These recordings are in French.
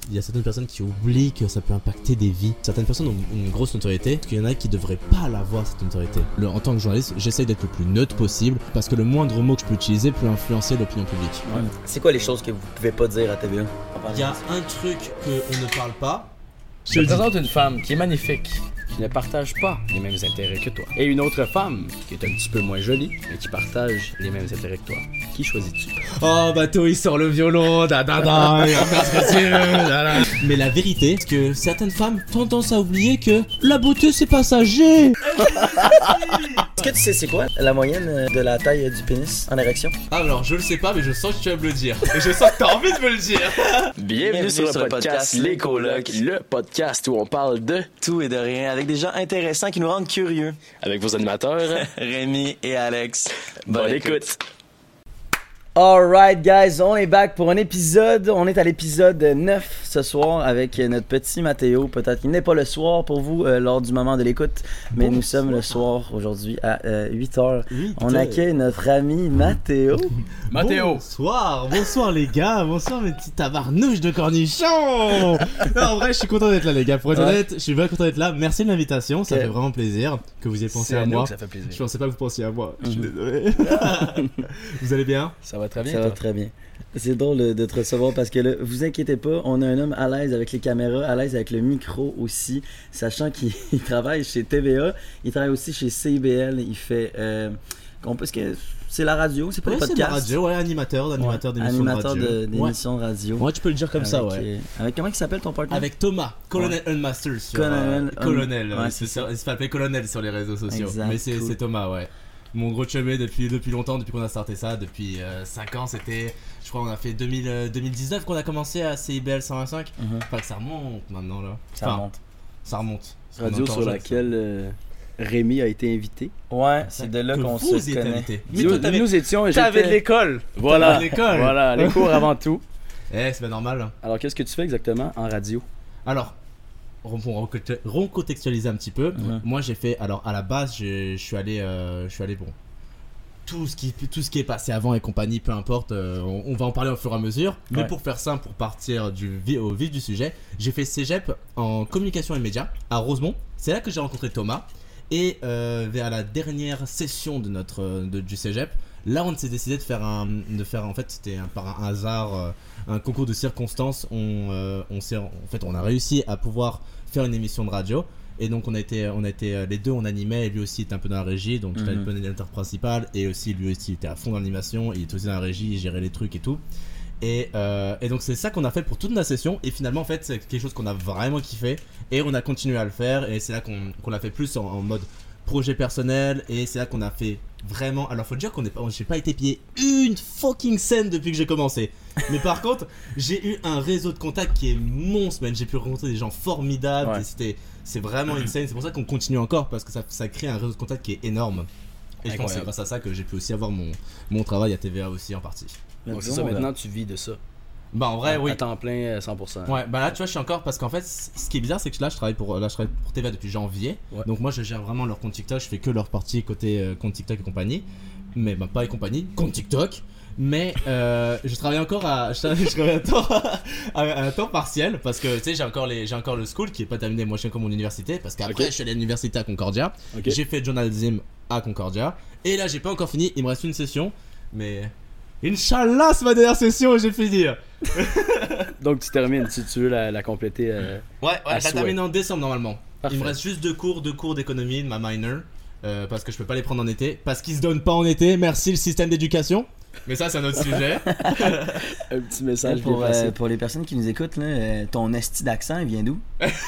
il y a certaines personnes qui oublient que ça peut impacter des vies. Certaines personnes ont une grosse notoriété, parce qu'il y en a qui devraient pas l'avoir, cette notoriété. En tant que journaliste, j'essaye d'être le plus neutre possible, parce que le moindre mot que je peux utiliser peut influencer l'opinion publique. Ouais. C'est quoi les choses que vous pouvez pas dire à TVA? Il y a un truc qu'on ne parle pas. Je te présente une femme qui est magnifique, qui ne partage pas les mêmes intérêts que toi. Et une autre femme qui est un petit peu moins jolie, mais qui partage les mêmes intérêts que toi. Qui choisis-tu? Oh, Bateau, il sort le violon, il va faire ce que tu veux, Mais la vérité, c'est que certaines femmes ont tendance à oublier que la beauté, c'est passager. Est-ce que tu sais c'est quoi la moyenne de la taille du pénis en érection? Ah, alors, je le sais pas, mais je sens que tu vas me le dire. Et je sens que t'as envie de me le dire. Bienvenue sur le podcast Les Colocs, le podcast où on parle de Tout et de rien, avec des gens intéressants qui nous rendent curieux. avec vos animateurs. Rémi et Alex. Bonne écoute. Alright guys, on est back pour un épisode. On est à l'épisode 9 ce soir avec notre petit Mathéo. Peut-être qu'il n'est pas le soir pour vous lors du moment de l'écoute, mais nous sommes le soir aujourd'hui à 8h. On accueille notre ami Mathéo. Mathéo. Bonsoir les gars, bonsoir mes petits tabarnouches de cornichons. Non, en vrai, je suis content d'être là les gars. Pour être honnête, je suis vraiment content d'être là. Merci de l'invitation, ça fait vraiment plaisir que vous ayez pensé C'est à nous moi. que ça fait plaisir. Je pensais pas que vous pensiez à moi, je suis désolé. Vous allez bien? Ça va très bien, Ça va toi? très bien. C'est drôle de te recevoir parce que là, vous inquiétez pas, on a un homme à l'aise avec les caméras, à l'aise avec le micro aussi, sachant qu'il il travaille chez TVA, il travaille aussi chez CIBL, il fait... parce que c'est la radio, c'est pas le Ouais, podcast. c'est la radio, ouais, animateur d'émissions de Animateur radio. d'émissions de radio. Ouais, tu peux le dire comme ça, ouais. Avec comment il s'appelle ton partenaire? Avec Thomas, Colonel Unmaster sur Colonel, ouais, ouais, il se fait appeler Colonel sur les réseaux sociaux. Exact, Mais c'est cool. c'est Thomas, ouais. Mon gros chumé depuis longtemps, depuis qu'on a starté ça, depuis 5 ans, c'était, je crois on a fait 2019 qu'on a commencé à CIBL 125. Enfin que ça remonte maintenant là. Ça remonte. Ça remonte. Radio On entend sur jeune, laquelle Rémi a été invité. Ouais, c'est de là que qu'on vous se y êtes connaît. invités. Mais toi t'avais Nous étions. T'avais de l'école. Voilà. t'avais de l'école. Voilà, les cours avant tout. c'est bien normal. Alors, qu'est-ce que tu fais exactement en radio? Alors, pour recontextualiser un petit peu, moi j'ai fait, alors à la base je suis allé bon, tout ce qui est passé avant et compagnie, peu importe, on va en parler au fur et à mesure, mais Ouais. pour faire simple, pour partir au vif du sujet, j'ai fait cégep en communication et médias à Rosemont, c'est là que j'ai rencontré Thomas, et vers la dernière session du cégep, là on s'est décidé de faire en fait c'était par un hasard, un concours de circonstances, on a réussi à pouvoir faire une émission de radio. Et donc on a été les deux, on animait, et lui aussi était un peu dans la régie, donc j'étais un peu l'animateur principal, et aussi lui aussi était à fond dans l'animation, il était aussi dans la régie, il gérait les trucs et tout. Et donc c'est ça qu'on a fait pour toute la session, et finalement en fait c'est quelque chose qu'on a vraiment kiffé, et on a continué à le faire, et c'est là qu'on l'a fait plus en mode projet personnel, et c'est là qu'on a fait vraiment. Alors faut dire j'ai pas été payé une fucking scène depuis que j'ai commencé. Mais par contre, j'ai eu un réseau de contacts qui est monstre, man. J'ai pu rencontrer des gens formidables, Ouais. et c'est vraiment insane. C'est pour ça qu'on continue encore, parce que ça crée un réseau de contacts qui est énorme. Et je pense que c'est grâce à ça que j'ai pu aussi avoir mon travail à TVA aussi en partie. Donc c'est ça, maintenant tu vis de ça. Bah en vrai, oui. À temps plein, 100%. Ouais, bah là tu vois, je suis encore, parce qu'en fait, ce qui est bizarre, c'est que là je travaille pour TVA depuis janvier. Ouais. Donc moi je gère vraiment leur compte TikTok, je fais que leur partie côté compte TikTok et compagnie. Mais bah pas et compagnie, compte TikTok. Mais je travaille encore à un temps partiel, parce que tu sais j'ai encore le school qui est pas terminé. Moi je suis encore mon université, parce qu'après je suis allé à l'université à Concordia. Ok. J'ai fait journalism à Concordia, et là j'ai pas encore fini, il me reste une session, mais Inch'Allah c'est ma dernière session et j'ai fini. Donc, tu termines, si tu veux la compléter. Ouais, à ça souhait. termine en décembre normalement. Parfait. Il me reste juste deux cours d'économie de ma minor, parce que je peux pas les prendre en été, parce qu'ils se donnent pas en été. Merci le système d'éducation. Mais ça c'est un autre sujet. Un petit message Pour, bien facile. pour les personnes qui nous écoutent, là, ton esti d'accent, il vient d'où?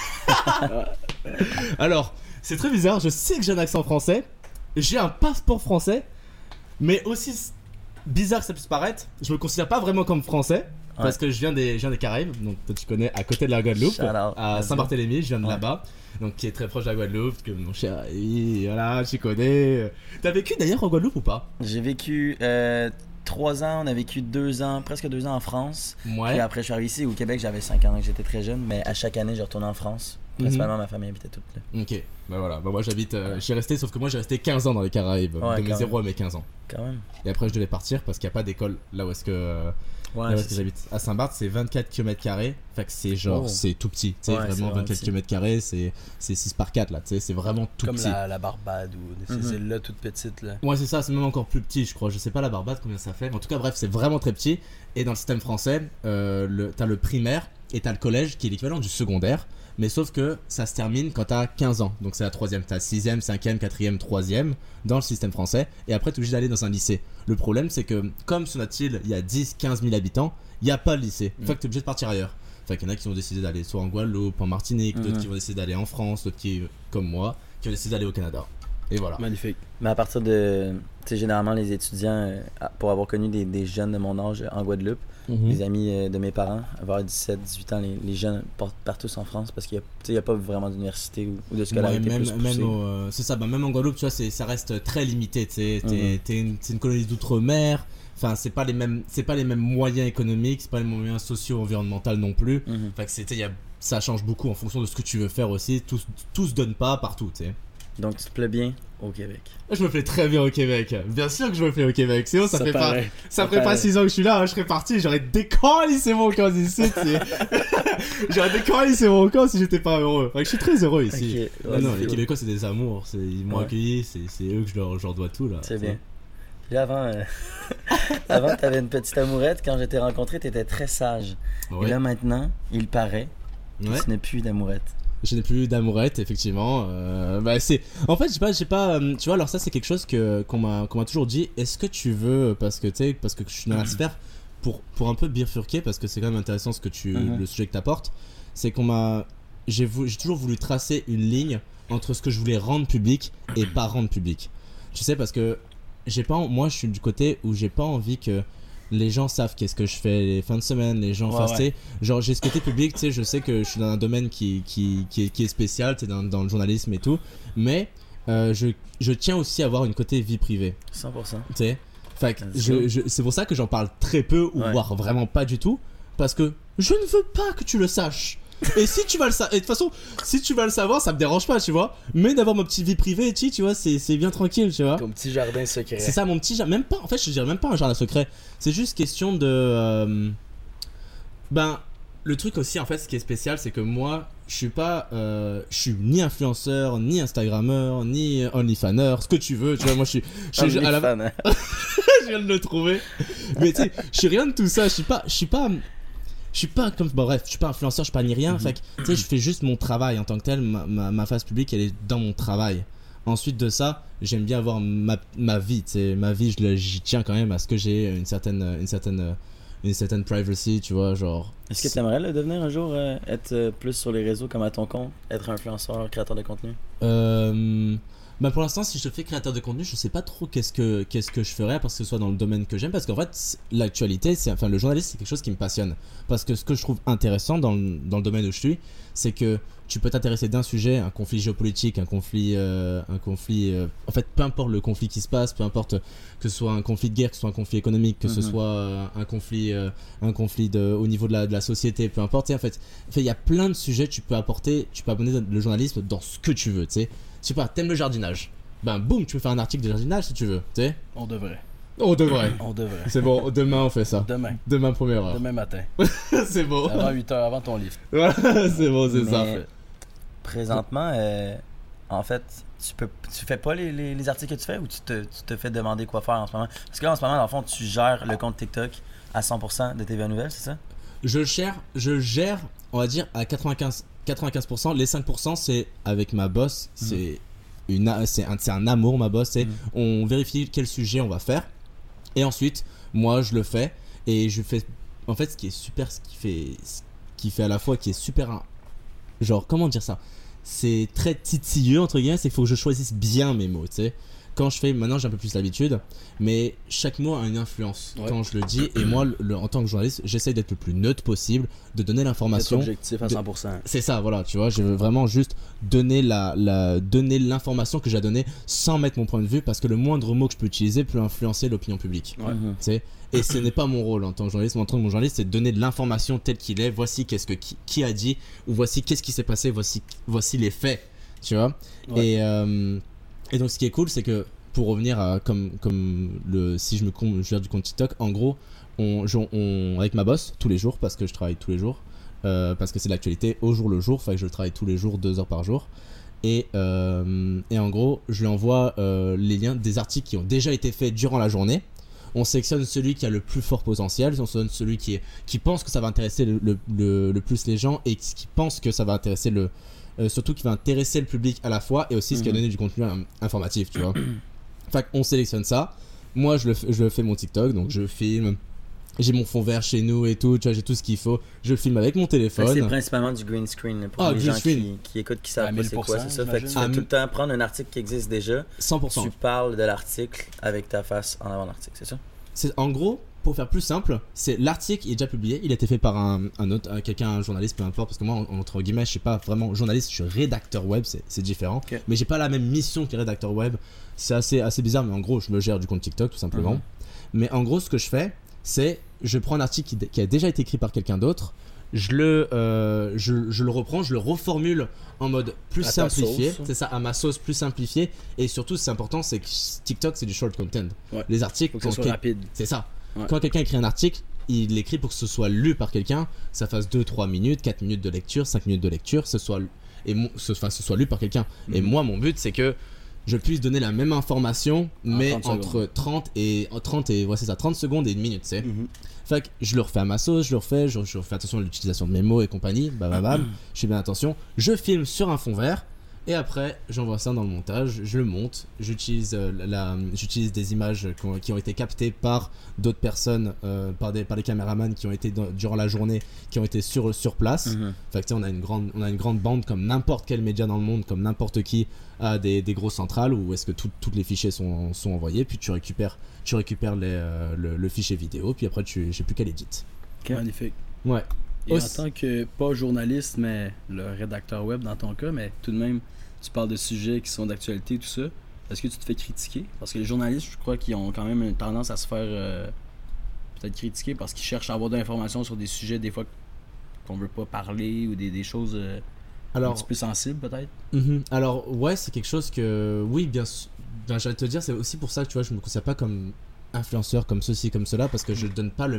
Alors, c'est très bizarre, je sais que j'ai un accent français, j'ai un passeport français, mais aussi bizarre que ça puisse paraître, je me considère pas vraiment comme français. Parce que je viens des Caraïbes, donc toi tu connais, à côté de la Guadeloupe, Shout out. à Saint-Barthélemy, je viens de là-bas, donc qui est très proche de la Guadeloupe, que mon cher ami, voilà, tu connais. T'as vécu d'ailleurs en Guadeloupe ou pas? J'ai vécu 3 ans, on a vécu 2 ans, presque 2 ans en France. Puis Ouais. après, je suis arrivé ici au Québec, j'avais 5 ans, donc j'étais très jeune, mais à chaque année, je retournais en France. Principalement, ma famille habitait toute là. Ok, bah voilà, bah moi j'habite, j'y resté, sauf que moi j'ai resté 15 ans dans les Caraïbes, Ouais, de mes quand 0 à mes 15 ans. Quand même. Et après je devais partir parce qu'il n'y a pas d'école là où est-ce que Ouais, Là où c'est est-ce que ça. j'habite à Saint-Barth, c'est 24 km². Fait que c'est genre, Oh. c'est tout petit. Tu sais, Ouais, c'est vraiment vraiment 24 petit. km², c'est 6 par 4 là. Tu sais, c'est vraiment tout Comme petit. la Barbade ou ces îles-là toutes petites. Là. Ouais, c'est ça, c'est même encore plus petit, je crois. Je sais pas la Barbade combien ça fait. Mais en tout cas, bref, c'est vraiment très petit. Et dans le système français, t'as le primaire et t'as le collège qui est l'équivalent du secondaire. Mais sauf que ça se termine quand t'as 15 ans. Donc c'est la troisième. T'as 6ème, 5ème, 4ème, 3ème dans le système français. Et après, t'es obligé d'aller dans un lycée. Le problème, c'est que comme sur notre île, il y a 10, 15 000 habitants, il n'y a pas de lycée. Fait que t'es obligé de partir ailleurs. Fait qu'il y en a qui ont décidé d'aller soit en Guadeloupe, en Martinique, d'autres qui vont décider d'aller en France, d'autres qui, comme moi, qui ont décidé d'aller au Canada. Et voilà. Magnifique. Mais à partir de. Tu sais, généralement, les étudiants, pour avoir connu des jeunes de mon âge en Guadeloupe, les amis de mes parents, vers 17, 18 ans, les jeunes partent tous en France parce qu'il n'y a pas vraiment d'université ou de scolarité plus poussée. C'est ça, même en Guadeloupe, tu vois, ça reste très limité. C'est une colonie d'outre-mer. Enfin, c'est pas les mêmes moyens économiques, c'est pas les moyens sociaux, environnementaux non plus. Fait que ça change beaucoup en fonction de ce que tu veux faire aussi. Tout se donne pas partout, tu sais. Donc tu te plais bien au Québec. Je me plais très bien au Québec. Bien sûr que je me plais au Québec. Sinon, ça fait paraît. pas 6 ans que je suis là. Je serais parti, j'aurais décollissé mon camp ici. J'aurais décollissé mon camp si j'étais pas heureux. Fait que je suis très heureux ici. Ok, ouais, Non, c'est les cool. Québécois, c'est des amours. Ils m'ont accueilli. C'est eux que je leur dois tout là. C'est bien. Puis avant, avant t'avais une petite amourette. Quand je t'ai rencontré, t'étais très sage. Ouais. Et là maintenant, il paraît que Ouais. tu n'es plus d'amourette. Je n'ai plus d'amourette, effectivement. En fait, j'ai pas. Tu vois, alors ça, c'est quelque chose qu'on m'a toujours dit. Est-ce que tu veux, parce que je suis dans la sphère, pour un peu bifurquer, parce que c'est quand même intéressant le sujet que t'apportes, c'est j'ai toujours voulu tracer une ligne entre ce que je voulais rendre public et pas rendre public. Tu sais, parce que moi, je suis du côté où j'ai pas envie que les gens savent qu'est-ce que je fais les fins de semaine, les gens tu sais, genre j'ai ce côté public, tu sais, je sais que je suis dans un domaine qui est spécial, tu sais, dans le journalisme et tout, mais je tiens aussi à avoir une côté vie privée, 100%. tu sais. Fait que That's c'est pour ça que j'en parle très peu ou voire vraiment pas du tout, parce que je ne veux pas que tu le saches. Et si tu vas le savoir, de toute façon, si tu vas le savoir, ça me dérange pas, tu vois. Mais d'avoir ma petite vie privée, tu vois, c'est bien tranquille, tu vois. Ton petit jardin secret. C'est ça, mon petit jardin. Même pas, en fait, je dirais même pas un jardin secret. C'est juste question de. Le truc aussi, en fait, ce qui est spécial, c'est que moi, je suis pas. Je suis ni influenceur, ni Instagrammeur, ni OnlyFanner, ce que tu veux, tu vois. Moi, je suis à la fan, hein. je viens de le trouver. Mais tu sais, je suis rien de tout ça. Je suis pas comme. Bon, bref, je suis pas influenceur, je suis pas ni rien. Fait que, tu sais, je fais juste mon travail en tant que tel. Ma face publique, elle est dans mon travail. Ensuite de ça, j'aime bien avoir ma vie. Tu sais, ma vie, j'y tiens quand même à ce que j'ai une certaine privacy, tu vois. Genre. Est-ce que tu aimerais devenir un jour être plus sur les réseaux comme à ton compte, être influenceur, créateur de contenu? Pour l'instant, si je fais créateur de contenu, je sais pas trop qu'est-ce que je ferais parce que ce soit dans le domaine que j'aime, parce qu'en fait l'actualité, le journalisme, c'est quelque chose qui me passionne, parce que ce que je trouve intéressant dans le domaine où je suis, c'est que tu peux t'intéresser d'un sujet, un conflit géopolitique, un conflit en fait, peu importe le conflit qui se passe, peu importe que ce soit un conflit de guerre, que ce soit un conflit économique, que ce soit un conflit au niveau de la société, peu importe, en fait il y a plein de sujets, tu peux amener le journalisme dans ce que tu veux, tu sais. Je sais pas, t'aimes le jardinage, boum, tu peux faire un article de jardinage si tu veux, tu sais. On devrait. On devrait. C'est bon, demain on fait ça. Demain première heure. Demain matin. C'est bon. Avant 8h, avant ton livre. Voilà, c'est bon, c'est ça. Présentement, en fait, tu fais pas les articles que tu fais ou tu te fais demander quoi faire en ce moment? Parce que là, en ce moment, dans le fond, tu gères le compte TikTok à 100% de TVA Nouvelles, c'est ça? Je gère, on va dire, à 95%. Les 5%, c'est avec ma boss. C'est un amour, ma boss. On vérifie quel sujet on va faire. Et ensuite, moi, je le fais. Et je fais. En fait, ce qui est super, ce qui fait à la fois, qui est super. Genre, comment dire ça? C'est très titilleux, entre guillemets. C'est qu'il faut que je choisisse bien mes mots, tu sais. Quand je fais, maintenant j'ai un peu plus l'habitude, mais chaque mot a une influence quand je le dis. Et moi, en tant que journaliste, j'essaye d'être le plus neutre possible, de donner l'information. D'être objectif à 100%. C'est ça, voilà, tu vois, je veux vraiment juste donner donner l'information que j'ai à donner sans mettre mon point de vue, parce que le moindre mot que je peux utiliser peut influencer l'opinion publique. Tu sais. Et ce n'est pas mon rôle en tant que journaliste. En tant que mon journaliste, c'est de donner de l'information telle qu'il est. Voici qui a dit, ou voici qu'est-ce qui s'est passé, voici les faits, tu vois. Et donc ce qui est cool, c'est que pour revenir à si je gère du compte TikTok, en gros, avec ma boss tous les jours parce que je travaille tous les jours. Parce que c'est l'actualité au jour le jour, fait que je travaille tous les jours 2 heures par jour. Et en gros, je lui envoie les liens des articles qui ont déjà été faits durant la journée. On sélectionne celui qui a le plus fort potentiel, on sélectionne celui qui pense que ça va intéresser le plus les gens et qui pense que ça va intéresser surtout qui va intéresser le public à la fois et aussi ce qui va donner du contenu informatif, tu vois. Fait qu'on sélectionne ça. Moi, je fais mon TikTok, donc je filme. J'ai mon fond vert chez nous et tout, tu vois, j'ai tout ce qu'il faut. Je le filme avec mon téléphone. C'est principalement du green screen pour les gens qui écoutent, qui savent pas c'est quoi, c'est ça. Fait que tu fais tout le temps prendre un article qui existe déjà. 100%. Tu parles de l'article avec ta face en avant de l'article, c'est ça? En gros, pour faire plus simple, c'est l'article est déjà publié, il a été fait par un journaliste, peu importe, parce que moi, entre guillemets, je suis pas vraiment journaliste, je suis rédacteur web, c'est différent. Okay. Mais j'ai pas la même mission que les rédacteurs web. C'est assez bizarre, mais en gros, je me gère du compte TikTok tout simplement. Mais en gros, ce que je fais, c'est je prends un article qui a déjà été écrit par quelqu'un d'autre, je le reprends, je le reformule en mode plus simplifié, c'est ça, à ma sauce plus simplifiée, et surtout c'est important, c'est que TikTok c'est du short content. Ouais. Les articles, faut que ce soit rapide. C'est ça. Ouais. Quand quelqu'un écrit un article, il l'écrit pour que ce soit lu par quelqu'un, ça fasse 2-3 minutes, 4 minutes de lecture, 5 minutes de lecture, ce soit lu par quelqu'un. Et moi mon but c'est que je puisse donner la même information, mais entre 30 secondes et 1 minute, tu sais. Fait que je le refais à ma sauce, je fais attention à l'utilisation de mes mots et compagnie, je fais bien attention. Je filme sur un fond vert, et après, j'envoie ça dans le montage, je le monte, j'utilise des images qui ont été captées par d'autres personnes, par des caméramans qui ont été durant la journée, qui ont été sur place. Fait que tu sais, on a une grande bande comme n'importe quel média dans le monde, comme n'importe qui a des grosses centrales où est-ce que tous les fichiers sont envoyés, puis tu récupères le fichier vidéo, puis après j'ai plus qu'à l'éditer. Okay. Magnifique. Ouais. Et en tant que, pas journaliste, mais le rédacteur web dans ton cas, mais tout de même, tu parles de sujets qui sont d'actualité, tout ça. Est-ce que tu te fais critiquer? Parce que les journalistes, je crois qu'ils ont quand même une tendance à se faire peut-être critiquer parce qu'ils cherchent à avoir de l'information sur des sujets des fois qu'on veut pas parler ou des choses un petit peu sensibles peut-être. Alors ouais, c'est quelque chose que oui, bien sûr. J'allais te dire, c'est aussi pour ça que tu vois, je me considère pas comme influenceur comme ceci, comme cela, parce que je donne pas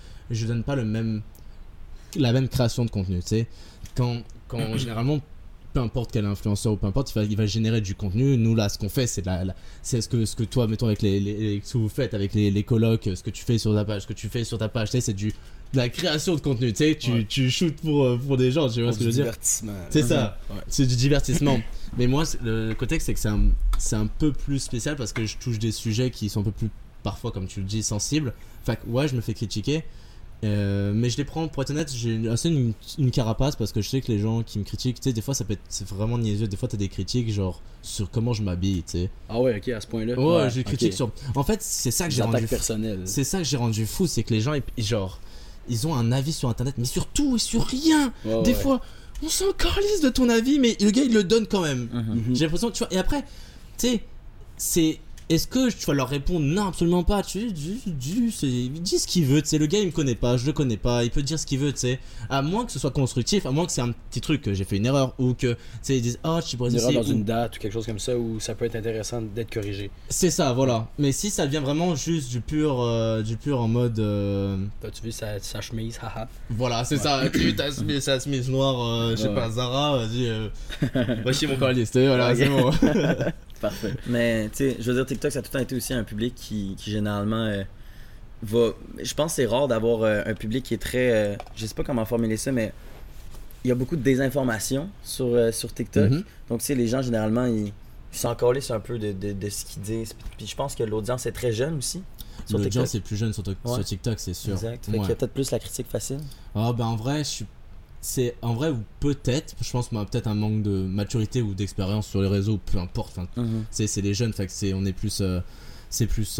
la même création de contenu, tu sais. Quand généralement, peu importe quel influenceur ou peu importe, il va générer du contenu. Nous là, ce qu'on fait, c'est ce que toi, mettons avec ce que vous faites avec les colocs, ce que tu fais sur ta page, tu sais, c'est de la création de contenu, tu sais, tu shootes pour des gens, tu vois ce que je veux dire. C'est ça, c'est du divertissement. Mais moi, le côté c'est que c'est un peu plus spécial parce que je touche des sujets qui sont un peu plus, parfois comme tu le dis, sensibles. Fait que ouais, je me fais critiquer. Mais je les prends, pour être honnête, j'ai assez une carapace parce que je sais que les gens qui me critiquent, tu sais, des fois c'est vraiment niaiseux, des fois t'as des critiques genre sur comment je m'habille, tu sais. Ah ouais, ok, à ce point-là. Ouais, je critique sur. En fait, c'est ça que j'ai rendu personnel. C'est ça que j'ai rendu fou, c'est que les gens, ils ont un avis sur internet, mais sur tout et sur rien. Des fois, on s'en calisse de ton avis, mais le gars il le donne quand même. J'ai l'impression, tu vois, et après, tu sais, est-ce que tu vas leur répondre non, absolument pas, tu dis ce qu'il veut, tu sais, le gars il me connaît pas, je le connais pas, il peut dire ce qu'il veut, tu sais, à moins que ce soit constructif, à moins que c'est un petit truc que j'ai fait une erreur ou que tu sais ils disent tu pourrais essayer dans une date ou quelque chose comme ça où ça peut être intéressant d'être corrigé. C'est ça, voilà. Mais si ça devient vraiment juste du pur en mode T'as-tu vu sa chemise, haha. Voilà, c'est ça, tu as vu sa chemise noire, je sais pas, Zara, vas-y va chier mon calice, voilà, c'est bon. Parfait. Mais tu sais, je veux dire, TikTok, ça a tout le temps été aussi un public qui généralement va. Je pense que c'est rare d'avoir un public qui est très. Je sais pas comment formuler ça, mais il y a beaucoup de désinformation sur TikTok. Donc, tu sais, les gens, généralement, ils s'en calissent un peu de ce qu'ils disent. Puis je pense que l'audience est très jeune aussi. L'audience est plus jeune sur TikTok, c'est sûr. Exact. Fait qu'il y a peut-être plus la critique facile. Ah, ben en vrai, c'est en vrai, ou peut-être, je pense peut-être un manque de maturité ou d'expérience sur les réseaux, peu importe. C'est les jeunes, fait que on est plus c'est plus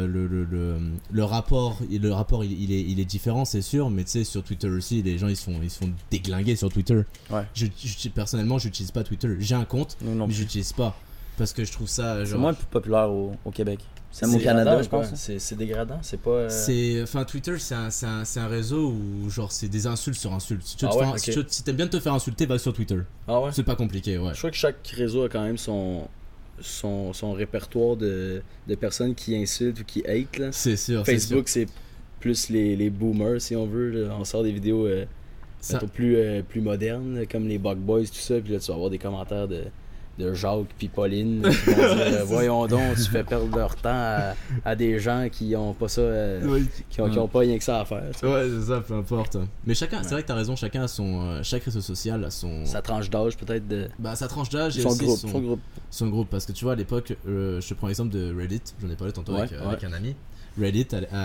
le rapport il est différent, c'est sûr, mais tu sais, sur Twitter aussi les gens ils se font déglinguer sur Twitter. Personnellement j'utilise pas Twitter, j'ai un compte mais j'utilise pas parce que je trouve ça genre... C'est moins plus populaire au Québec. C'est au Canada, je pense. C'est dégradant, c'est pas. Twitter, c'est un réseau où genre c'est des insultes sur insultes. Si t'aimes bien te faire insulter, va sur Twitter. Ah ouais. C'est pas compliqué, ouais. Je crois que chaque réseau a quand même son répertoire de personnes qui insultent ou qui hate là. C'est sûr. Facebook, c'est plus les boomers, si on veut. Là. On sort des vidéos Ça- mettons, plus modernes, là, comme les Bug Boys, tout ça. Puis là, tu vas avoir des commentaires de Jacques puis Pauline qui vont dire voyons donc, tu fais perdre leur temps à des gens qui ont pas ça, qui ont pas rien que ça à faire. Tu sais. Ouais, c'est ça, peu importe. Mais chacun, c'est vrai que t'as raison, chacun a son. Chaque réseau social a son. Sa tranche d'âge, peut-être, de Bah, sa tranche d'âge et son aussi groupe. son groupe. Parce que tu vois, à l'époque, je te prends l'exemple de Reddit, j'en ai parlé tantôt avec un ami. Reddit,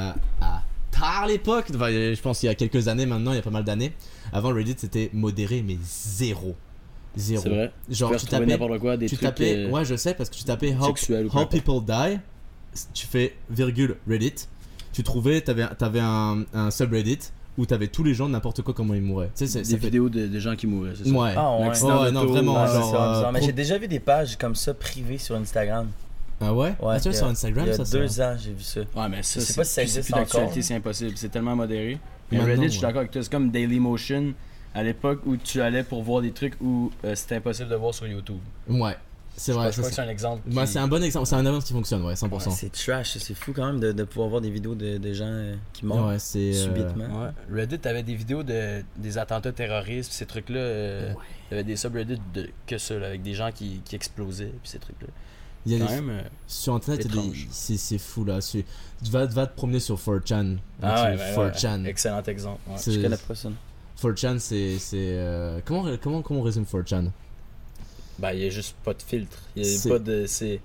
à l'époque, enfin, je pense qu'il y a quelques années maintenant, il y a pas mal d'années. Avant, Reddit c'était modéré, mais zéro. C'est vrai. Genre, tu tapais n'importe quoi, des tu trucs tapais, ouais, je sais, parce que tu tapais sexuels ou how quoi. people die, tu fais virgule Reddit, tu trouvais, t'avais un subreddit où t'avais tous les gens, n'importe quoi, comment ils mouraient. Tu sais, Des vidéos de gens qui mouraient, c'est ça. Ouais. Ah ouais. L'accident Ouais, d'auto, non, vraiment, Ouais, c'est genre. ça, bizarre. Mais j'ai déjà vu des pages comme ça privées sur Instagram. Ah ouais? Ah, tu vois, sur Instagram, il y a ça 2 ans, j'ai vu ça. Ouais, mais ça, Je sais pas si ça existe plus d'actualité, encore. c'est impossible. C'est tellement modéré. Mais Maintenant, Reddit, je suis ouais. d'accord avec toi. C'est comme Dailymotion à l'époque où tu allais pour voir des trucs où c'était impossible de voir sur YouTube. Ouais, c'est vrai. Je crois que c'est un exemple. Bah, c'est un bon exemple, c'est un exemple qui fonctionne, ouais, 100%. Ouais, c'est trash, c'est fou quand même de pouvoir voir des vidéos de gens qui meurent Ouais, c'est. subitement. Ouais. Reddit avait des vidéos des attentats terroristes, puis ces trucs-là. Il y avait des subreddits que ça, là, avec des gens qui explosaient, puis ces trucs-là. Il y a Quand des- même. Sur internet, il y a des- étrange. c'est fou là. Tu va te promener sur 4chan. Ah ouais, 4chan. Excellent exemple. Ouais. C'est- Je connais pas ça. 4chan, comment on résume 4chan? Ben, il y a juste pas de filtre. Il y a C'est- pas de. C'est.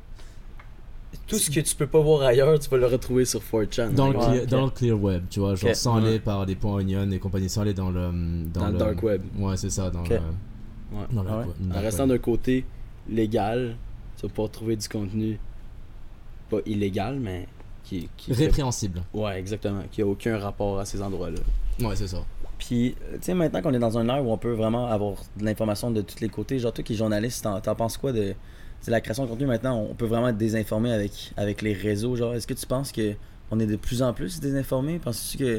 Tout ce que tu peux pas voir ailleurs, tu vas le retrouver sur 4chan. Dans le, Ouais, clear, ok. dans le clear web, tu vois, genre Ok, sans ouais. aller par des points onion et compagnie, sans aller dans le le dark web. Ouais, c'est ça, dans Ok. le Ouais. dans le Ah ouais. dans le En dark restant web. d'un côté légal, tu vas pouvoir trouver du contenu pas illégal, mais qui Répréhensible. Ouais, exactement. Qui a aucun rapport à ces endroits-là. Ouais, c'est ça. Puis, tu sais, maintenant qu'on est dans un ère où on peut vraiment avoir de l'information de tous les côtés, genre toi qui es journaliste, t'en penses quoi de la création de contenu maintenant? On peut vraiment être désinformé avec les réseaux, genre, est-ce que tu penses que on est de plus en plus désinformé? Penses-tu que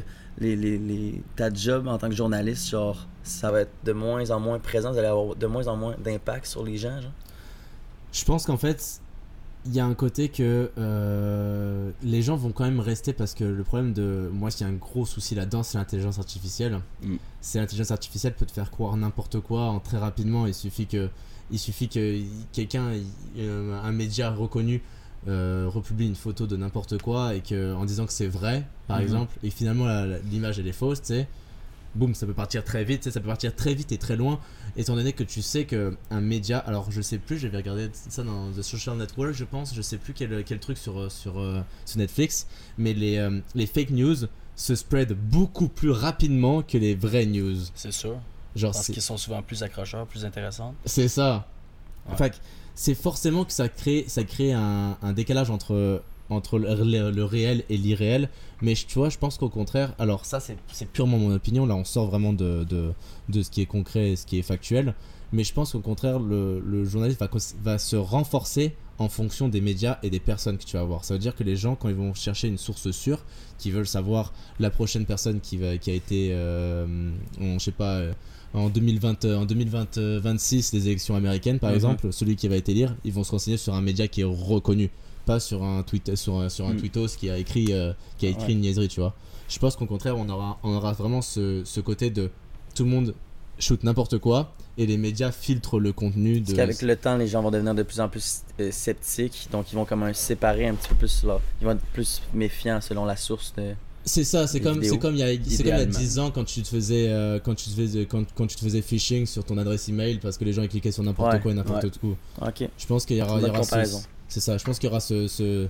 ta job en tant que journaliste, genre, ça va être de moins en moins présent, vous allez avoir de moins en moins d'impact sur les gens, genre? Je pense qu'en fait, il y a un côté que les gens vont quand même rester parce que le problème de moi, s'il y a un gros souci là-dedans, c'est l'intelligence artificielle. Mm. C'est l'intelligence artificielle peut te faire croire n'importe quoi très rapidement. Il suffit que quelqu'un, un média reconnu republie une photo de n'importe quoi et que en disant que c'est vrai, par exemple, et que finalement l'image elle est fausse, tu sais. Boum, ça peut partir très vite, tu sais, ça peut partir très vite et très loin, étant donné que tu sais que un média, alors je sais plus, j'avais regardé ça dans The Social Network, je pense, je sais plus quel truc sur Netflix, mais les fake news se spread beaucoup plus rapidement que les vraies news. C'est sûr. Genre, Parce qu'ils sont souvent plus accrocheurs, plus intéressants. c'est ça. Ouais. Fait que c'est forcément que ça crée un décalage entre le réel et l'irréel, mais tu vois, je pense qu'au contraire, alors ça c'est purement mon opinion, là on sort vraiment de ce qui est concret et ce qui est factuel, mais je pense qu'au contraire le journaliste va se renforcer en fonction des médias et des personnes que tu vas avoir. Ça veut dire que les gens, quand ils vont chercher une source sûre, qui veulent savoir la prochaine personne qui a été je sais pas, en 2026 les élections américaines par exemple, celui qui va être élire, ils vont se renseigner sur un média qui est reconnu, pas sur un tweet, sur un tweetos qui a écrit une niaiserie, tu vois. Je pense qu'au contraire on aura vraiment ce côté de tout le monde shoot n'importe quoi et les médias filtrent le contenu de. Parce qu'avec le temps, les gens vont devenir de plus en plus sceptiques, donc ils vont comme séparer un petit peu plus là. Ils vont être plus méfiants selon la source de. C'est ça, c'est Les comme vidéos, il y a idéalement. 10 ans quand tu te faisais phishing sur ton adresse email parce que les gens ils cliquaient sur n'importe Ouais, quoi et n'importe ouais. où. Ok. Je pense qu'il y aura, Bonne comparaison. c'est ça, je pense qu'il y aura ce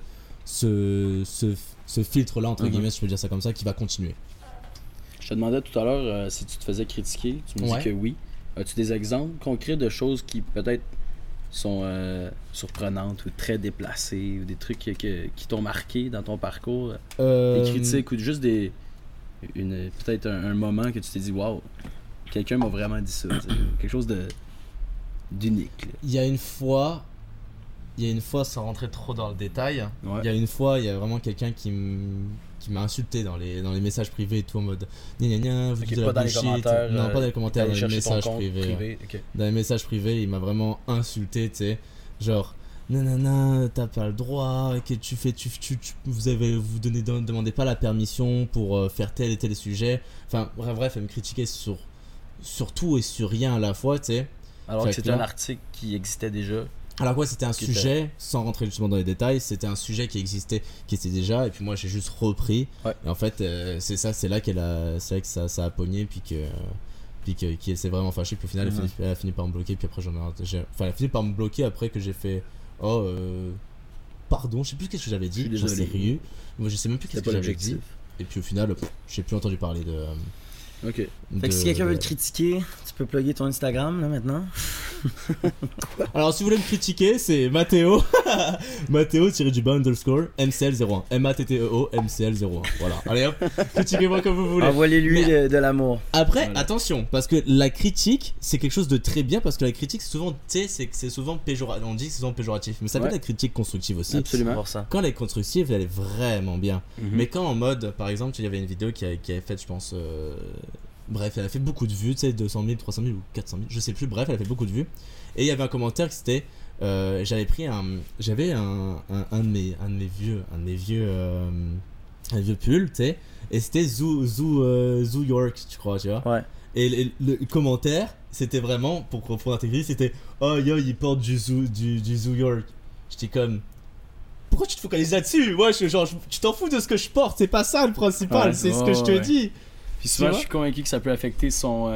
filtre là entre guillemets, si je peux dire ça comme ça, qui va continuer. Je te demandais tout à l'heure si tu te faisais critiquer. Tu me dis Ouais. que oui. As-tu des exemples concrets de choses qui peut-être sont surprenantes ou très déplacées ou des trucs qui t'ont marqué dans ton parcours? Des critiques ou juste peut-être un moment que tu t'es dit waouh, quelqu'un m'a vraiment dit ça. T'sais, quelque chose d'unique. Là. Il y a une fois, sans rentrer trop dans le détail, Ouais. il y a une fois, il y a vraiment quelqu'un qui m'a insulté dans les messages privés et tout en mode gna gna gna, vous Ok, dites de la pas dans les bullshit. commentaires, Non, pas dans les commentaires, dans Aller les chercher ton messages compte privés. privé. Ok. Dans les messages privés, il m'a vraiment insulté, tu sais. Genre, nanana, t'as pas le droit, que tu fais, vous demandez pas la permission pour faire tel et tel sujet. Enfin, bref, elle me critiquait sur tout et sur rien à la fois, tu sais. Alors Fait que que c'était là- un article qui existait déjà. Alors quoi, c'était un Qui sujet, sans rentrer justement dans les détails, c'était un sujet qui existait déjà, et puis moi j'ai juste repris. Ouais. Et en fait, c'est là que ça a pogné, qui s'est vraiment fâché, puis au final elle a fini par me bloquer, puis après elle a fini par me bloquer après que j'ai fait pardon, je sais plus ce que j'avais dit, Je suis j'en sais désolé. rien. Moi je sais même plus C'était qu'est-ce pas que j'avais dit, l'objectif. et puis au final, j'ai plus entendu parler de. Ok. Fait que si quelqu'un veut te critiquer, tu peux plugger ton Instagram là maintenant. Alors si vous voulez me critiquer, c'est Mathéo Mathéo_underscore MCL01 MATTEO MCL01. Voilà, allez hop, critiquez-moi comme vous voulez. Envoyez-lui Mais- de l'amour. Après, Voilà. attention, parce que la critique, c'est quelque chose de très bien, parce que la critique, souvent, tu sais, c'est souvent péjoratif. On dit que c'est souvent péjoratif, mais ça peut Ouais. être la critique constructive aussi. Absolument. Pour ça. Quand elle est constructive, elle est vraiment bien. Mhm. Mais quand en mode, par exemple, il y avait une vidéo qui avait fait, je pense, bref, elle a fait beaucoup de vues, tu sais, 200 000, 300 000 ou 400 000, je sais plus, bref, elle a fait beaucoup de vues. Et il y avait un commentaire qui c'était, j'avais un de mes vieux pulls, tu sais, et c'était Zoo York, tu crois, tu vois. Ouais. Et le commentaire, c'était vraiment, pour intégrer, c'était oh yo, il porte du Zoo York. J'étais comme, pourquoi tu te focalises là-dessus? Moi, tu t'en fous de ce que je porte, c'est pas ça le principal, Ouais, c'est ce que je te ouais. dis. Puis souvent, Tu je suis convaincu que ça peut affecter son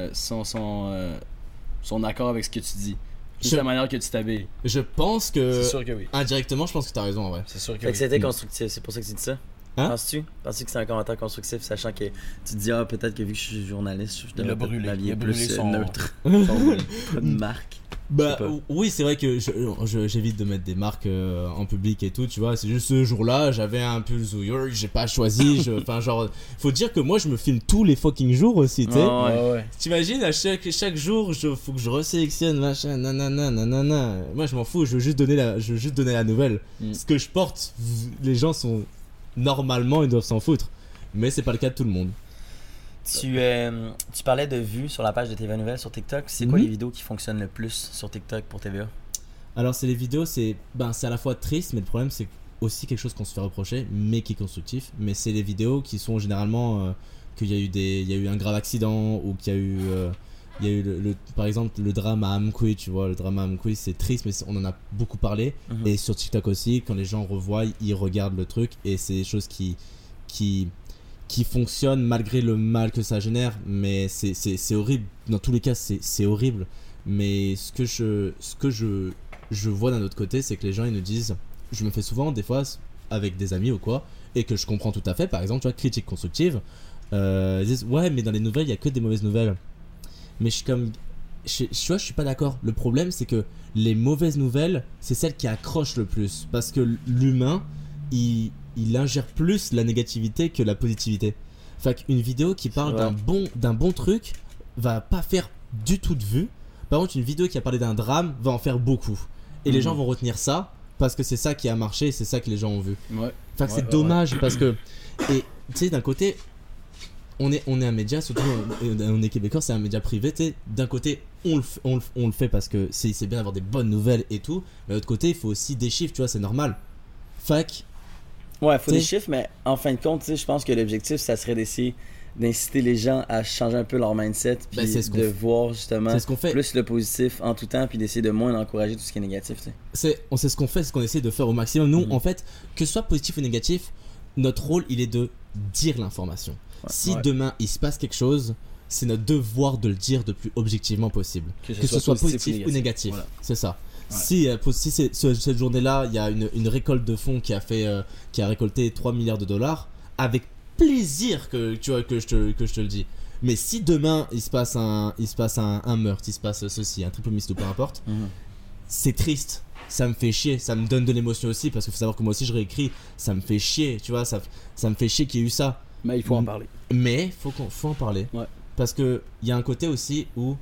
accord avec ce que tu dis. Juste Je- la manière que tu t'habilles. Je pense que, C'est sûr que oui. indirectement, je pense que t'as raison en vrai. C'est sûr que Fait que oui. c'était constructif, c'est pour ça que tu dis ça. Hein? Penses-tu que c'est un commentaire constructif, sachant que tu te dis, peut-être que vu que je suis journaliste, je Il a devrais brûlé. peut-être m'habiller Il a brûlé plus son- neutre. Pas de marque. Bah Je sais pas. oui, c'est vrai que j'évite de mettre des marques en public et tout, tu vois. C'est juste ce jour-là, j'avais un pull Zoo York, j'ai pas choisi. Enfin, genre, faut dire que moi je me filme tous les fucking jours aussi, tu sais. Ah ouais. Ouais. T'imagines, à chaque jour, faut que je resélectionne, machin, nanana. Moi, je m'en fous, je veux juste donner la nouvelle. Mm. Ce que je porte, les gens sont. Normalement, ils doivent s'en foutre. Mais c'est pas le cas de tout le monde. Tu parlais de vues sur la page de TVA Nouvelles sur TikTok. C'est quoi Mhm. les vidéos qui fonctionnent le plus sur TikTok pour TVA? Alors, c'est les vidéos, c'est à la fois triste, mais le problème, c'est aussi quelque chose qu'on se fait reprocher, mais qui est constructif. Mais c'est les vidéos qui sont généralement qu'il y a eu un grave accident ou qu'il y a eu. Il y a eu par exemple le drame à Amqui, tu vois, le drame à Amqui c'est triste mais on en a beaucoup parlé. Mhm. Et sur TikTok aussi, quand les gens revoient, ils regardent le truc et c'est des choses qui fonctionnent malgré le mal que ça génère. Mais c'est horrible, dans tous les cas c'est horrible. Mais ce que je vois d'un autre côté, c'est que les gens ils nous disent, je me fais souvent des fois avec des amis ou quoi, et que je comprends tout à fait, par exemple, tu vois, critique constructive, ils disent ouais mais dans les nouvelles il y a que des mauvaises nouvelles. Mais je suis comme, tu vois, je suis pas d'accord. Le problème, c'est que les mauvaises nouvelles, c'est celles qui accrochent le plus. Parce que l'humain, il ingère plus la négativité que la positivité. Fait qu'une vidéo qui parle vrai. d'un bon truc va pas faire du tout de vues. Par contre, une vidéo qui a parlé d'un drame va en faire beaucoup. Et les gens vont retenir ça parce que c'est ça qui a marché, c'est ça que les gens ont vu. Ouais. Fait que Ouais, c'est ouais, dommage parce que, et tu sais, d'un côté, on est un média, surtout on est québécois, c'est un média privé, tu sais, d'un côté on le fait parce que c'est bien d'avoir des bonnes nouvelles et tout, mais de l'autre côté il faut aussi des chiffres, tu vois, c'est normal. Fac, Ouais, faut T'sais- des chiffres, mais en fin de compte, tu sais, je pense que l'objectif, ça serait d'essayer d'inciter les gens à changer un peu leur mindset, puis Ben, c'est ce qu'on de fait. voir justement c'est ce qu'on fait. plus le positif en tout temps, puis d'essayer de moins encourager tout ce qui est négatif, tu sais. C'est ce qu'on fait, c'est ce qu'on essaie de faire au maximum. Nous, Mhm. en fait, que ce soit positif ou négatif, notre rôle il est de dire l'information. Si Ouais. demain il se passe quelque chose, c'est notre devoir de le dire le plus objectivement possible. Que ce soit positif ou négatif. Voilà. C'est ça. Ouais. Si cette journée-là, il y a une récolte de fonds qui a récolté 3 milliards de dollars, avec plaisir que je te le dis. Mais si demain il se passe un meurtre, il se passe ceci, un triple miss ou peu importe, c'est triste. Ça me fait chier, ça me donne de l'émotion aussi parce qu'il faut savoir que moi aussi je réécris, ça me fait chier, tu vois, ça me fait chier qu'il y ait eu ça. Mais il faut en Mm. parler. Mais faut en parler. Ouais. Parce que il y a un côté aussi où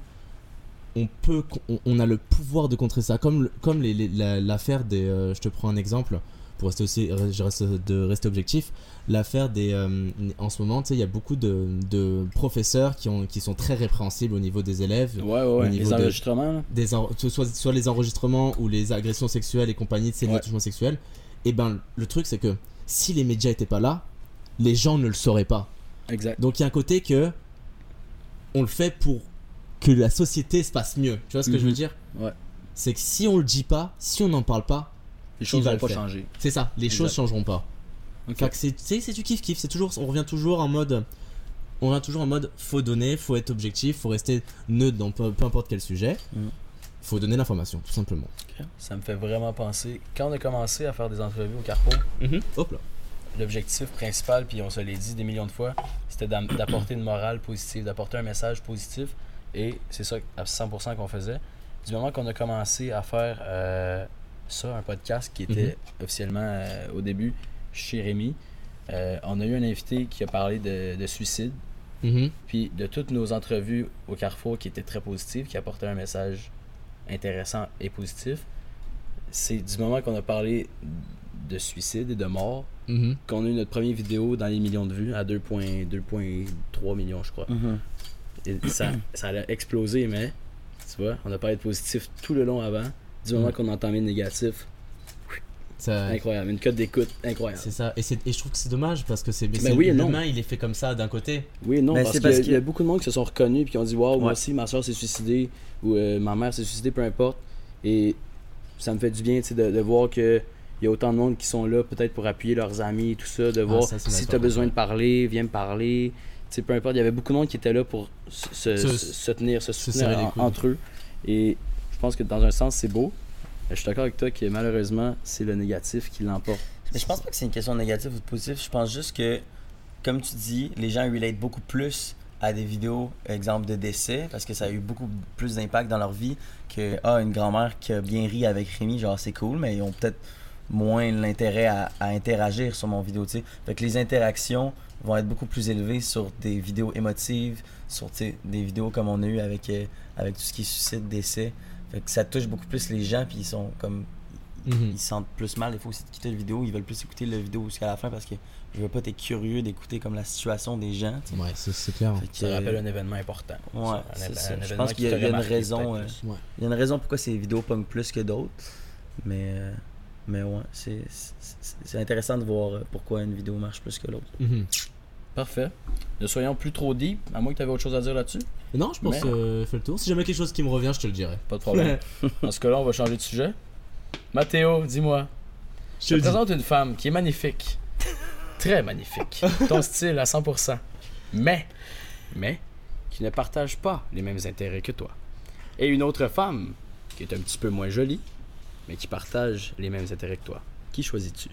on a le pouvoir de contrer ça, comme l'affaire des. Je te prends un exemple. pour rester objectif, l'affaire des en ce moment, tu sais, il y a beaucoup de professeurs qui sont très répréhensibles au niveau des élèves. Ouais. niveau Les enregistrements, là. Soit les enregistrements ou les agressions sexuelles et compagnie, c'est les attouchements sexuels. Et ben le truc c'est que si les médias étaient pas là, les gens ne le sauraient pas. Exact. Donc il y a un côté que on le fait pour que la société se passe mieux. Tu vois ce que je veux dire? Ouais. C'est que si on le dit pas, si on n'en parle pas, Les choses va vont le pas faire? changer. C'est ça, les choses changeront pas. Ok. Fait que c'est du kiff-kiff, on revient toujours en mode faut donner, faut être objectif, faut rester neutre dans peu importe quel sujet. Faut donner l'information, tout simplement. Ça me fait vraiment penser. Quand on a commencé à faire des entrevues au Carrefour, Hop là. l'objectif principal, puis on se l'est dit des millions de fois, c'était d'apporter une morale positive, d'apporter un message positif. Et c'est ça à 100% qu'on faisait. Du moment qu'on a commencé à faire un podcast qui était officiellement au début chez Rémi, on a eu un invité qui a parlé de suicide. Puis de toutes nos entrevues au Carrefour qui étaient très positives, qui apportaient un message intéressant et positif, c'est du moment qu'on a parlé de suicide et de mort qu'on a eu notre première vidéo dans les millions de vues à 2,3 millions, je crois. Et ça a explosé, mais tu vois, on a parlé de positif tout le long avant. Du moment qu'on a entamé le négatif, incroyable, une cote d'écoute incroyable. C'est ça, et je trouve que c'est dommage parce que l'humain il est fait comme ça d'un côté. Oui, non, Mais parce qu'il y a beaucoup de monde qui se sont reconnus et qui ont dit waouh, moi aussi ma soeur s'est suicidée ou ma mère s'est suicidée, peu importe. Et ça me fait du bien de voir qu'il y a autant de monde qui sont là peut-être pour appuyer leurs amis et tout ça, de voir si tu as besoin de parler, viens me parler. T'sais, peu importe, il y avait beaucoup de monde qui était là pour se tenir, se soutenir entre eux. Et je pense que dans un sens, c'est beau. Je suis d'accord avec toi que malheureusement, c'est le négatif qui l'emporte. Mais je pense pas que c'est une question de négatif ou de positif. Je pense juste que, comme tu dis, les gens relate beaucoup plus à des vidéos, exemple de décès, parce que ça a eu beaucoup plus d'impact dans leur vie que une grand-mère qui a bien ri avec Rémi, genre c'est cool, mais ils ont peut-être moins l'intérêt à interagir sur mon vidéo, tu sais. Fait que les interactions vont être beaucoup plus élevées sur des vidéos émotives, sur des vidéos comme on a eu avec tout ce qui est suicide, décès. Fait que ça touche beaucoup plus les gens, puis ils sont comme ils se sentent plus mal. Il faut aussi de quitter la vidéo, ils veulent plus écouter la vidéo jusqu'à la fin parce que je veux pas être curieux d'écouter comme la situation des gens. T'sais. Ouais, c'est clair. Ça rappelle un événement important. Ouais, c'est ça. Je pense qu'il y a une raison. Il y a une raison pourquoi ces vidéos pognent plus que d'autres. Mais ouais, c'est intéressant de voir pourquoi une vidéo marche plus que l'autre. Parfait. Ne soyons plus trop deep, à moins que tu avais autre chose à dire là-dessus. Non, je pense que fais le tour. Si jamais quelque chose qui me revient, je te le dirai. Pas de problème. Dans ce cas-là, on va changer de sujet. Mathéo, dis-moi. Je te présente une femme qui est magnifique. Très magnifique. Ton style à 100%. Mais, qui ne partage pas les mêmes intérêts que toi. Et une autre femme, qui est un petit peu moins jolie, mais qui partage les mêmes intérêts que toi. Qui choisis-tu?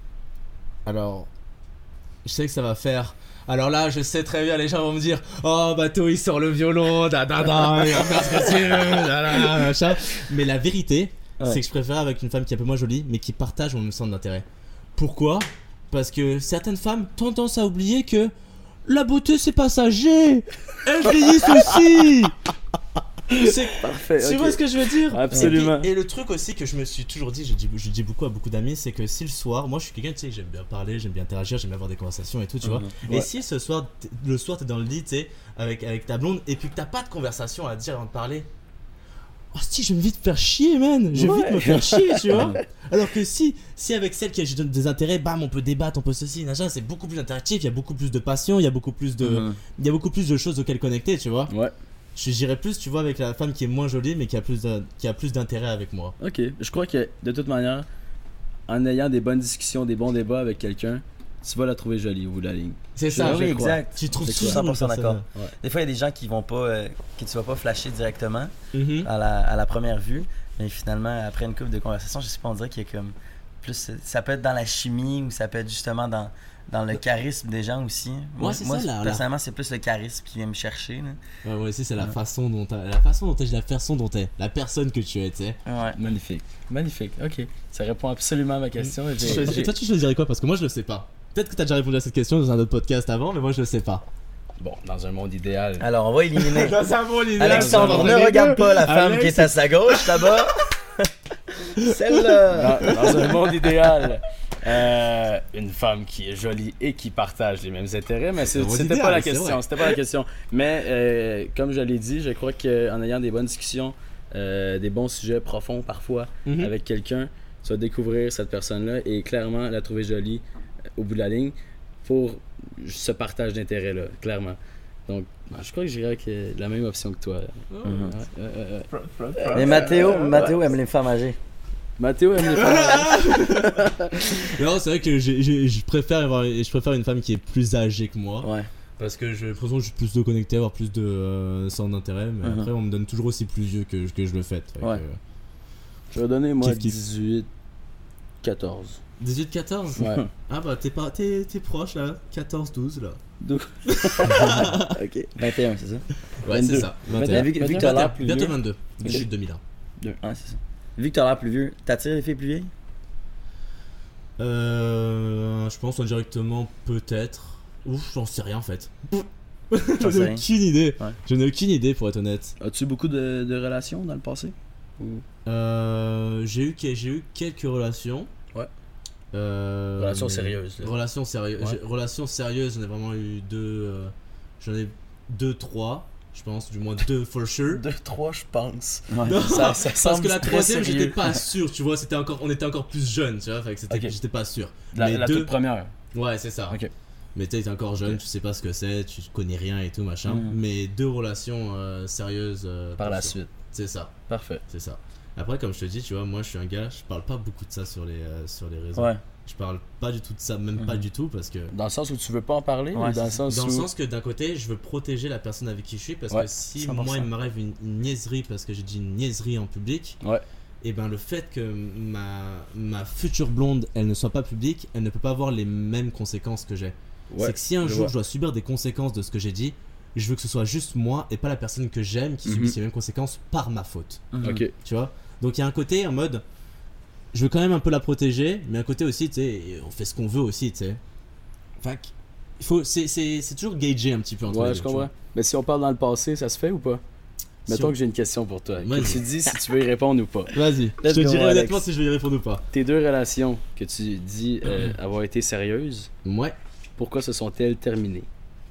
Alors, je sais que ça va faire... Alors là, je sais très bien, les gens vont me dire « Oh, Bateau, il sort le violon, il va faire ce que tu veux, machin. » Mais la vérité, c'est que je préfère avec une femme qui est un peu moins jolie, mais qui partage mon même centre d'intérêt. Pourquoi ? Parce que certaines femmes ont tendance à oublier que la beauté, c'est passager. Elles vieillissent aussi. C'est parfait. Tu vois ce que je veux dire ? Absolument. Et le truc aussi que je me suis toujours dit, je dis beaucoup à beaucoup d'amis, c'est que si le soir, moi je suis quelqu'un, tu sais, j'aime bien parler, j'aime bien interagir, j'aime bien avoir des conversations et tout, tu vois. Et si le soir t'es dans le lit, tu sais, avec ta blonde, et puis que t'as pas de conversation à dire avant de parler, oh si, je vais vite faire chier, man. Je vais vite me faire chier, tu vois. Alors que si avec celle qui a des intérêts, bam, on peut débattre, on peut ceci, machin, c'est beaucoup plus interactif, il y a beaucoup plus de passion, il y a beaucoup plus de choses auxquelles connecter, tu vois. Ouais. Je dirais plus, tu vois, avec la femme qui est moins jolie, mais qui a plus d'intérêt avec moi. Ok, je crois que de toute manière, en ayant des bonnes discussions, des bons débats avec quelqu'un, tu vas la trouver jolie au bout de la ligne. C'est ça, oui, exact. Tu trouves toujours 100% d'accord. Ouais. Des fois, il y a des gens qui vont pas, que tu vas pas flasher directement à la première vue, mais finalement, après une couple de conversations, je sais pas, on dirait qu'il y a comme plus. Ça peut être dans la chimie ou ça peut être justement dans le charisme des gens aussi. Moi, personnellement, c'est plus le charisme qui vient me chercher. Là. Ouais, c'est la façon dont t'es, la personne que tu es, tu sais. Ouais. Magnifique, ok. Ça répond absolument à ma question. Et toi, tu choisirais quoi ? Parce que moi, je le sais pas. Peut-être que t'as déjà répondu à cette question dans un autre podcast avant, mais moi, je le sais pas. Bon, dans un monde idéal. Alors, on va éliminer. Dans un monde idéal. Alexandre, ne regarde pas la femme qui est à sa gauche là-bas. Celle-là. Dans un monde idéal, Une femme qui est jolie et qui partage les mêmes intérêts, mais C'est c'était idéal, pas la c'est question. vrai. C'était pas la question. Mais comme je l'ai dit, je crois qu'en ayant des bonnes discussions, des bons sujets profonds parfois Mhm. avec quelqu'un, tu vas découvrir cette personne-là et clairement la trouver jolie au bout de la ligne pour ce partage d'intérêts-là, clairement. Donc, je crois que j'irais avec la même option que toi. Mhm. Ouais. Mais Mathéo aime les femmes âgées. Mathéo aime les femmes. Non, c'est vrai que je préfère une femme qui est plus âgée que moi. Ouais. Parce que j'ai l'impression que je suis plus de connecté, avoir plus de centre d'intérêt. Mais Mhm. après, on me donne toujours aussi plus vieux que je le fais. Fait Ouais. que, Je vais donner, moi, Kiff, kiff. 18, 14. 18-14 Ouais. Ah bah t'es proche là, 14-12 là. Ok. 21, c'est ça? Ouais 22. c'est ça. Mais 21. vu que t'as l'air plus Bientôt vieux. 22. Je suis de 2001. Ouais, c'est ça. Vu que t'as l'air plus vieux, t'attires les filles plus vieilles? Je pense indirectement peut-être. Ouf, j'en sais rien en fait. J'en J'en sais ai rien. aucune idée. Ouais. J'en ai aucune idée pour être honnête. As-tu beaucoup de relations dans le passé? J'ai eu quelques relations. Ouais. Relations sérieuses. Relations sérieuses. Ouais. Relations sérieuses, j'en ai vraiment eu deux. J'en ai 2-3, je pense, du moins 2 for sure. 2-3, je pense. Ouais. Non, Ça parce semble que la très troisième, sérieux. j'étais pas sûr, tu vois, on était encore plus jeunes, tu vois, fait que Ok. j'étais pas sûr. La Mais toute première. Ouais, c'est ça. Ok. Mais t'es encore jeune, tu sais pas ce que c'est, tu connais rien et tout, machin. Mhm. Mais 2 relations sérieuses. Par la pour sûr. suite. C'est ça, Parfait. c'est ça. Après, comme je te dis, tu vois, moi je suis un gars, je parle pas beaucoup de ça sur les réseaux. Ouais. Je parle pas du tout de ça, même pas Mhm. du tout, parce que. Dans le sens où tu veux pas en parler Ouais, ou dans le c'est sens Dans où. le sens que d'un côté, je veux protéger la personne avec qui je suis, parce Ouais, que si 100%. moi il m'arrive une niaiserie, parce que j'ai dit une niaiserie en public, Ouais. et ben le fait que ma future blonde elle ne soit pas publique, elle ne peut pas avoir les mêmes conséquences que j'ai. Ouais, C'est que si un je jour vois. je dois subir des conséquences de ce que j'ai dit, je veux que ce soit juste moi et pas la personne que j'aime qui subit Mhm. ces mêmes conséquences par ma faute. Mhm. Ok. Tu vois. Donc il y a un côté en mode, je veux quand même un peu la protéger, mais un côté aussi, tu sais, on fait ce qu'on veut aussi, tu sais. Fait que, c'est toujours gager un petit peu entre les Ouais, deux, je tu comprends. vois. Mais si on parle dans le passé, ça se fait ou pas? Mettons on- que j'ai une question pour toi. Vas-y. Que tu dis si tu veux y répondre ou pas. Vas-y, je Let's te go, dirai Alex. honnêtement si je vais y répondre ou pas. Tes 2 relations que tu dis avoir été sérieuses, Ouais. pourquoi se sont-elles terminées?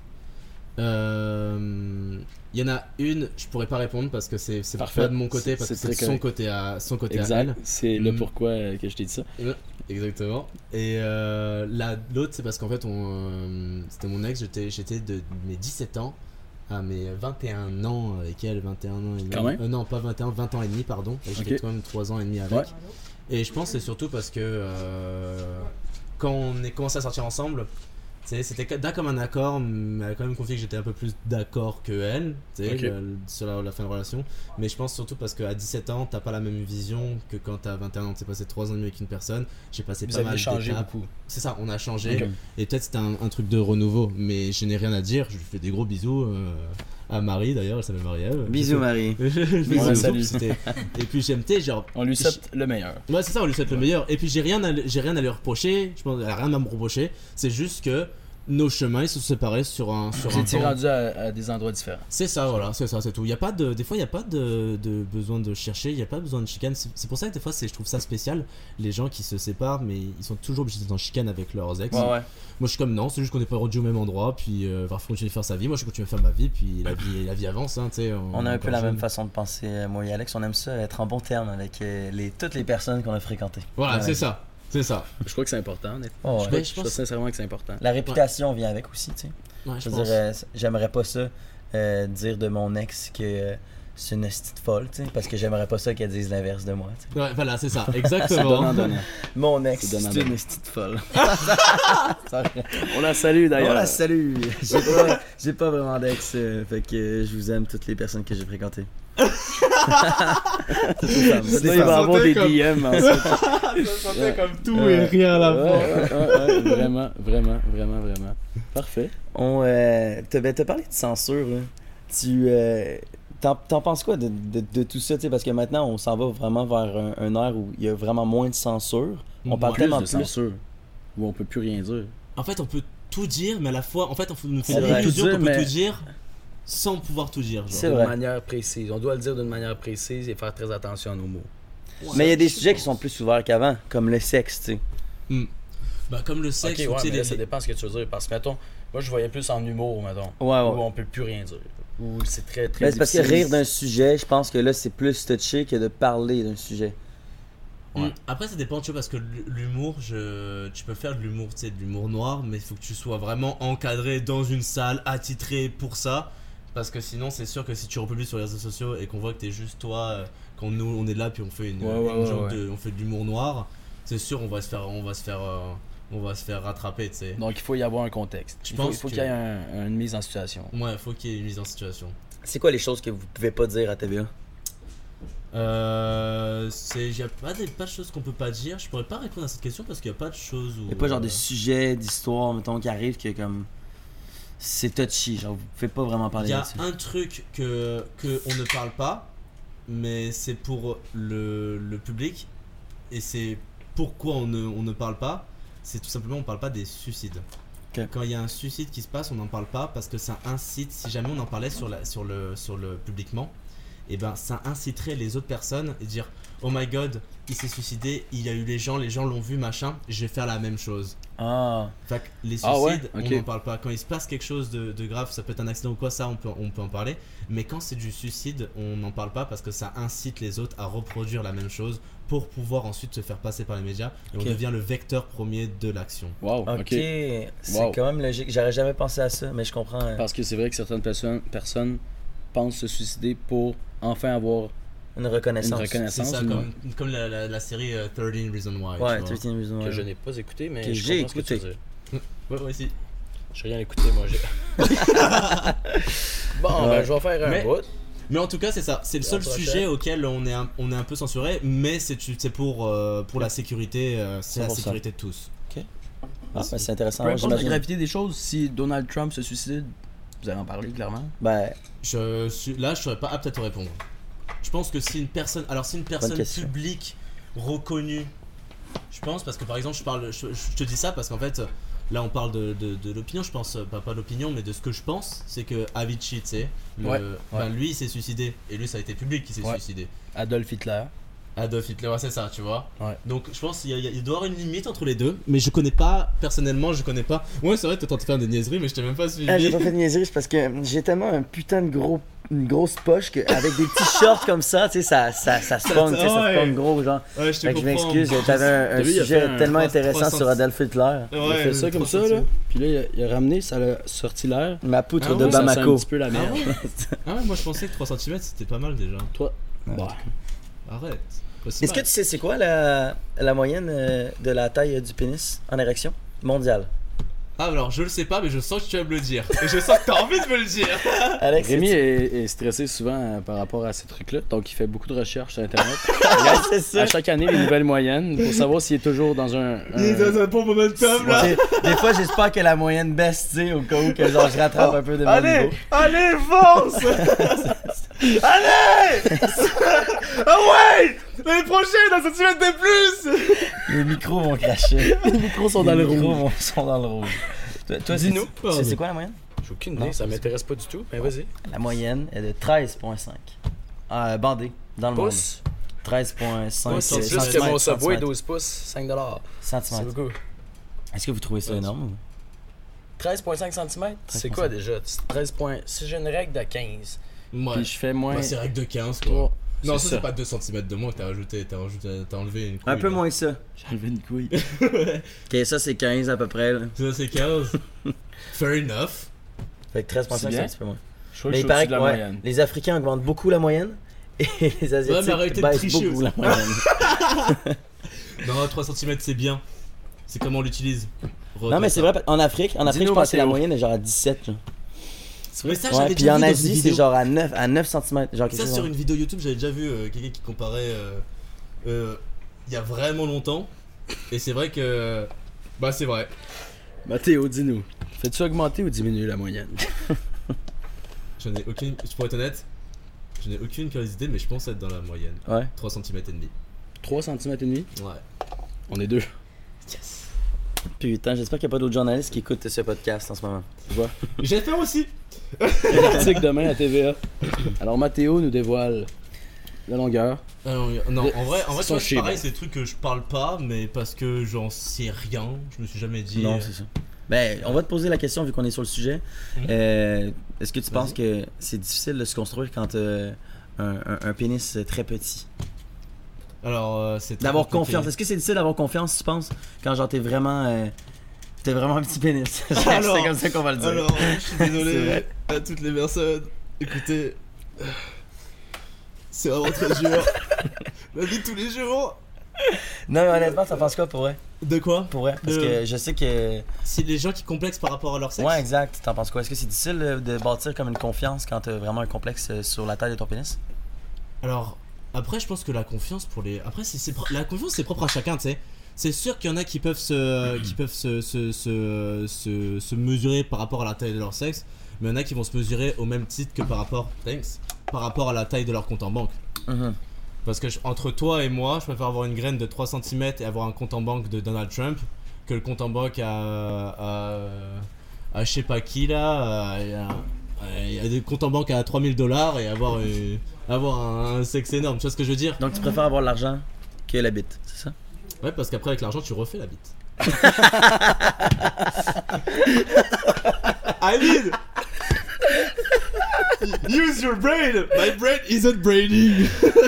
Il y en a une, je pourrais pas répondre parce que c'est Parfait. pas de mon côté, parce que C'est c'est très son correct. son côté à Exact. elle. C'est le Mm. pourquoi que je t'ai dit ça. Exactement. Et l'autre, c'est parce qu'en fait, c'était mon ex, j'étais de mes 17 ans à mes 21 ans avec elle, 21 ans et demi. Quand même. Non, pas 21, 20 ans et demi, pardon. Et j'ai Ok. fait quand même 3 ans et demi avec. Ouais. Et je pense que c'est surtout parce que quand on est commencé à sortir ensemble, tu sais, c'était d'un comme un accord, mais elle a quand même confié que j'étais un peu plus d'accord que elle, tu sais, Ok. sur la fin de relation. Mais je pense surtout parce qu'à 17 ans, t'as pas la même vision que quand t'as 21 ans. T'es passé 3 ans et demi avec une personne, j'ai passé Vous pas avez mal changé d'étapes. beaucoup. C'est ça, on a changé. Ok. Et peut-être c'était un truc de renouveau, mais je n'ai rien à dire. Je lui fais des gros bisous à Marie d'ailleurs, elle s'appelle Marie-Ève. Bisous, Marie. Je fais des On la bisous, salue. c'était- Et puis j'aime, tu sais, genre. On lui souhaite le meilleur. Ouais, c'est ça, on lui souhaite le meilleur. Et puis j'ai rien à lui reprocher. Je pense qu'elle a rien à me reprocher. C'est juste que nos chemins ils se sont séparés sur un Vous étiez temps. rendu à des endroits différents. C'est ça, voilà, c'est ça, c'est tout. Y a pas de, des fois, il n'y a pas de besoin de chercher, il n'y a pas besoin de chicane. C'est pour ça que des fois, je trouve ça spécial, les gens qui se séparent, mais ils sont toujours obligés d'être en chicane avec leurs ex. Ouais. Moi, je suis comme non, c'est juste qu'on n'est pas rendu au même endroit, puis parfois, continuer de faire sa vie. Moi, je continue à faire ma vie, puis la vie avance, hein, tu sais. On a un peu la jeune. même façon de penser, moi et Alex. On aime ça, être en bon terme avec toutes les personnes qu'on a fréquentées. Voilà, Ouais. c'est ça, c'est ça. Je crois que c'est important, honnêtement. Oh, ouais. Je crois, Mais je je crois pense- sincèrement que c'est important. La réputation vient avec aussi, tu sais. Ouais, Je veux dire, j'aimerais pas ça dire de mon ex que c'est une petite folle, tu sais, parce que j'aimerais pas ça qu'elle dise l'inverse de moi, tu sais. Ouais, voilà, c'est ça, C'est exactement. donnant. Mon ex, C'est c'est donnant. une petite folle. On la salue Oh d'ailleurs. la salut! J'ai pas vraiment d'ex, fait que je vous aime toutes les personnes que j'ai fréquentées. Sinon, il va avoir des DM en fait. Ça sentait comme tout et rien à la fois. Ouais, vraiment, vraiment, vraiment, vraiment. Parfait. On t'as parlé de censure, là. Tu t'en penses quoi de tout ça, tu sais, parce que maintenant on s'en va vraiment vers un ère où il y a vraiment moins de censure. On parle Plus tellement de plus. censure. Où on peut plus rien dire. En fait, on peut tout dire, mais à la fois, en fait, on nous fait C'est vrai. l'illusion Tout qu'on dire, peut mais- tout dire sans pouvoir tout dire. C'est Genre. vrai. D'une manière précise. On doit le dire d'une manière précise et faire très attention à nos mots. Mais il y a des sujets qui sont plus ouverts qu'avant, comme le sexe, tu sais. Bah, comme le sexe, Ok, ou ouais, tu sais, mais là, ça dépend ce que tu veux dire. Parce que, mettons, moi, je voyais plus en humour, mettons. Ouais, ouais. Où on peut plus rien dire. Où c'est très, très Mais c'est parce que difficile. rire d'un sujet, je pense que là, c'est plus touché que de parler d'un sujet. Ouais. Après, ça dépend, tu vois, parce que l'humour, tu peux faire de l'humour, tu sais, de l'humour noir, mais il faut que tu sois vraiment encadré dans une salle, attitré pour ça. Parce que sinon, c'est sûr que si tu republies sur les réseaux sociaux et qu'on voit que t'es juste toi, quand nous on est là, puis on fait on fait de l'humour noir, c'est sûr, on va se faire rattraper, tu sais. Donc, il faut y avoir un contexte. Je Il pense faut que- qu'il y ait une mise en situation. Ouais, faut qu'il y ait une mise en situation. C'est quoi les choses que vous pouvez pas dire à TVA? Y a pas de choses qu'on peut pas dire. Je pourrais pas répondre à cette question parce qu'il y a pas de choses où. Il y a pas genre des sujets, d'histoires, mettons, qui arrivent que comme. C'est touchy, genre vous pouvez pas vraiment Il parler y a là-dessus. un truc que on ne parle pas, mais c'est pour le public et c'est pourquoi on ne parle pas. C'est tout simplement on parle pas des suicides. Ok. Quand il y a un suicide qui se passe, on n'en parle pas parce que ça incite. Si jamais on en parlait sur le publiquement, et ben ça inciterait les autres personnes et dire oh my god, il s'est suicidé, il y a eu les gens l'ont vu machin, je vais faire la même chose. Ah, Fait que les suicides, Ah ouais, ok. on n'en parle pas. Quand il se passe quelque chose de grave, ça peut être un accident ou quoi, ça on peut en parler. Mais quand c'est du suicide, on n'en parle pas parce que ça incite les autres à reproduire la même chose pour pouvoir ensuite se faire passer par les médias. Et Ok. on devient le vecteur premier de l'action. Wow, ok. ok. C'est Wow. quand même logique. J'aurais jamais pensé à ça, mais je comprends. Parce que c'est vrai que certaines personnes pensent se suicider pour enfin avoir Une reconnaissance. une C'est reconnaissance. ça, une- comme la série 13 Reasons Why. Ouais, tu vois. 13 Reasons Why. que je n'ai pas écouté, mais Que je j'ai comprends ce que tu veux écouté. dire. Ouais, aussi. J'ai rien écouté, moi. Bon, Ouais. ben, je vais faire un Mais- bout. Mais en tout cas, c'est ça. C'est le Et seul la prochaine. sujet auquel on est un peu censuré, mais c'est pour la sécurité, c'est la 100%. sécurité de tous. Ah, ben, c'est intéressant. Peu Moi, importe la j'imagine. gravité des choses, si Donald Trump se suicide, vous allez en parler clairement. Ben, Là, je serais pas apte à te répondre. Je pense que si une personne question. publique reconnue, je pense parce que par exemple, je te dis ça parce qu'en fait, là on parle de l'opinion, je pense pas l'opinion, mais de ce que je pense, c'est que Avicii, tu sais, Ouais, lui il s'est suicidé et lui ça a été public qu'il s'est Ouais. suicidé. Adolf Hitler. Adolf Hitler, ouais, c'est ça, tu vois. Ouais. Donc je pense qu'il doit y avoir une limite entre les deux, mais je connais pas, personnellement, je connais pas. Ouais, c'est vrai, t'es tenté de faire des niaiseries, mais je t'ai même pas suivi. j'ai pas fait de niaiserie, c'est parce que j'ai tellement un putain de une grosse poche que avec des petits shorts comme ça, tu sais, ça se pogne, tu sais, ça se pogne gros, genre. Ouais, je te Fait que je comprends. m'excuse, t'avais un T'as vu, il a sujet fait un tellement 3 intéressant sur Adolf Hitler. Il a fait ça comme ça, là. Puis là, il a ramené, ça l'a sorti l'air. Ma poutre Ah de ouais, Ça sent un Bamako. petit peu la merde. Ah ouais, moi je pensais que 3 cm c'était pas mal déjà. Toi, bah, Arrête. Est-ce que tu sais c'est quoi la moyenne de la taille du pénis en érection mondiale? Ah, alors je le sais pas, mais je sens que tu vas me le dire. Et je sens que t'as envie de me le dire. Alex, Rémi c'est- est stressé souvent par rapport à ces trucs-là, donc il fait beaucoup de recherches sur Internet. c'est ça. À chaque année, les nouvelles moyennes pour savoir s'il est toujours dans un. un bon momentum là. Tu sais, des fois, j'espère que la moyenne baisse, tu sais, au cas où que genre, je rattrape un peu de mon Allez, niveau. allez, fonce. Allez. Ah ouais. L'année prochaine, un centimètre de plus. Les micros vont cracher. Les micros sont dans le Les micros rouge. sont dans le rouge. Toi, Dis-nous. c'est quoi la moyenne? J'ai aucune Non, idée, ça c'est- m'intéresse pas du tout, mais vas-y. La moyenne est de 13,5. Bandé, dans le Pouces. monde. 13,5 C'est plus que mon centimètres. Subway, 12 pouces, 5 C'est Centimètres. beaucoup. Est-ce que vous trouvez ça énorme? ou? 13,5 cm, c'est quoi déjà? 13 points. Si j'ai une règle de 15, Ouais. puis je fais moins. Ouais, c'est règle de 15 quoi. Trois. Non, C'est ça ça. c'est pas 2 cm de moins que t'as enlevé une couille. Un peu là. moins que ça. J'ai enlevé une couille. Ok, ça c'est 15 à peu près. Là. Ça c'est 15. Fair enough. Fait que 13,5 C'est c'est bien. un petit peu moins. Je crois que Mais je il suis paraît au-dessus que de la ouais, moyenne. les Africains augmentent beaucoup la moyenne et les Asiatiques mais arrêtez de baissent tricher beaucoup aussi. la moyenne. Non, 3 cm c'est bien. C'est comment on l'utilise. Non mais c'est vrai, en Afrique, je Dis-nous, pense que la Mathéo. moyenne est genre à 17. Genre. Mais ça Ouais, j'avais puis déjà en vu dans une Asie c'est vidéo. genre à 9 cm. Genre quelque Ça chose sur genre. une vidéo YouTube, j'avais déjà vu quelqu'un qui comparait il y a vraiment longtemps. Et c'est vrai que bah c'est vrai. Mathéo, dis-nous. Fais-tu augmenter ou diminuer la moyenne? J'en ai aucune, pour être honnête, je n'ai aucune curiosité, mais je pense être dans la moyenne. Ouais. 3 cm et demi. 3 cm et demi? Ouais. On est deux. Yes. Putain, j'espère qu'il n'y a pas d'autres journalistes qui écoutent ce podcast en ce moment. Tu vois? J'espère aussi. L'article demain à TVA. Alors Mathéo nous dévoile La longueur. Non, en vrai, c'est tu son vois, c'est schéma. pareil, c'est des trucs que je parle pas, mais parce que j'en sais rien, je me suis jamais dit. Non, c'est ça. Ben, on va te poser la question vu qu'on est sur le sujet. Mhm. Est-ce que tu penses que c'est difficile de se construire quand t'as un pénis très petit? Alors, c'est très D'avoir compliqué. confiance. Est-ce que c'est difficile d'avoir confiance, tu penses, quand genre t'es vraiment un petit pénis? Alors- c'est comme ça qu'on va le dire. Alors, je suis C'est désolé vrai. à toutes les personnes. Écoutez, c'est vraiment très dur. La vie de tous les jours. Non, mais honnêtement, t'en penses quoi pour vrai? De quoi? Pour vrai? Parce que je sais que... C'est les gens qui complexent par rapport à leur sexe. Ouais, exact. T'en penses quoi? Est-ce que c'est difficile de bâtir comme une confiance quand t'as vraiment un complexe sur la taille de ton pénis? Alors, après, je pense que la confiance pour les. Après, la confiance, c'est propre à chacun, tu sais. C'est sûr qu'il y en a qui peuvent se mesurer par rapport à la taille de leur sexe, mais il y en a qui vont se mesurer au même titre que par rapport à la taille de leur compte en banque. Mhm. Parce que entre toi et moi, je préfère avoir une graine de 3 cm et avoir un compte en banque de Donald Trump que le compte en banque à je sais pas qui là, il y a des comptes en banque à $3000 et avoir un sexe énorme, tu vois ce que je veux dire? Donc tu préfères avoir l'argent que la bite, c'est ça? Ouais, parce qu'après avec l'argent tu refais la bite. I mean, use your brain. My brain isn't braining.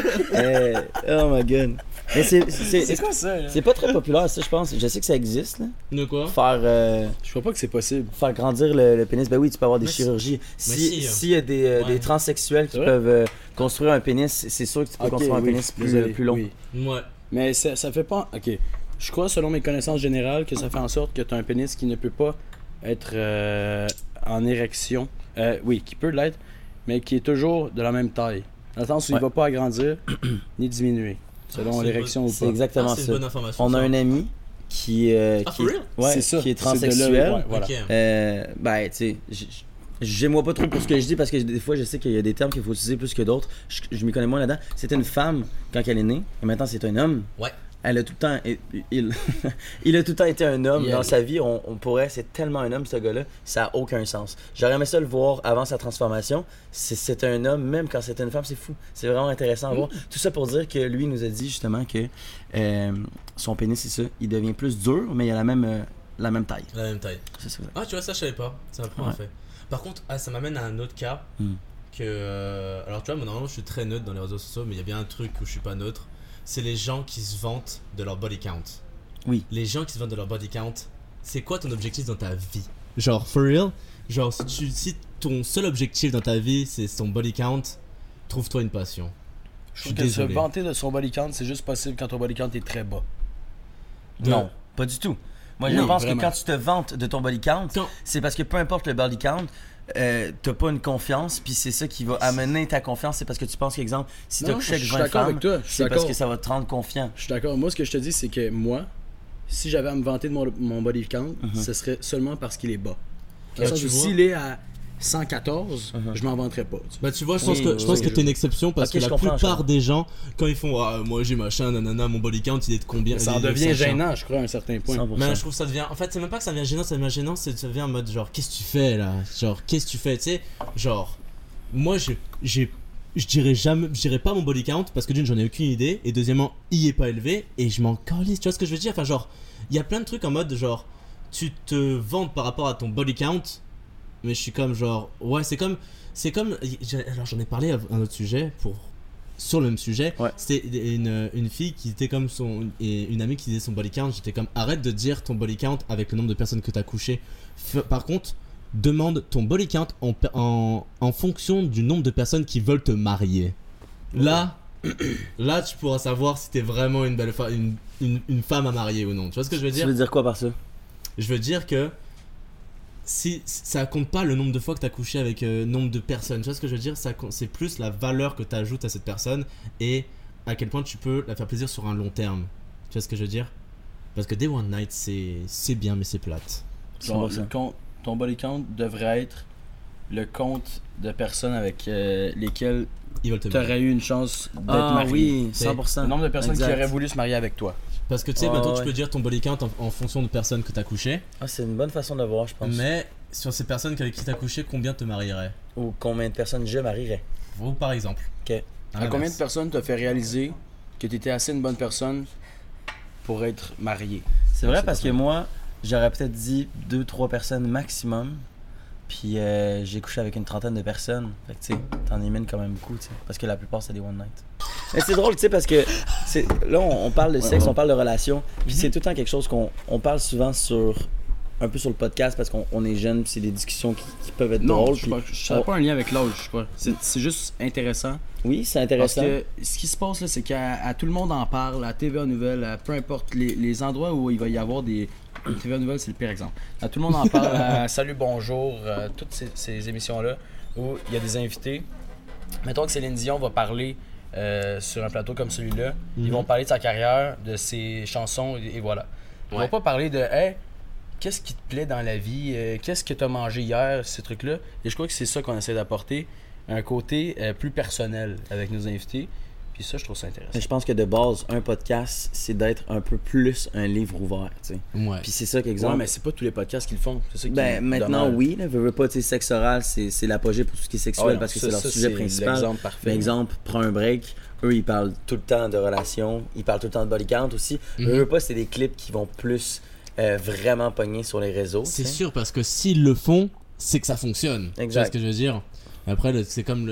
Oh my god. Mais C'est quoi ça, là? c'est pas très populaire ça, je pense. Je sais que ça existe là. De quoi? Je crois pas que c'est possible. Faire grandir le pénis. Ben oui, tu peux avoir des Mais chirurgies. si, S'il y a des ouais. transsexuels qui C'est vrai? peuvent construire un pénis, c'est sûr que tu peux construire un pénis plus long. Oui. Ouais. Mais ça fait pas. Ok. Je crois, selon mes connaissances générales, que ça fait en sorte que tu as un pénis qui ne peut pas être en érection. Oui, qui peut l'être, mais qui est toujours de la même taille. Dans le sens où il Ouais. va pas agrandir ni diminuer, selon c'est l'érection ou C'est pas. exactement C'est une ça. bonne information. On a ça. un ami qui for real? ouais, C'est ça. qui est C'est de là, transsexuel. ouais, voilà. Ok. Ben, tu sais, j'aime-moi pas trop pour ce que je dis parce que des fois, je sais qu'il y a des termes qu'il faut utiliser plus que d'autres. Je m'y connais moins là-dedans. C'était une femme quand elle est née, et maintenant c'est un homme. Ouais. Elle a tout le temps, il a tout le temps été un homme Yeah. dans sa vie. On pourrait, c'est tellement un homme ce gars-là, ça a aucun sens. J'aurais aimé ça le voir avant sa transformation. C'est un homme, même quand c'était une femme, c'est fou. C'est vraiment intéressant à voir. Tout ça pour dire que lui nous a dit justement que son pénis, c'est ça, il devient plus dur, mais il a la même taille. La même taille. C'est ça. Ah, tu vois, ça je savais pas. C'est un point Ouais. fait. Par contre, ça m'amène à un autre cas. Que. Alors, tu vois, moi normalement je suis très neutre dans les réseaux sociaux, mais il y a bien un truc où je suis pas neutre. C'est les gens qui se vantent de leur body count. Oui. Les gens qui se vantent de leur body count, c'est quoi ton objectif dans ta vie? Genre, for real? Genre, si ton seul objectif dans ta vie c'est ton body count, trouve-toi une passion. Je suis Je trouve que se désolé. vanter de son body count, c'est juste possible quand ton body count est très bas. Non, pas du tout. Moi, je Oui, pense vraiment. que quand tu te vantes de ton body count, Quand- c'est parce que peu importe le body count, t'as pas une confiance, puis c'est ça qui va amener ta confiance. C'est parce que tu penses qu'exemple, si t'as Non, couché je avec suis 20 d'accord femmes, avec toi, je suis c'est parce d'accord. que ça va te rendre confiant. Je suis d'accord. Moi, ce que je te dis, c'est que moi, si j'avais à me vanter de mon body count, ce serait seulement parce qu'il est bas. Dans le Ah, sens tu où vois. s'il est à 114, je m'en vanterais pas. tu sais. Bah tu vois, je Oui, pense que, je pense oui, que oui. t'es une exception parce Ok, que je la comprends, je plupart comprends. des gens, quand ils font moi j'ai machin, nanana, mon body count il est de combien? Ça en il est de devient 500. gênant, je crois, à un certain point. 100%. Mais je trouve que ça devient. En fait, c'est même pas que ça devient gênant, ça devient gênant, ça devient en mode genre, qu'est-ce que tu fais là? Genre, qu'est-ce que tu fais? Tu sais, genre, moi je dirais pas mon body count parce que d'une, j'en ai aucune idée, et deuxièmement, il est pas élevé, et je m'en calisse, tu vois ce que je veux dire? Enfin, genre, il y a plein de trucs en mode genre, tu te vantes par rapport à ton body count, mais je suis comme genre, ouais, c'est comme. Alors j'en ai parlé à un autre sujet sur le même sujet. Ouais. C'était une fille qui était comme et une amie qui disait son body count. J'étais comme, arrête de dire ton body count avec le nombre de personnes que t'as couché. Par contre, demande ton body count en fonction du nombre de personnes qui veulent te marier. Là, tu pourras savoir si t'es vraiment une belle une femme à marier ou non. Tu vois ce que je veux Tu dire? veux dire quoi par ça? Je veux dire que si ça compte pas le nombre de fois que tu as couché avec nombre de personnes, tu vois ce que je veux dire? C'est plus la valeur que tu ajoutes à cette personne et à quel point tu peux la faire plaisir sur un long terme. Tu vois ce que je veux dire? Parce que des one night c'est bien mais c'est plate. Genre, 100%. ton body count devrait être le compte de personnes avec lesquelles Ils veulent te tu marier. aurais eu une chance d'être Ah marié. oui, C'est 100%. Le nombre de personnes Exact. qui auraient voulu se marier avec toi. Parce que tu sais, Ah, maintenant ouais. tu peux dire ton body count en fonction de personnes que tu as couché, Ah, c'est une bonne façon de voir, je pense. mais sur ces personnes avec qui tu as couché, combien te marierait? Ou combien de personnes je marierais. Ou par exemple. Ok. À combien de personnes t'as fait réaliser que t'étais assez une bonne personne pour être marié? C'est vrai parce que moi, j'aurais peut-être dit 2-3 personnes maximum. Puis j'ai couché avec une trentaine de personnes. Fait que tu sais, t'en élimines quand même beaucoup, tu sais. Parce que la plupart, c'est des one night. Mais c'est drôle, tu sais, parce que là, on parle de sexe, on parle de relations. Puis c'est tout le temps quelque chose qu'on parle souvent un peu sur le podcast parce qu'on est jeune, puis c'est des discussions qui peuvent être drôles. Je ne pas un lien avec l'âge, je crois. C'est juste intéressant. Oui, c'est intéressant. Parce que ce qui se passe là, c'est qu'à tout le monde en parle, à TVA Nouvelles, à peu importe les endroits où il va y avoir des. TVA Nouvelles, c'est le pire exemple. À tout le monde en parle, à Salut Bonjour, toutes ces émissions-là où il y a des invités. Mettons que Céline Dion va parler sur un plateau comme celui-là. Ils vont parler de sa carrière, de ses chansons et voilà. Ils vont pas parler de hey, qu'est-ce qui te plaît dans la vie, qu'est-ce que tu as mangé hier, ces trucs-là. Et je crois que c'est ça qu'on essaie d'apporter, un côté plus personnel avec nos invités. Puis ça, je trouve ça intéressant. Je pense que de base, un podcast, c'est d'être un peu plus un livre ouvert, tu sais. Ouais. Puis c'est ça qu'exemple. Ouais, mais c'est pas tous les podcasts qui le font. C'est ça qui Ben, maintenant, oui, là, veux pas, tu sais, sexe oral, c'est l'apogée pour tout ce qui est sexuel parce que c'est leur sujet principal. L'exemple parfait. Par exemple, prends un break. Eux, ils parlent tout le temps de relations. Ils parlent tout le temps de body count aussi. Veux pas, c'est des clips qui vont plus vraiment pogner sur les réseaux. C'est sûr, parce que s'ils le font, c'est que ça fonctionne. Exact. Tu vois ce que je veux dire? Après, c'est comme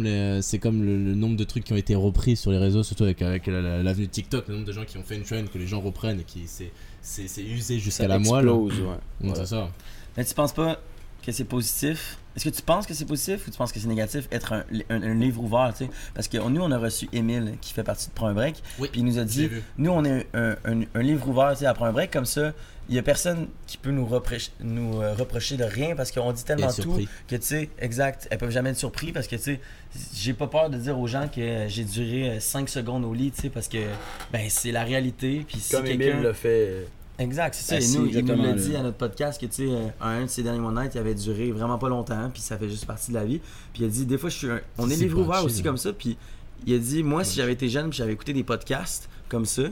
le nombre de trucs qui ont été repris sur les réseaux, surtout avec l'avenue de TikTok, le nombre de gens qui ont fait une trend que les gens reprennent et qui c'est usé jusqu'à la moelle. Ouais. C'est ça. Mais tu penses pas que c'est positif? Est-ce que tu penses que c'est positif ou tu penses que c'est négatif être un livre ouvert, tu sais? Parce que nous, on a reçu Émile qui fait partie de Prends un break. Oui, puis il nous a dit, nous, on est un livre ouvert, tu sais, à Prends un break. Comme ça, il y a personne qui peut nous reprocher de rien parce qu'on dit tellement tout que, tu sais, exact, elles peuvent jamais être surpris parce que, tu sais, j'ai pas peur de dire aux gens que j'ai duré 5 secondes au lit, tu sais, parce que, ben, c'est la réalité. Puis si comme Émile l'a fait. Exact, c'est ça. Et nous, il nous l'a dit à notre podcast que, tu sais, un de ses derniers One Night, il avait duré vraiment pas longtemps, puis ça fait juste partie de la vie. Puis il a dit, des fois, on est livre ouvert aussi comme ça. Puis il a dit, moi, si j'avais été jeune, puis j'avais écouté des podcasts comme ça,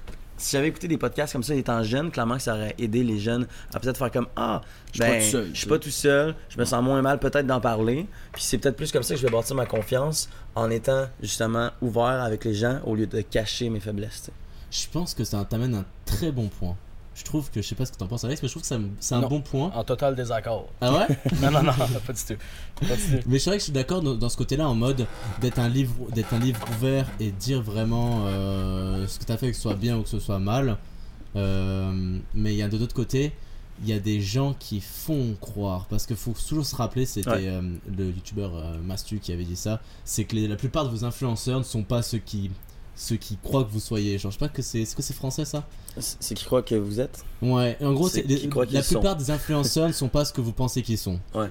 étant jeune, clairement que ça aurait aidé les jeunes à peut-être faire comme je suis pas tout seul, je me sens moins mal peut-être d'en parler. Puis c'est peut-être plus comme ça que je vais bâtir ma confiance en étant justement ouvert avec les gens au lieu de cacher mes faiblesses. T'sais. Je pense que ça t'amène un très bon point. Je trouve que, je sais pas ce que t'en penses Alex, mais je trouve que c'est un bon point. En total désaccord. Ah ouais? non, pas du tout. Mais c'est vrai que je suis d'accord dans ce côté-là, en mode d'être un livre ouvert et dire vraiment ce que t'as fait, que ce soit bien ou que ce soit mal. Mais il y a de l'autre côté, il y a des gens qui font croire, parce qu'il faut toujours se rappeler, c'était le youtubeur Mastu qui avait dit ça, c'est que la plupart de vos influenceurs ne sont pas ceux qui croient que vous soyez. Genre, je sais pas que c'est français ça? C'est qui croient que vous êtes? Ouais, en gros, la plupart des influenceurs ne sont pas ce que vous pensez qu'ils sont. Ouais.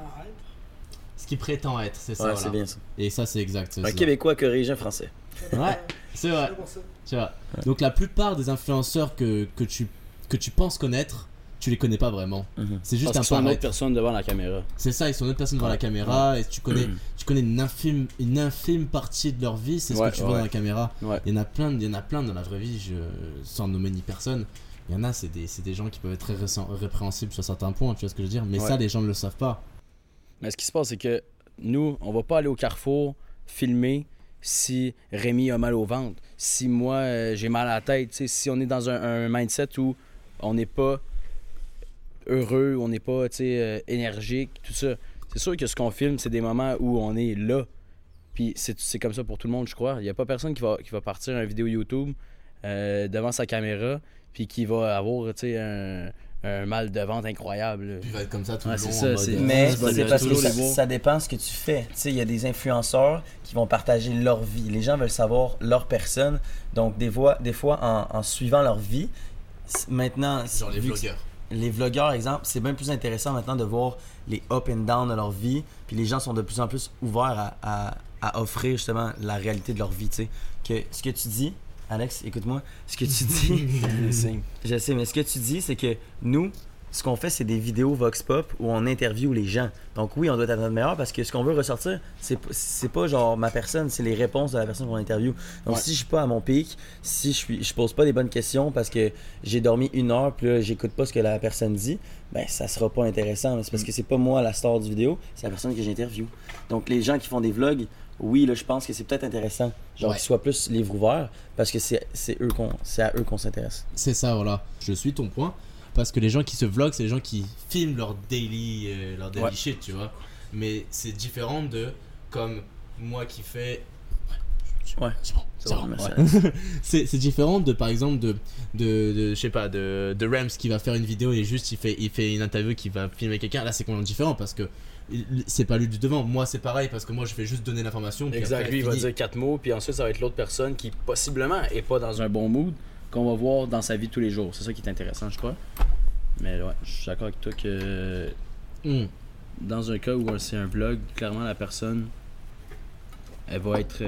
Ce qu'ils prétendent être, c'est ça. Ouais, voilà. c'est bien ça. Et ça, c'est exact. Un Québécois corrige un Français. Ouais, c'est vrai. Tu vois. Donc, la plupart des influenceurs que tu penses connaître, tu les connais pas vraiment. C'est juste parce un une autre personne devant la caméra. C'est ça, ils sont une autre personne devant la caméra et tu connais une infime partie de leur vie, c'est ce que tu vois dans la caméra. Il y en a plein dans la vraie vie, sans nommer ni personne. Il y en a, c'est des gens qui peuvent être très répréhensibles sur certains points, tu vois ce que je veux dire, mais ça les gens ne le savent pas. Mais ce qui se passe, c'est que nous, on va pas aller au Carrefour filmer si Rémi a mal au ventre, si moi j'ai mal à la tête, si on est dans un mindset où on n'est pas heureux, on n'est pas énergique, tout ça. C'est sûr que ce qu'on filme, c'est des moments où on est là. Puis c'est comme ça pour tout le monde, je crois. Il n'y a pas personne qui va partir une vidéo YouTube devant sa caméra puis qui va avoir un mal de ventre incroyable. Puis il va être comme ça tout le long. C'est ça, mais c'est parce que ça dépend ce que tu fais. Il y a des influenceurs qui vont partager leur vie. Les gens veulent savoir leur personne. Donc des fois en suivant leur vie, maintenant... Genre les vlogueurs. Les vlogueurs, exemple, c'est bien plus intéressant maintenant de voir les up and down de leur vie. Puis les gens sont de plus en plus ouverts à offrir justement la réalité de leur vie. Tu sais, que ce que tu dis, Alex, écoute-moi, ce que tu dis, je sais, mais ce que tu dis, c'est que nous, ce qu'on fait, c'est des vidéos Vox Pop où on interviewe les gens. Donc oui, on doit être à notre meilleur parce que ce qu'on veut ressortir, c'est pas genre ma personne, c'est les réponses de la personne qu'on interviewe. Donc si je suis pas à mon pic, si je pose pas des bonnes questions parce que j'ai dormi 1 heure puis là j'écoute pas ce que la personne dit, ben ça sera pas intéressant. C'est parce que c'est pas moi la star du vidéo, c'est la personne que j'interviewe. Donc les gens qui font des vlogs oui, là, je pense que c'est peut-être intéressant. Genre Ouais. qu'ils soient plus livre ouvert parce que c'est à eux qu'on s'intéresse. C'est ça, voilà. Je suis ton point. Parce que les gens qui se vloguent, c'est les gens qui filment leur daily Ouais. shit, tu vois. Mais c'est différent de comme moi qui fais. Ouais. C'est bon, C'est c'est bon, bon. mais C'est différent de par exemple je sais pas de Rams qui va faire une vidéo et juste il fait une interview qui va filmer quelqu'un. Là c'est complètement différent parce que c'est pas lui du devant. Moi c'est pareil parce que moi je vais juste donner l'information. puis Exact, après, lui il va fini. dire 4 mots, puis ensuite ça va être l'autre personne qui possiblement est pas dans un bon mood, qu'on va voir dans sa vie de tous les jours. C'est ça qui est intéressant, je crois. Mais ouais, je suis d'accord avec toi que dans un cas où c'est un vlog, clairement la personne, elle va être,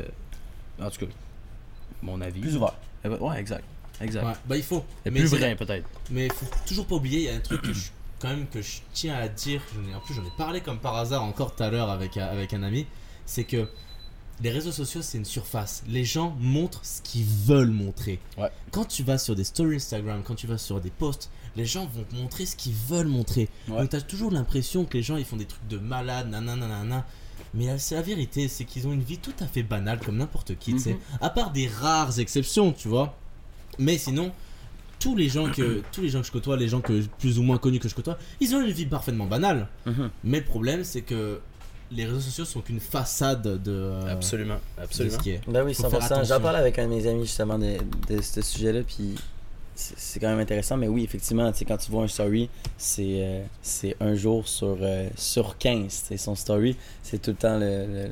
en tout cas, mon avis. plus ouvert. Ouais, exact. Exact. Ouais, bah il faut. Et Mais plus c'est- vrai peut-être. Mais faut toujours pas oublier, il y a un truc quand même que je tiens à dire, en plus j'en ai parlé comme par hasard encore tout à l'heure avec un ami, c'est que les réseaux sociaux c'est une surface. Les gens montrent ce qu'ils veulent montrer. Ouais. Quand tu vas sur des stories Instagram, quand tu vas sur des posts, les gens vont te montrer ce qu'ils veulent montrer. Ouais. Donc t'as toujours l'impression que les gens ils font des trucs de malade, nanana. Mais c'est la vérité, c'est qu'ils ont une vie tout à fait banale comme n'importe qui, tu sais. À part des rares exceptions, tu vois. Mais sinon, tous les gens que je côtoie, les gens que plus ou moins connus que je côtoie, ils ont une vie parfaitement banale. Mhm. Mais le problème, c'est que les réseaux sociaux sont qu'une façade de Absolument, de absolument. ce qui est. Ben oui, Faut faire 100%. J'en attention. parle avec un de mes amis justement de ce sujet-là, puis c'est quand même intéressant. Mais oui, effectivement, tu sais, quand tu vois un story, c'est un jour sur 15. Tu sais, son story, c'est tout le temps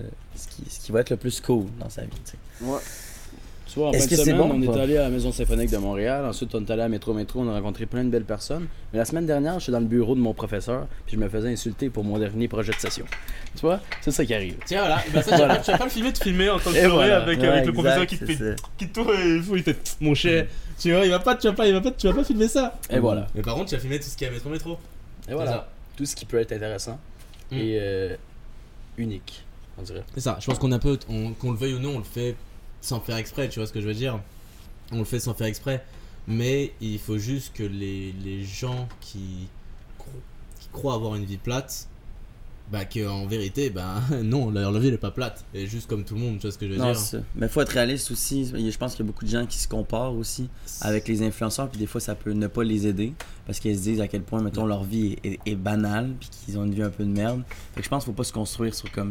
ce qui va être le plus cool dans sa vie. Tu sais. Ouais. Tu vois, en Est-ce fin de que c'est semaine, bon on ou est pas? allé à la Maison Symphonique de Montréal. Ensuite, on est allé à Métro, on a rencontré plein de belles personnes. Mais la semaine dernière, je suis dans le bureau de mon professeur, puis je me faisais insulter pour mon dernier projet de session. Tu vois, c'est ça qui arrive. Tiens, voilà, bah ça, tu vas pas le filmer, te filmer en train de Et pleurer voilà. avec, Ouais, avec le exact, professeur qui te c'est fait. ça. Qui te tourne et il fait mon cher. Tu vois, tu vas pas filmer ça. Et voilà. Mais par contre, tu vas filmer tout ce qu'il y a à métro. Et voilà. Tout ce qui peut être intéressant et unique, on dirait. C'est ça, je pense qu'on a peu, qu'on le veuille ou non, on le fait sans faire exprès, tu vois ce que je veux dire. On le fait sans faire exprès, mais il faut juste que les gens qui croient avoir une vie plate, bah qu'en vérité, bah non, leur vie elle est pas plate, elle est juste comme tout le monde, tu vois ce que je veux Non, dire. c'est ça. Mais faut être réaliste aussi. Je pense qu'il y a beaucoup de gens qui se comparent aussi avec les influenceurs, puis des fois ça peut ne pas les aider parce qu'ils se disent à quel point, mettons, leur vie est banale, puis qu'ils ont une vie un peu de merde. Fait que je pense qu'il faut pas se construire sur comme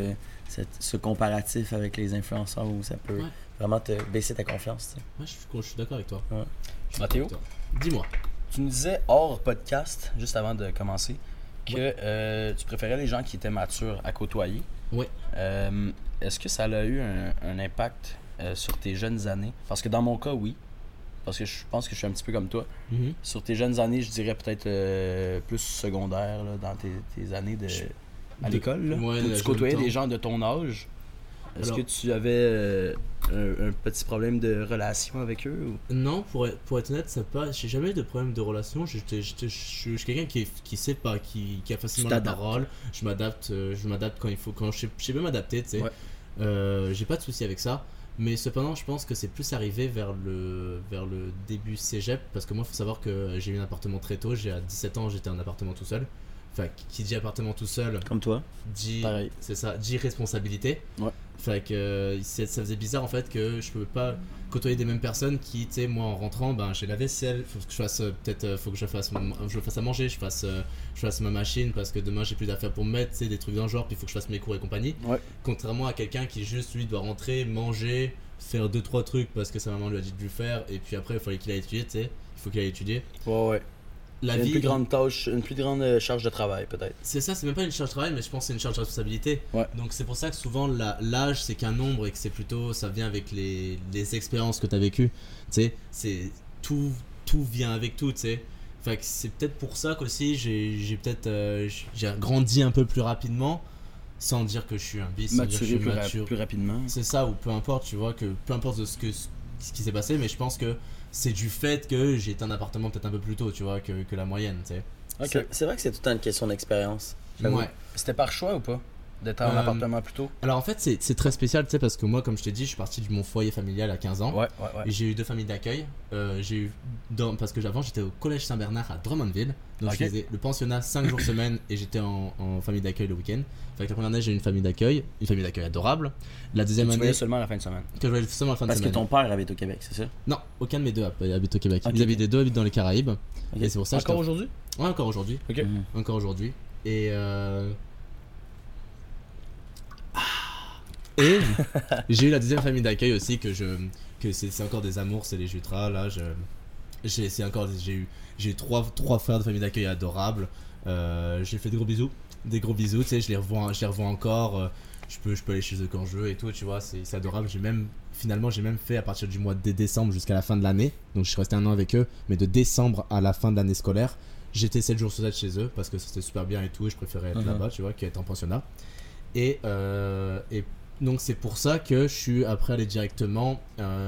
ce comparatif avec les influenceurs où ça peut Ouais. vraiment te baisser ta confiance. Tu sais. Moi je suis d'accord avec toi. Ouais. Je suis Mathéo? d'accord avec toi. Dis-moi. Tu nous disais hors podcast, juste avant de commencer, que tu préférais les gens qui étaient matures à côtoyer. Ouais. Est-ce que ça a eu un impact sur tes jeunes années? Parce que dans mon cas, oui. Parce que je pense que je suis un petit peu comme toi. Mhm. Sur tes jeunes années, je dirais peut-être plus secondaire, là, dans tes années à l'école. Là, Ouais, où là, tu j'ai côtoyais le temps. des gens de ton âge. Est-ce Alors- que tu avais un petit problème de relation avec eux? Non, pour être honnête, ça pas. J'ai jamais eu de problème de relation. Je suis quelqu'un qui sait pas, qui a facilement Tu la t'adaptes. parole. Je m'adapte quand il faut. Quand je sais bien m'adapter, tu sais. Ouais. J'ai pas de souci avec ça. Mais cependant, je pense que c'est plus arrivé vers le début cégep. Parce que moi, il faut savoir que j'ai eu un appartement très tôt. À 17 ans, j'étais en appartement tout seul. Enfin, qui dit appartement tout seul, Comme toi. dit. Pareil. C'est ça, dit responsabilité. Ouais. Fait que ça faisait bizarre en fait que je peux pas côtoyer des mêmes personnes qui, tu sais, moi en rentrant, ben j'ai la vaisselle, faut que je fasse faut que je fasse à manger, je fasse ma machine parce que demain j'ai plus d'affaires pour me mettre, tu sais, des trucs dans le genre, puis il faut que je fasse mes cours et compagnie. Ouais. Contrairement à quelqu'un qui juste lui doit rentrer, manger, faire 2-3 trucs parce que sa maman lui a dit de le faire, et puis après il fallait qu'il aille étudier, tu sais, il faut qu'il aille étudier. Ouais. La Une vie, plus grande tâche, une plus grande charge de travail, peut-être. c'est ça, c'est même pas une charge de travail, mais je pense que c'est une charge de responsabilité. Ouais. Donc c'est pour ça que souvent l'âge c'est qu'un nombre et que c'est plutôt, ça vient avec les expériences que tu as vécues. Tu sais, c'est tout vient avec tout, tu sais. Fait que c'est peut-être pour ça qu'aussi j'ai peut-être j'ai grandi un peu plus rapidement, sans dire que je suis un bis, sans dire que je Maturer suis mature. plus rapidement. C'est ça, ou peu importe, tu vois, que peu importe de ce qui s'est passé, mais je pense que c'est du fait que j'ai été un appartement peut-être un peu plus tôt, tu vois, que la moyenne, tu sais. Ok. C'est vrai que c'est tout le temps une question d'expérience. J'avoue. Ouais. C'était par choix ou pas? D'être en appartement plus tôt? Alors en fait, c'est très spécial, tu sais, parce que moi, comme je t'ai dit, je suis parti de mon foyer familial à 15 ans. Ouais. Et j'ai eu 2 familles d'accueil. Parce que avant, j'étais au collège Saint-Bernard à Drummondville. Donc Ok. je faisais le pensionnat 5 jours semaine et j'étais en famille d'accueil le week-end. Fait que la première année, j'ai eu une famille d'accueil adorable. La deuxième Tu année, voyais seulement à la fin de semaine. que je voyais seulement la fin de Parce que semaine. ton père habite au Québec, c'est ça? Non, aucun de mes deux habite au Québec. Ok. Les deux habitent dans les Caraïbes. Et c'est pour ça que Encore aujourd'hui? Ouais, encore aujourd'hui. Ok. Mhm. Encore aujourd'hui. Et et j'ai eu la deuxième famille d'accueil aussi que c'est encore des amours, c'est les Jutras là. J'ai eu trois frères de famille d'accueil adorables. J'ai fait des gros bisous, tu sais, je les revois encore. Je peux aller chez eux quand je veux et tout, tu vois, c'est adorable. J'ai même fait à partir du mois de décembre jusqu'à la fin de l'année. Donc je suis resté 1 an avec eux, mais de décembre à la fin de l'année scolaire, j'étais 7 jours sur 7 chez eux parce que c'était super bien et tout, et je préférais être là-bas, tu vois, qu'être en pensionnat. Et donc c'est pour ça que je suis après allé directement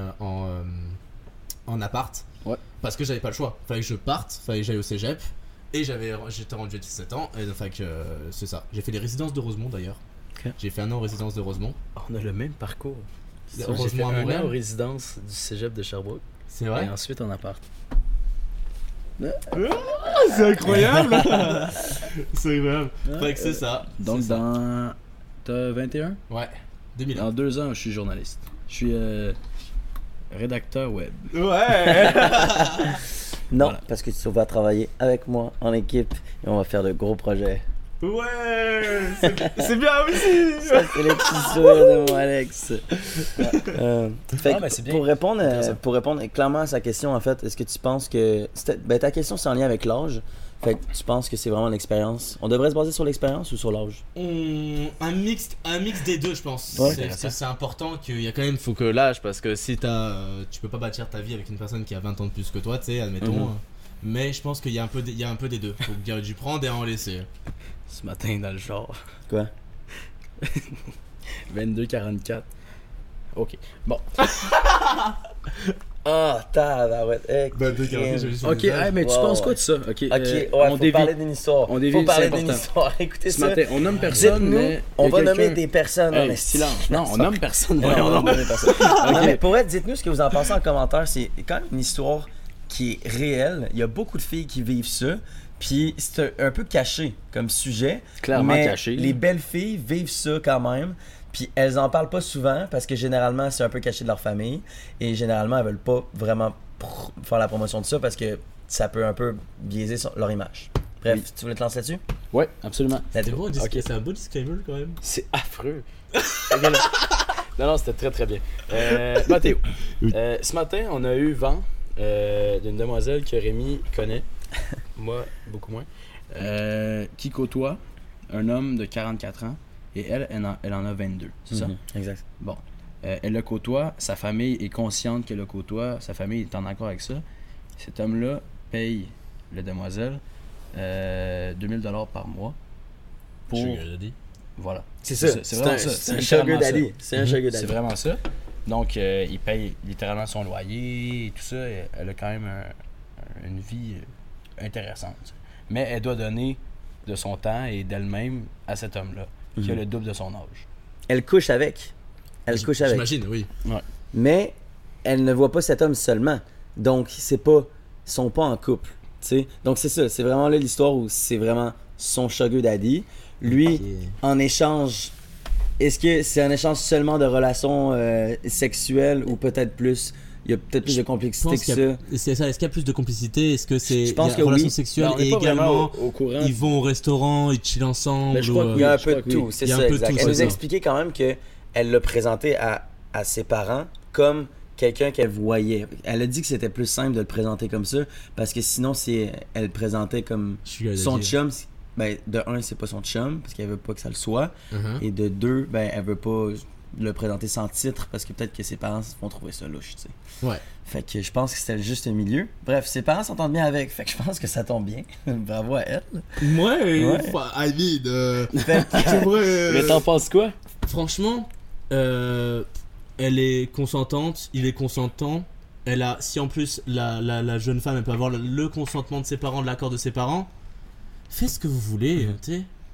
en appart. Ouais. Parce que j'avais pas le choix. Fallait que je parte, fallait que j'aille au cégep. Et j'étais rendu à 17 ans. Et donc c'est ça. J'ai fait les résidences de Rosemont d'ailleurs. Ok. J'ai fait 1 an aux résidences de Rosemont. On a le même parcours. C'est J'ai fait Rosemont à 1 Montréal. an aux résidences du cégep de Sherbrooke C'est et vrai. ensuite en appart. C'est incroyable. C'est incroyable. Fait que c'est ça. Donc, c'est ça. dans. T'as 21? Ouais. 2000 Dans 2 ans, je suis journaliste. Je suis rédacteur web. Ouais. Non, Voilà. parce que tu vas travailler avec moi en équipe et on va faire de gros projets. Ouais. C'est bien aussi. Ça, c'est les petits sourires de mon Alex. Fait que mais c'est bien. pour répondre, Intéressant. pour répondre clairement à sa question, en fait, est-ce que tu penses que. Ta question, c'est en lien avec l'âge. Fait que tu penses que c'est vraiment l'expérience. On devrait se baser sur l'expérience ou sur l'âge? Un mix des deux, je pense. Ouais. C'est important qu'il y a quand même, faut que l'âge, parce que si tu peux pas bâtir ta vie avec une personne qui a 20 ans de plus que toi, tu sais, admettons. Mhm. Mais je pense qu'il y a un peu des deux. Faut qu'il y a du prendre et en laisser. Ce matin, dans le genre. Quoi? 22-44. Ok. Bon. Ah, tabarouette. Ok, hey, mais tu Wow, penses ouais. quoi de ça? Ok, Ok, on faut dévie. parler d'une histoire. On dévie, Faut parler c'est d'une important. histoire. Écoutez Ce ça. matin, on nomme personne, Dites-nous, mais. on il y a va nommer quelqu'un- des personnes. Hey, mais silence. Non, on nomme personne. Non, Voyons on donc. va nommer personne. Non, Ok. mais pour être, dites-nous ce que vous en pensez en commentaire. C'est quand même une histoire qui est réelle. Il y a beaucoup de filles qui vivent ça. Puis c'est un peu caché comme sujet. Clairement mais caché. Les belles filles vivent ça quand même. Puis elles en parlent pas souvent parce que généralement c'est un peu caché de leur famille. Et généralement elles veulent pas vraiment faire la promotion de ça parce que ça peut un peu biaiser leur image. Bref, Oui. tu voulais te lancer là-dessus? Ouais, absolument. C'est beau, c'est un beau disclaimer quand même. C'est affreux. Ok, là. Non, c'était très très bien. Mathéo, Oui. ce matin, on a eu vent d'une demoiselle que Rémi connaît. Moi, beaucoup moins. Qui côtoie un homme de 44 ans et elle en a 22. C'est ça? Mhm, exact. Bon. Elle le côtoie, sa famille est consciente qu'elle le côtoie, sa famille est en accord avec ça. Cet homme-là paye la demoiselle 2000$ par mois pour. Voilà. C'est ça. C'est vraiment ça. C'est un littéralement sugar ça. daddy. C'est un sugar daddy. C'est vraiment ça. Donc, il paye littéralement son loyer et tout ça. Et elle a quand même une vie intéressante. Mais elle doit donner de son temps et d'elle-même à cet homme-là, qui a le double de son âge. Elle couche avec. Elle couche avec. J'imagine, oui. Mais elle ne voit pas cet homme seulement. Donc, ils sont pas en couple. Tu sais. Donc, c'est ça. C'est vraiment là l'histoire où c'est vraiment son sugar daddy. Lui, en échange, est-ce que c'est un échange seulement de relations sexuelles ou peut-être plus? Il y a peut-être plus de Je complexité pense que qu'il y a- ça. C'est ça, est-ce qu'il y a plus de complicité? Est-ce que c'est Je pense il y a que relation oui. sexuelle Ben, on est et pas également vraiment au courant. ils vont au restaurant, ils chillent ensemble Mais je crois ou, Il y a un je peu crois de que tout, oui. c'est Il y a ça, un peu de exact. tout, Elle c'est nous ça. a expliqué quand même qu'elle l'a présenté à ses parents comme quelqu'un qu'elle voyait. Elle a dit que c'était plus simple de le présenter comme ça parce que sinon, si elle le présentait comme Sugar son daddy. chum, ben, de un, c'est pas son chum parce qu'elle veut pas que ça le soit. Mhm. Et de deux, ben, elle veut pas le présenter sans titre parce que peut-être que ses parents vont trouver ça louche, tu sais. Ouais. Fait que je pense que c'était le juste milieu. Bref, ses parents s'entendent bien avec, fait que je pense que ça tombe bien. Bravo à elle. Ouais, Ouais. I mean, Fait que- c'est vrai. Mais t'en penses quoi? Franchement, elle est consentante, il est consentant. Si en plus la jeune femme elle peut avoir le consentement de ses parents, de l'accord de ses parents, fais ce que vous voulez, tu sais.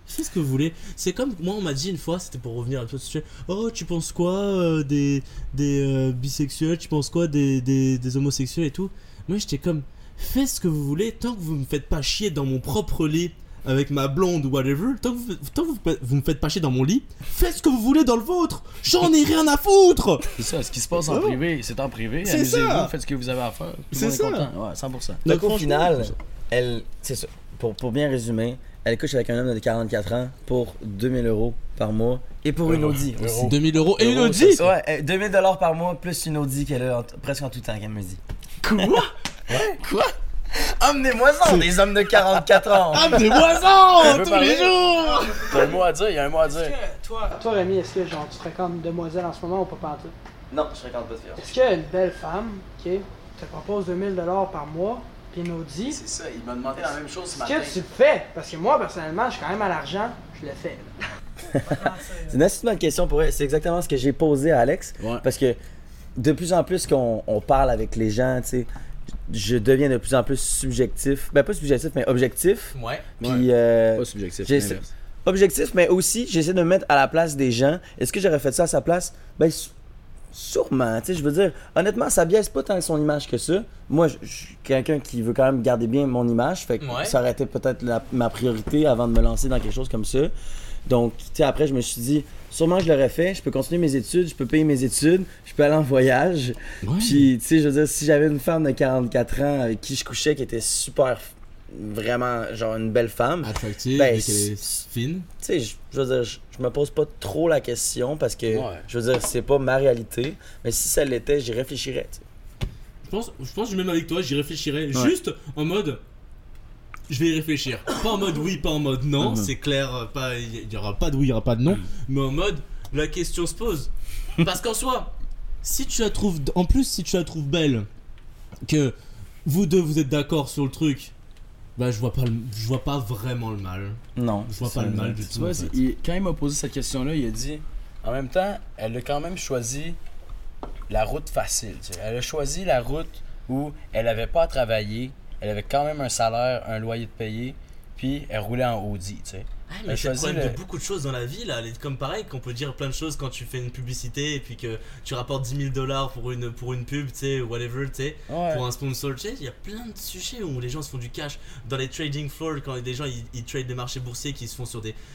Faites ce que vous voulez. C'est comme moi, on m'a dit une fois, c'était pour revenir un peu sur ce sujet. Oh, tu penses quoi des bisexuels? Tu penses quoi des homosexuels et tout? Moi, j'étais comme, faites ce que vous voulez, tant que vous me faites pas chier dans mon propre lit avec ma blonde ou whatever, tant que vous me faites pas chier dans mon lit, faites ce que vous voulez dans le vôtre. J'en ai rien à foutre. C'est ça, ce qui se passe en Oh. privé, c'est en privé. C'est Amusez-vous, ça. faites ce que vous avez à faire. Tout le C'est monde est ça. content. Ouais, 100%. Donc au franchement, final, c'est ça. Pour bien résumer, elle couche avec un homme de 44 ans pour 2000 € par mois et pour une Audi aussi. 2000 € et une Euros, Audi. ça, Ouais, 2000 $ par mois plus une Audi qu'elle a presque en tout temps, qu'elle me dit. Quoi? Emmenez-moi-en, des hommes de 44 ans! Ah, des voisins veut tous parler? les jours. T'as un mot à dire, il y a un mot à dire. Toi, Rémi, est-ce que genre tu fréquentes une demoiselle en ce moment ou pas pantoute? Non, je fréquente pas de filles. Est-ce qu'il y a une belle femme, ok, te propose 2000 $ par mois, puis une Audi? C'est ça, il m'a demandé la même chose ce Est-ce que tu le fais? Parce que moi, personnellement, je suis quand même à l'argent, je le fais. C'est une assez bonne question pour elle. C'est exactement ce que j'ai posé à Alex. Ouais. Parce que de plus en plus qu'on parle avec les gens, tu sais, je deviens de plus en plus subjectif. Ben, pas subjectif, mais objectif. Ouais. Puis, Pas subjectif, j'ai- c'est l'inverse. objectif, mais aussi, j'essaie de me mettre à la place des gens. Est-ce que j'aurais fait ça à sa place? Ben, sûrement. Tu sais, je veux dire, honnêtement, ça biaise pas tant son image que ça. Moi, je suis quelqu'un qui veut quand même garder bien mon image. Fait que Ouais. ça aurait été peut-être ma priorité avant de me lancer dans quelque chose comme ça. Donc, tu sais, après, je me suis dit, sûrement je l'aurais fait. Je peux continuer mes études, je peux payer mes études, je peux aller en voyage. Ouais. Puis, tu sais, je veux dire, si j'avais une femme de 44 ans avec qui je couchais, qui était super, vraiment, genre une belle femme, Attractive, Ben, et qu'elle est fine. tu sais, je veux dire, je me pose pas trop la question parce que, Ouais. je veux dire, c'est pas ma réalité. Mais si ça l'était, j'y réfléchirais, tu sais. Je pense que je suis même avec toi, j'y réfléchirais. Ouais. Juste en mode. Je vais y réfléchir. Pas en mode oui, pas en mode non. Mhm. C'est clair, il y aura pas de oui, il y aura pas de non. Mais en mode la question se pose. Parce qu'en soi, si tu la trouves. En plus, si tu la trouves belle, que vous deux vous êtes d'accord sur le truc, bah je vois pas vraiment le mal. Non. Je vois c'est pas le ça, mal exact. du Tu tout. vois, en fait. quand il m'a posé cette question-là, il a dit, en même temps, elle a quand même choisi la route facile. Tu sais. Elle a choisi la route où elle avait pas à travailler, elle avait quand même un salaire, un loyer de payer, puis elle roulait en Audi, tu sais. Ah, Elle mais a c'est le choisi problème le- de beaucoup de choses dans la vie là. Comme pareil, qu'on peut dire plein de choses quand tu fais une publicité et puis que tu rapportes 10 000 $ pour une pub, tu sais, whatever, tu sais. Ouais. Pour un sponsor, tu sais, il y a plein de sujets où les gens se font du cash dans les trading floors quand des gens ils tradent des marchés boursiers qui se font sur des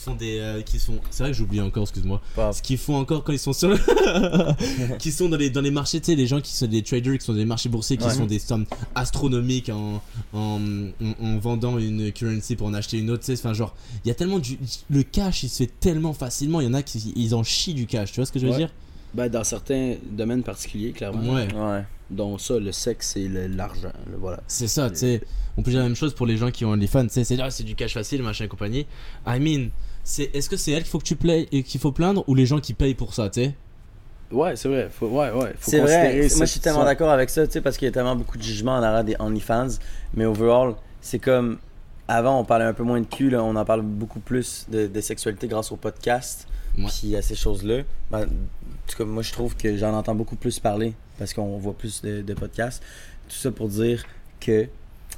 c'est vrai que j'oublie encore, excuse-moi. Pas- Ce qu'ils font encore quand ils sont sur le qui sont dans les marchés, tu sais, les gens qui sont des traders qui sont dans les marchés boursiers qui Ouais. sont des sommes astronomiques en vendant une currency pour en acheter une autre, tu sais, enfin genre il y a tellement le cash il se fait tellement facilement, il y en a qui ils en chient du cash, tu vois ce que je veux Ouais. dire? Ben, dans certains domaines particuliers, clairement. Ouais. Ouais. Dont ça, le sexe et l'argent. Voilà. C'est ça, tu sais. On peut dire la même chose pour les gens qui ont les fans, tu sais, c'est du cash facile, machin et compagnie. I mean, est-ce que c'est elle qu'il faut que tu plaies et qu'il faut plaindre ou les gens qui payent pour ça, tu sais? Ouais, c'est vrai. Faut C'est vrai, considérer moi je cette- suis tellement ça. d'accord avec ça, tu sais, parce qu'il y a tellement beaucoup de jugements en arrière des OnlyFans, mais overall, c'est comme, avant on parlait un peu moins de cul, là, on en parle beaucoup plus de sexualité grâce au podcast, Ouais. puis à ces choses-là. Ben, en tout cas, moi je trouve que j'en entends beaucoup plus parler, parce qu'on voit plus de podcasts. Tout ça pour dire que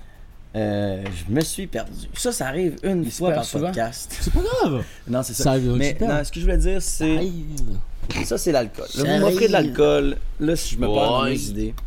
je me suis perdu. Ça arrive une Il se fois perd par souvent. podcast. C'est pas grave. Non, c'est ça. Ça arrive, Mais tu perds. non, ce que je voulais dire, c'est... Ça, c'est l'alcool. Là, Ça vous m'offrez de arrive. l'alcool. Là, si je me perds dans Ouais. mes idées.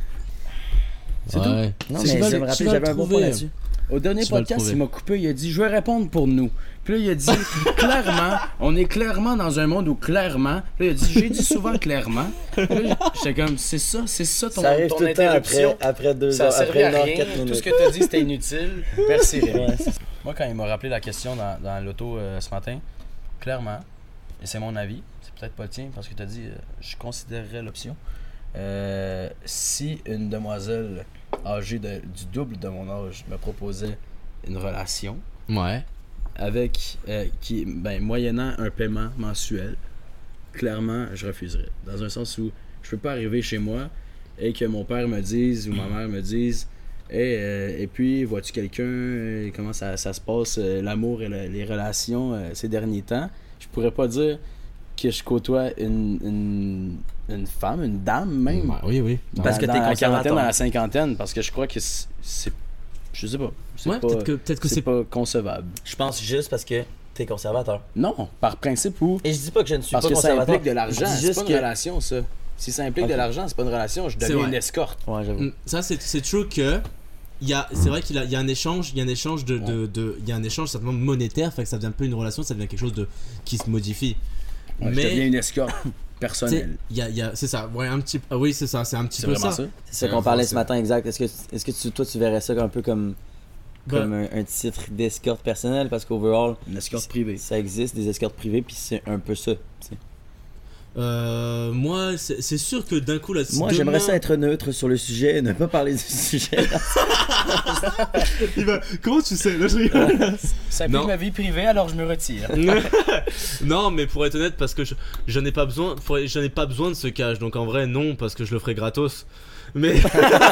C'est Ouais. Non, Tu mais vas je le- me tu rappelle, vas le j'avais un bon trouver. point là-dessus. Au dernier Tu vas le podcast, trouver. il m'a coupé, il a dit « Je vais répondre pour nous ». Puis là, il a dit clairement, on est clairement dans un monde où clairement. Puis là, il a dit j'ai dit souvent clairement. Puis là, j'étais comme c'est ça ton, Ça arrive ton tout le temps interruption. après 2 Ça heures, servait après à 1 rien. 4 Tout minutes. ce que tu as dit, c'était inutile. Merci, Rémi. Ouais, c'est ça. Moi, quand il m'a rappelé la question dans l'auto ce matin, clairement, et c'est mon avis, c'est peut-être pas le tien parce que tu as dit je considérerais l'option. Si une demoiselle âgée du double de mon âge me proposait une relation Ouais. avec moyennant un paiement mensuel, clairement je refuserais. Dans un sens où je peux pas arriver chez moi et que mon père me dise ou ma mère me dise et puis vois-tu quelqu'un, comment ça se passe, l'amour et les relations ces derniers temps. Je pourrais pas dire que je côtoie une femme, une dame même. Ouais, oui. Parce que dans t'es la quarantaine, conservateur. à la cinquantaine, parce que je crois que c'est je sais pas. C'est Ouais, pas, peut-être que c'est c'est pas concevable. Je pense juste parce que t'es conservateur. Non, par principe ou. Et je dis pas que je ne suis Parce pas que ça conservateur. implique de l'argent. Je dis C'est juste pas une que- relation, ça. Si ça implique Ok. de l'argent, c'est pas une relation. Je C'est deviens vrai. une escorte. Ouais, j'avoue. Ça, c'est true que. C'est vrai qu'il y a un échange, il y a un échange il y a un échange certainement monétaire, fait que ça devient un peu une relation, ça devient quelque chose qui se modifie. Ouais, je deviens une escorte personnelle. C'est ça, ouais, un petit, oui, c'est ça, c'est un petit C'est peu vraiment ça. ça. C'est ça qu'on parlait ce c'est- matin, exact. Est-ce que toi, tu verrais ça un peu comme un titre d'escorte personnelle? Parce qu'overall, Une escorte privée. ça existe, des escortes privées, puis c'est un peu ça. t'sais. Moi, c'est sûr que d'un coup là. Moi, demain- j'aimerais ça être neutre sur le sujet et ne pas parler du sujet. Comment tu sais? Là, je rigole. Ça implique ma vie privée, alors je me retire. Non, mais pour être honnête, parce que j'en ai pas besoin, j'en ai pas besoin de ce cash. Donc en vrai, non, parce que je le ferai gratos. Mais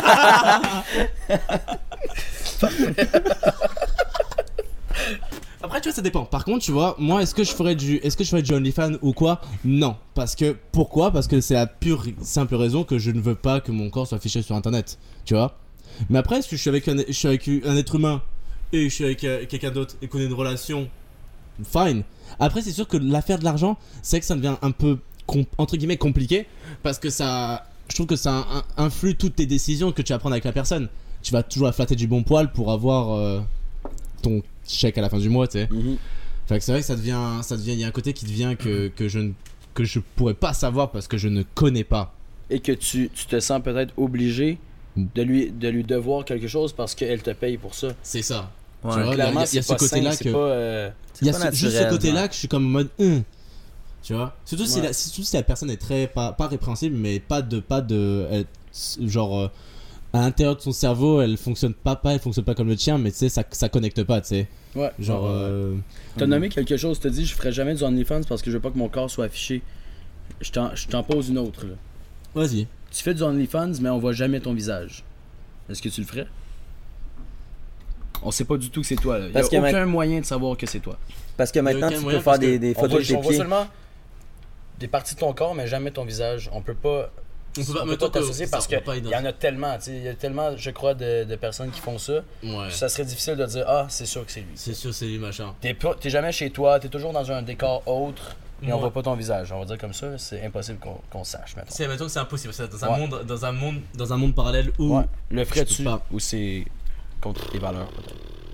après, tu vois, ça dépend. Par contre, tu vois, moi, est-ce que je ferais du OnlyFans ou quoi? Non, parce que pourquoi? Parce que c'est la pure simple raison que je ne veux pas que mon corps soit affiché sur Internet. Tu vois. Mais après, si je suis avec un être humain et je suis avec quelqu'un d'autre et qu'on a une relation, fine. Après, c'est sûr que l'affaire de l'argent, c'est que ça devient un peu entre guillemets compliqué parce que je trouve que ça influe toutes tes décisions que tu vas prendre avec la personne. Tu vas toujours la flatter du bon poil pour avoir ton chèque à la fin du mois, tu sais. Fait que c'est vrai que ça devient, il y a un côté qui devient que je pourrais pas savoir parce que je ne connais pas. Et que tu te sens peut-être obligé de lui devoir quelque chose parce qu'elle te paye pour ça. C'est ça. Ouais. Tu vois, Clairement, il y a c'est ce pas côté-là sain, que. c'est pas, Il y a pas juste ce naturel, côté-là ouais. que je suis comme en mode tu vois, surtout Ouais. surtout si la personne est très pas répréhensible mais pas de genre à l'intérieur de son cerveau elle fonctionne pas comme le tien mais tu sais ça connecte pas, tu sais, Ouais. genre T'as nommé quelque chose, t'as dit je ferais jamais du OnlyFans parce que je veux pas que mon corps soit affiché. Je t'en pose une autre là. vas-y. Tu fais du OnlyFans mais on voit jamais ton visage. Est-ce que tu le ferais? On sait pas du tout que c'est toi là. Il y a Parce que aucun moyen de savoir que c'est toi. Parce que maintenant, aucun tu moyen peux faire parce que des On photos voit, de tes on voit pieds. seulement des parties de ton corps mais jamais ton visage. On peut pas mettons que- t'associer parce on que peut pas il y en a tellement, tu sais, il y a tellement je crois de personnes qui font ça. Ouais. Ça serait difficile de dire ah, c'est sûr que c'est lui. C'est sûr c'est lui machin. T'es jamais chez toi, t'es toujours dans un décor autre et on Ouais. voit pas ton visage. On va dire comme ça, c'est impossible qu'on sache maintenant. C'est mettons que c'est impossible, c'est dans Ouais. dans un monde parallèle où Ouais. Le ferais-tu je peux pas. ou c'est contre tes valeurs peut-être?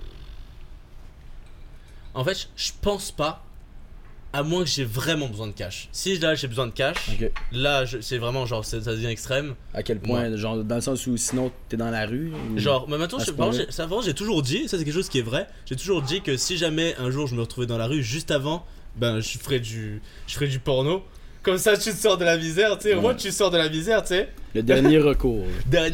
en fait je pense pas à moins que j'ai vraiment besoin de cash. Si là j'ai besoin de cash, Ok. là c'est vraiment genre ça devient extrême. À quel point, genre dans le sens où sinon t'es dans la rue ou- Genre, mais maintenant, À ce vraiment, point-là. j'ai toujours dit, ça c'est quelque chose qui est vrai, j'ai toujours dit que si jamais un jour je me retrouvais dans la rue, juste avant, ben je ferais du porno. Comme ça, tu te sors de la misère, tu sais. Au moins, tu sors de la misère, tu sais. le dernier recours.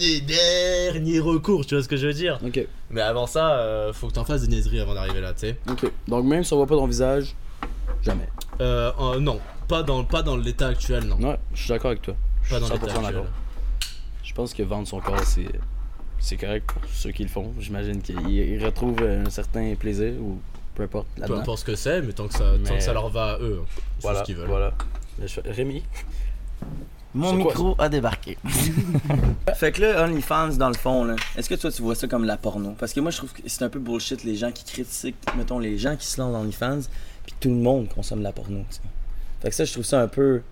Dernier recours, tu vois ce que je veux dire. Ok. Mais avant ça, faut que t'en fasses des niaiseries avant d'arriver là, tu sais. Ok. Donc même si on voit pas ton visage, jamais. Non, pas dans l'état actuel, non. Ouais, je suis d'accord avec toi. Je Pas suis dans l'état 100% actuel. d'accord. Je pense que vendre son corps, c'est correct pour ceux qui le font. J'imagine qu'ils retrouvent un certain plaisir ou peu importe Peu là-dedans. importe ce que c'est, mais tant que Mais- ça leur va à eux, ils font ce qu'ils veulent. Voilà. Rémi, Mon C'est quoi, micro a débarqué. Fait que là, OnlyFans, dans le fond, là, est-ce que toi, tu vois ça comme la porno? Parce que moi, je trouve que c'est un peu bullshit, les gens qui critiquent, mettons, les gens qui se lancent dans OnlyFans, puis tout le monde consomme la porno, tu sais. Fait que ça, je trouve ça un peu...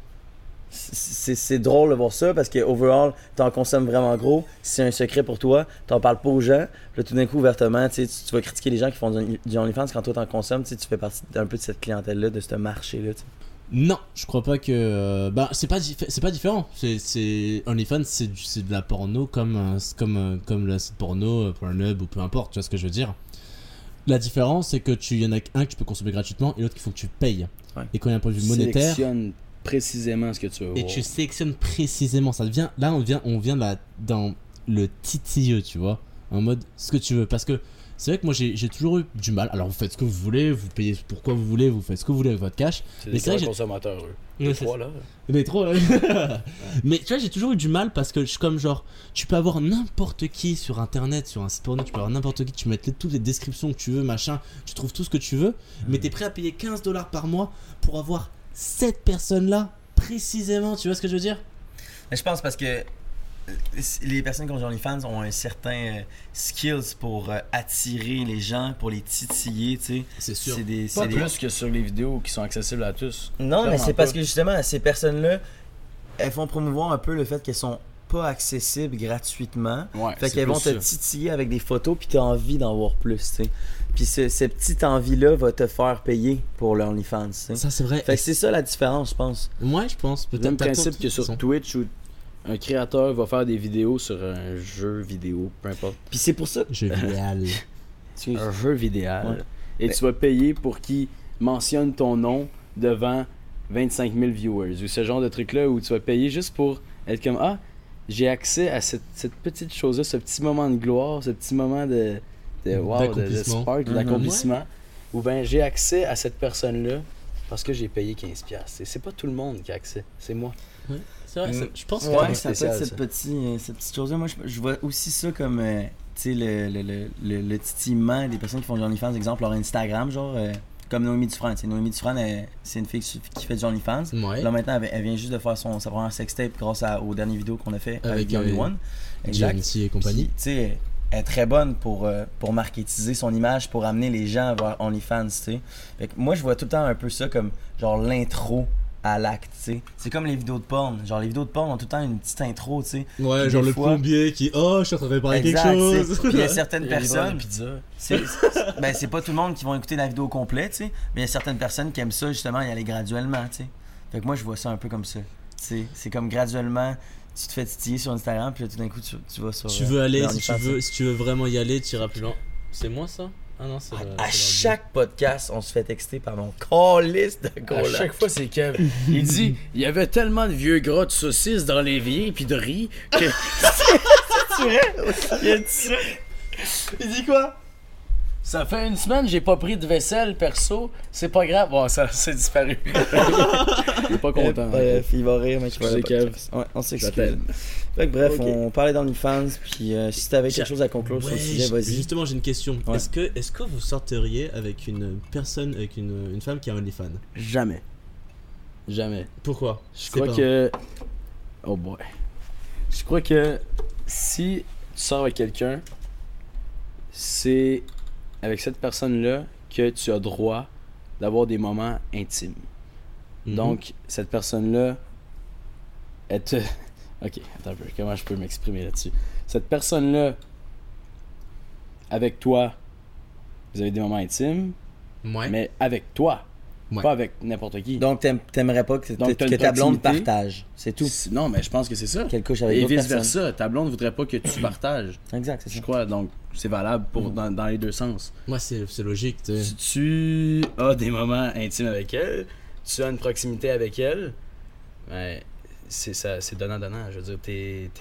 C'est drôle de voir ça, parce que, overall, t'en consommes vraiment gros, c'est un secret pour toi, t'en parles pas aux gens, puis là, tout d'un coup, ouvertement, tu sais, tu vas critiquer les gens qui font du OnlyFans quand toi, t'en consommes, tu sais, tu fais partie un peu de cette clientèle-là, de ce marché-là, tu sais. Non, je crois pas que. Bah, c'est pas différent. C'est OnlyFans, c'est de la porno comme le site porno, Pornhub ou peu importe. Tu vois ce que je veux dire. La différence, c'est que y en a un que tu peux consommer gratuitement et l'autre qu'il faut que tu payes. Ouais. Et quand il y a un point de vue monétaire, sélectionne précisément ce que tu veux et voir. tu sélectionnes précisément. Ça devient là, on vient dans le titilleux, tu vois, en mode ce que tu veux, parce que. C'est vrai que moi j'ai toujours eu du mal. Alors vous faites ce que vous voulez, vous payez pourquoi vous voulez, vous faites ce que vous voulez avec votre cash. C'est Mais des c'est vrai que grands consommateurs, eux. Ouais, Les c'est trois, là. Mais trop là. Mais tu vois, j'ai toujours eu du mal parce que je suis comme genre, tu peux avoir n'importe qui sur internet, sur un site porno, tu peux avoir n'importe qui, tu mets toutes les descriptions que tu veux, machin, tu trouves tout ce que tu veux, mais t'es prêt à payer $15 par mois pour avoir cette personne là précisément, tu vois ce que je veux dire? Mais je pense parce que les personnes qui ont OnlyFans ont un certain skills pour attirer les gens, pour les titiller, tu sais. C'est sûr. Pas plus que sur les vidéos qui sont accessibles à tous. Non, mais Clairement c'est parce pas. que justement, ces personnes-là, elles font promouvoir un peu le fait qu'elles sont pas accessibles gratuitement. Ouais, Fait c'est qu'elles vont plus te ça. titiller avec des photos, puis t'as envie d'en voir plus, tu sais. Puis cette petite envie-là va te faire payer pour le OnlyFans, tu sais. Ça, c'est vrai. Fait que c'est ça la différence, je pense. Moi, je pense Le peut-être. même t'as principe tort, que sur de toute Twitch où un créateur va faire des vidéos sur un jeu vidéo, peu importe. Puis c'est pour ça. façon. Jeu vidéo. Un jeu vidéo. Ouais. Et tu vas payer pour qu'il mentionne ton nom devant 25 000 viewers. Ou ce genre de truc-là où tu vas payer juste pour être comme ah, j'ai accès à cette petite chose-là, ce petit moment de gloire, ce petit moment de wow, de D'accomplissement. spark, Mhm. d'accomplissement. Ou ben j'ai accès à cette personne-là parce que j'ai payé $15. C'est pas tout le monde qui a accès, c'est moi. C'est vrai, je pense que Ouais, vraiment ça peut spécial, être ça. cette petite chose-là. Moi, je vois aussi ça comme, tu sais, le titillement des personnes qui font du OnlyFans, exemple, leur Instagram, genre, comme Noémie Dufresne. Tu sais, Noémie Dufresne, c'est une fille qui fait du OnlyFans. Ouais. Là, maintenant, elle vient juste de faire sa première sextape grâce aux dernières vidéos qu'on a fait avec Avec, The Only One. GMC et compagnie. Puis, tu sais, elle est très bonne pour marketiser son image, pour amener les gens vers OnlyFans, tu sais. Fait que moi, je vois tout le temps un peu ça comme, genre, l'intro à l'acte, tu sais. C'est comme les vidéos de porn. Genre, les vidéos de porn ont tout le temps une petite intro, tu sais. Ouais, Puis genre des le fois- plombier qui. Oh, je suis en train de réparer quelque Exact, tu sais. chose. Puis il y a certaines Les livreurs de personnes, pizza. ben c'est pas tout le monde qui vont écouter la vidéo complète, tu sais. Mais il y a certaines personnes qui aiment ça, justement, y aller graduellement, tu sais. Fait que moi, je vois ça un peu comme ça. Tu sais, c'est comme graduellement, tu te fais titiller sur Instagram, puis là, tout d'un coup, tu vas sur. Tu veux aller, vers si tu OnlyFans, veux, si tu veux vraiment y aller, tu iras plus loin. C'est moi ça? Ah non, c'est À chaque podcast, on se fait texter par mon calice de gros À là. chaque fois, c'est Kev. Il dit il y avait tellement de vieux gras de saucisses dans l'évier puis de riz que. Il a dit ça. Il dit quoi? Ça fait une semaine j'ai pas pris de vaisselle perso. C'est pas grave. Bon, ça c'est disparu. Il est pas content. Bref, il va rire, mais tu vas Je sais, Kev. Ouais, on s'excuse. J'appelle. Fait que bref, Ok. on parlait d'OnlyFans, puis si t'avais quelque chose à conclure sur le sujet, vas-y. Justement, j'ai une question. Ouais. Est-ce que vous sorteriez avec une personne, avec une femme qui a un OnlyFans? Jamais. Jamais. Pourquoi? Je crois que. Oh boy. Je crois que si tu sors avec quelqu'un, c'est avec cette personne-là que tu as droit d'avoir des moments intimes. Mhm. Donc, cette personne-là, elle te. Ok, attends un peu. Comment je peux m'exprimer là-dessus? Cette personne-là, avec toi, vous avez des moments intimes, Ouais. mais avec toi, Ouais. pas avec n'importe qui. Donc, t'aimerais pas que, Donc, t'as que une ta blonde proximité. partage. C'est tout. Non, mais je pense que c'est ça. Qu'elle couche avec Et d'autres vice personnes. versa, ta blonde voudrait pas que tu partages. Exact, c'est Je ça. crois, donc c'est valable pour dans les deux sens. Moi, c'est logique, tu sais. Si tu as des moments intimes avec elle, tu as une proximité avec elle, ben, c'est ça, c'est donnant-donnant. Je veux dire,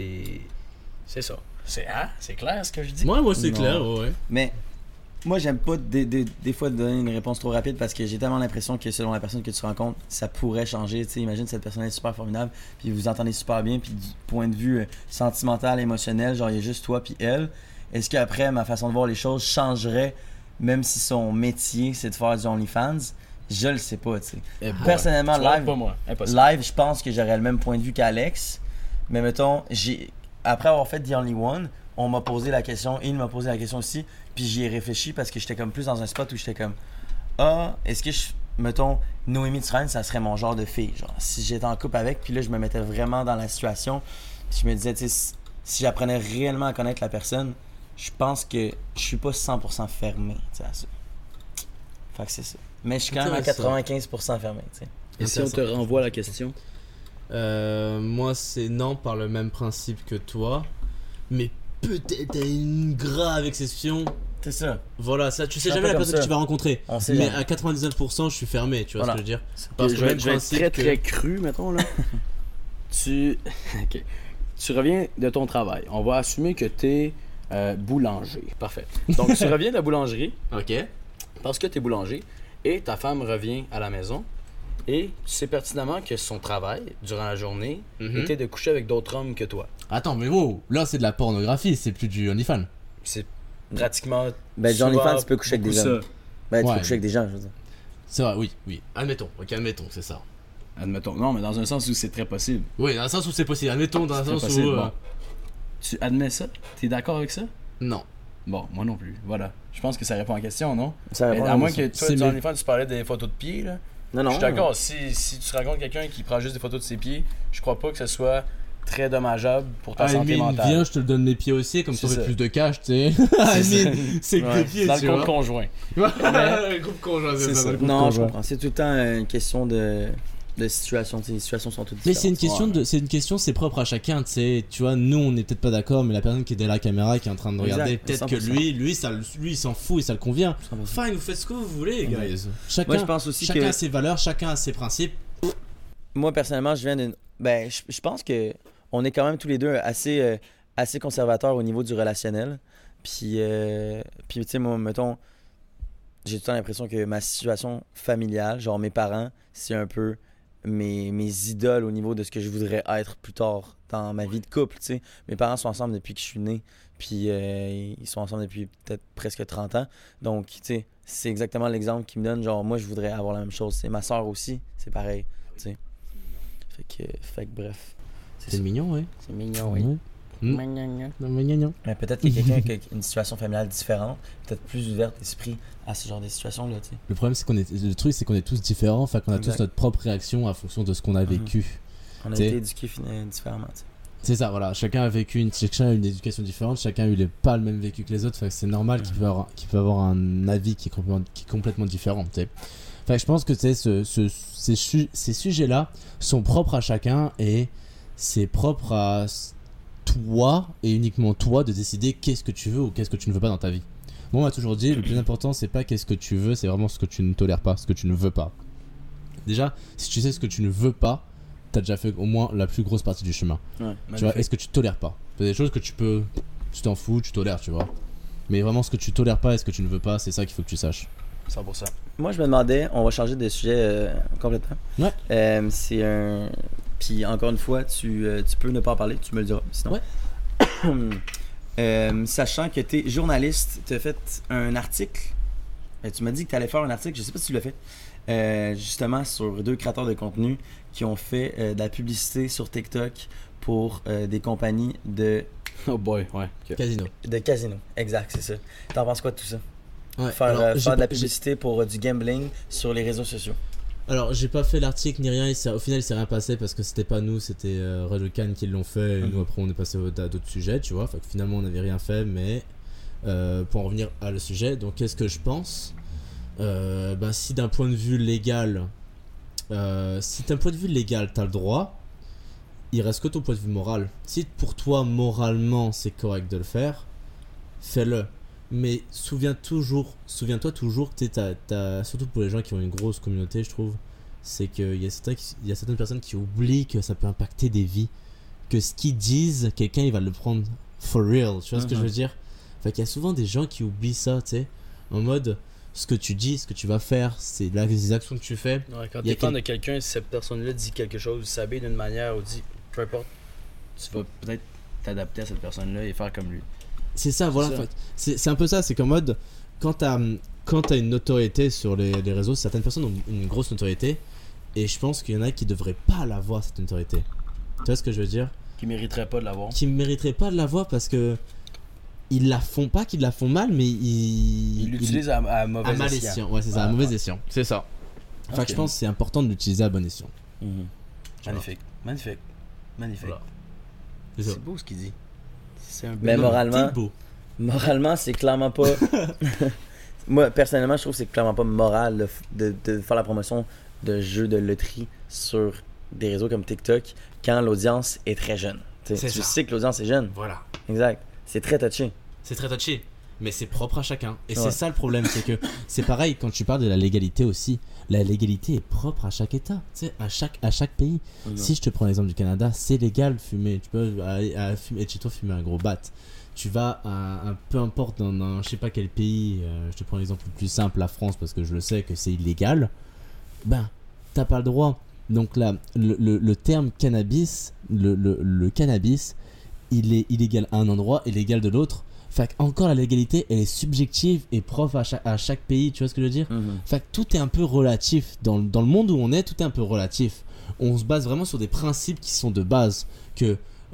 c'est ça. C'est clair ce que je dis? Moi, c'est Non. clair, ouais. Mais moi, j'aime pas des fois donner une réponse trop rapide parce que j'ai tellement l'impression que selon la personne que tu rencontres, ça pourrait changer. Tu sais, imagine cette personne est super formidable, puis vous entendez super bien, puis du point de vue sentimental, émotionnel, genre il y a juste toi puis elle. Est-ce qu'après, ma façon de voir les choses changerait, même si son métier c'est de faire du OnlyFans? Je le sais pas, tu sais. Eh boy. Personnellement, Tu vois, live, pas moi. Impossible. live, je pense que j'aurais le même point de vue qu'Alex. Mais mettons, après avoir fait The Only One, on m'a posé la question, et il m'a posé la question aussi, puis j'y ai réfléchi parce que j'étais comme plus dans un spot où j'étais comme est-ce que mettons, Noémie Dufresne, ça serait mon genre de fille. Genre, si j'étais en couple avec, puis là, je me mettais vraiment dans la situation, puis je me disais, tu sais, si j'apprenais réellement à connaître la personne, je pense que je suis pas 100% fermé, tu sais, à ça. Fait que c'est ça. Mais je suis quand même à Intéressant. 95% fermé, tu sais. Et si on te renvoie la question? Moi, c'est non par le même principe que toi. Mais peut-être à une grave exception. C'est ça. Voilà, ça, tu sais C'est un jamais peu la comme personne que ça. tu vas rencontrer. On sait Mais jamais. à 99%, je suis fermé, tu vois Voilà. ce que je veux dire? Je Parce que vais, même je vais être principe très que- très cru, mettons là. tu... ok. Tu reviens de ton travail. On va assumer que t'es boulanger. Parfait. Donc tu reviens de la boulangerie Ok. parce que t'es boulanger et ta femme revient à la maison et tu sais pertinemment que son travail durant la journée Mhm. était de coucher avec d'autres hommes que toi. Attends, mais wow, là c'est de la pornographie, c'est plus du OnlyFans. C'est pratiquement. Ben, Johnny souvent Fan, tu peux coucher avec des beaucoup hommes. Ben, tu Ouais. peux coucher avec des gens, je veux dire. C'est vrai, oui, oui. Admettons, ok, admettons, c'est ça. Admettons. Non, mais dans un sens où c'est très possible. Oui, dans le sens où c'est possible. Admettons, dans le C'est sens possible, où. bon. Tu admets ça? T'es d'accord avec ça? Non. Bon, moi non plus. Voilà. Je pense que ça répond à la question, non? Ça Mais répond à moins ça. que toi, C'est tu mieux. OnlyFans, tu parlais des photos de pieds, là. Non, non. Je suis d'accord. Si tu rencontres quelqu'un qui prend juste des photos de ses pieds, je crois pas que ce soit très dommageable pour ta santé mentale. Viens, je te le donne mes pieds aussi, comme C'est ça on fait ça. plus de cash, tu sais. C'est ça. C'est que Ouais, tes pieds, dans tu le compte vois. conjoint. Le groupe conjoint, C'est c'est ça. ça. dans le groupe Non, je conjoint. comprends. C'est tout le temps une question de situation. Les situations sont toutes Mais différentes. c'est une question c'est propre à chacun, tu sais. Tu vois, nous on est peut-être pas d'accord, mais la personne qui est derrière la caméra, qui est en train de regarder, Exact, peut-être que 100%. lui il s'en fout et ça le convient. 100%. Fine, vous faites ce que vous voulez, Ouais. guys. Chacun, Moi, je pense aussi chacun que a ses valeurs, chacun a ses principes. moi personnellement, je viens d'une. Ben, je pense que on est quand même tous les deux assez conservateurs au niveau du relationnel. Puis tu sais, moi, mettons, j'ai tout le temps l'impression que ma situation familiale, genre mes parents, c'est un peu mes idoles au niveau de ce que je voudrais être plus tard dans ma vie de couple, tu sais. Mes parents sont ensemble depuis que je suis né, puis ils sont ensemble depuis peut-être presque 30 ans. Donc, tu sais, c'est exactement l'exemple qu'ils me donnent. Genre, moi, je voudrais avoir la même chose. C'est ma soeur aussi, c'est pareil, tu sais. Fait que bref. C'est mignon, ouais. C'est mignon, oui. Ouais. Mignon. Mais peut-être qu'il y a quelqu'un qui a une situation familiale différente, peut-être plus ouverte d'esprit à ce genre de situation-là, tu sais. Le problème, le truc, c'est qu'on est tous différents, enfin qu'on a tous Exact. notre propre réaction à fonction de ce qu'on a vécu. On a T'sais. été éduqués différemment, tu sais. C'est ça, voilà. Chacun a une éducation différente, chacun a eu pas le même vécu que les autres. Fait que c'est normal qu'il peut avoir un avis qui est complètement différent. T'sais. Fait que je pense que ces sujets-là sont propres à chacun et c'est propre à toi et uniquement toi de décider qu'est-ce que tu veux ou qu'est-ce que tu ne veux pas dans ta vie. Moi, on m'a toujours dit, le plus important, c'est pas qu'est-ce que tu veux, c'est vraiment ce que tu ne tolères pas, ce que tu ne veux pas. Déjà, si tu sais ce que tu ne veux pas, t'as déjà fait au moins la plus grosse partie du chemin. Ouais. Tu vois, est-ce que tu tolères pas? Il y a des choses que tu t'en fous, tu tolères, tu vois. Mais vraiment, ce que tu tolères pas et ce que tu ne veux pas, c'est ça qu'il faut que tu saches. 100%. Moi, je me demandais, on va changer de sujet complètement. Ouais. C'est un. Puis encore une fois, tu peux ne pas en parler, tu me le diras. Sinon. Ouais. Sachant que tu es journaliste, tu as fait un article. Tu m'as dit que tu allais faire un article, je sais pas si tu l'as fait. Justement sur 2 créateurs de contenu qui ont fait de la publicité sur TikTok pour des compagnies de Oh boy, ouais. Casino. casino. Exact, c'est ça. T'en penses quoi de tout ça? Ouais. Faire, Alors, faire de la j'ai- publicité pour du gambling sur les réseaux sociaux. Alors, j'ai pas fait l'article ni rien, au final, il s'est rien passé parce que c'était pas nous, c'était Radio Cannes qui l'ont fait. Et nous, après, on est passé à d'autres sujets, tu vois. Fait que finalement, on n'avait rien fait, mais pour en revenir à le sujet, donc qu'est-ce que je pense? Si d'un point de vue légal, t'as le droit, il reste que ton point de vue moral. Si pour toi, moralement, c'est correct de le faire, fais-le. Mais souviens-toi toujours que t'as, surtout pour les gens qui ont une grosse communauté, je trouve, c'est qu'il y a certaines personnes qui oublient que ça peut impacter des vies. Que ce qu'ils disent, quelqu'un il va le prendre for real. Tu vois ce que je veux dire? Fait qu'il y a souvent des gens qui oublient ça, tu sais. En mode, ce que tu dis, ce que tu vas faire, c'est les actions que tu fais. Ouais, quand Il y a t'es fan de quelqu'un, si cette personne-là dit quelque chose, s'habille d'une manière ou dit peu importe. Tu vas peut-être t'adapter à cette personne-là et faire comme lui. C'est ça, voilà. ça. Fait, c'est un peu ça, c'est qu'en mode, quand t'as une notoriété sur les réseaux, certaines personnes ont une grosse notoriété, et je pense qu'il y en a qui devraient pas l'avoir, cette notoriété. Tu vois ce que je veux dire? Qui mériterait pas de l'avoir. Qui mériteraient pas de l'avoir parce que ils la font pas, qu'ils la font mal, mais Il l'utilise à mauvais à mal escient. escient. Ouais, c'est ça, à mauvais escient. C'est ça. Fait que je pense que c'est important de l'utiliser à bon escient. Magnifique. Magnifique. Magnifique. Voilà. C'est ça. C'est beau ce qu'il dit. C'est un Mais Non, moralement, t'es beau. moralement, c'est clairement pas. Moi, personnellement, je trouve que c'est clairement pas moral de faire la promotion de jeux de loterie sur des réseaux comme TikTok quand l'audience est très jeune. Tu C'est ça. sais que l'audience est jeune. Voilà. Exact. C'est très touché. C'est très touché. Mais c'est propre à chacun. Et Ouais. c'est ça le problème, c'est que c'est pareil quand tu parles de la légalité aussi. La légalité est propre à chaque État, tu sais, à chaque pays. Si je te prends l'exemple du Canada, c'est légal de fumer. Tu peux aller fumer, chez toi fumer un gros bat. Tu vas à peu importe dans je sais pas quel pays, je te prends l'exemple le plus simple, la France, parce que je le sais que c'est illégal. Ben, t'as pas le droit. Donc là, le terme cannabis, le cannabis, il est illégal à un endroit et légal de l'autre. Fait encore la légalité, elle est subjective et propre à chaque pays, tu vois ce que je veux dire? Fait que tout est un peu relatif. Dans le monde où on est, tout est un peu relatif. On se base vraiment sur des principes qui sont de base. Que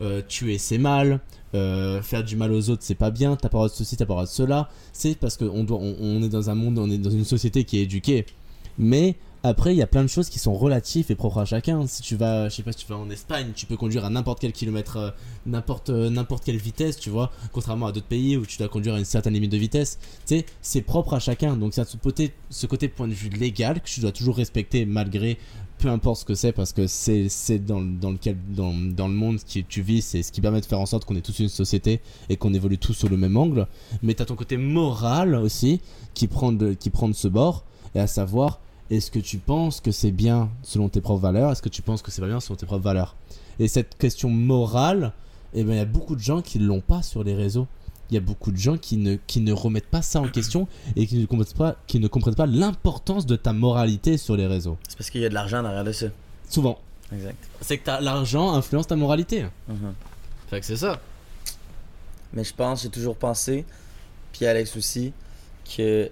tuer c'est mal, faire du mal aux autres c'est pas bien, t'as pas le droit de ceci, t'as pas le droit de cela. C'est parce qu'on est dans un monde, on est dans une société qui est éduquée. Mais après, il y a plein de choses qui sont relatives et propres à chacun. Si tu vas, je sais pas, si tu vas en Espagne, tu peux conduire à n'importe quel kilomètre, n'importe quelle vitesse, tu vois. Contrairement à d'autres pays où tu dois conduire à une certaine limite de vitesse. Tu sais, c'est propre à chacun. Donc, c'est ce côté point de vue légal que tu dois toujours respecter malgré, peu importe ce que c'est, parce que c'est dans le monde que tu vis, c'est ce qui permet de faire en sorte qu'on est tous une société et qu'on évolue tous sur le même angle. Mais tu as ton côté moral aussi qui prend de ce bord, et à savoir, est-ce que tu penses que c'est bien selon tes propres valeurs? Est-ce que tu penses que c'est pas bien selon tes propres valeurs? Et cette question morale, eh ben, il y a beaucoup de gens qui ne l'ont pas sur les réseaux. Il y a beaucoup de gens qui ne remettent pas ça en question et qui ne comprennent pas l'importance de ta moralité sur les réseaux. C'est parce qu'il y a de l'argent derrière de ça. Souvent. Exact. C'est que l'argent influence ta moralité. Mhm. Fait que c'est ça. Mais je pense, j'ai toujours pensé, puis Alex aussi, que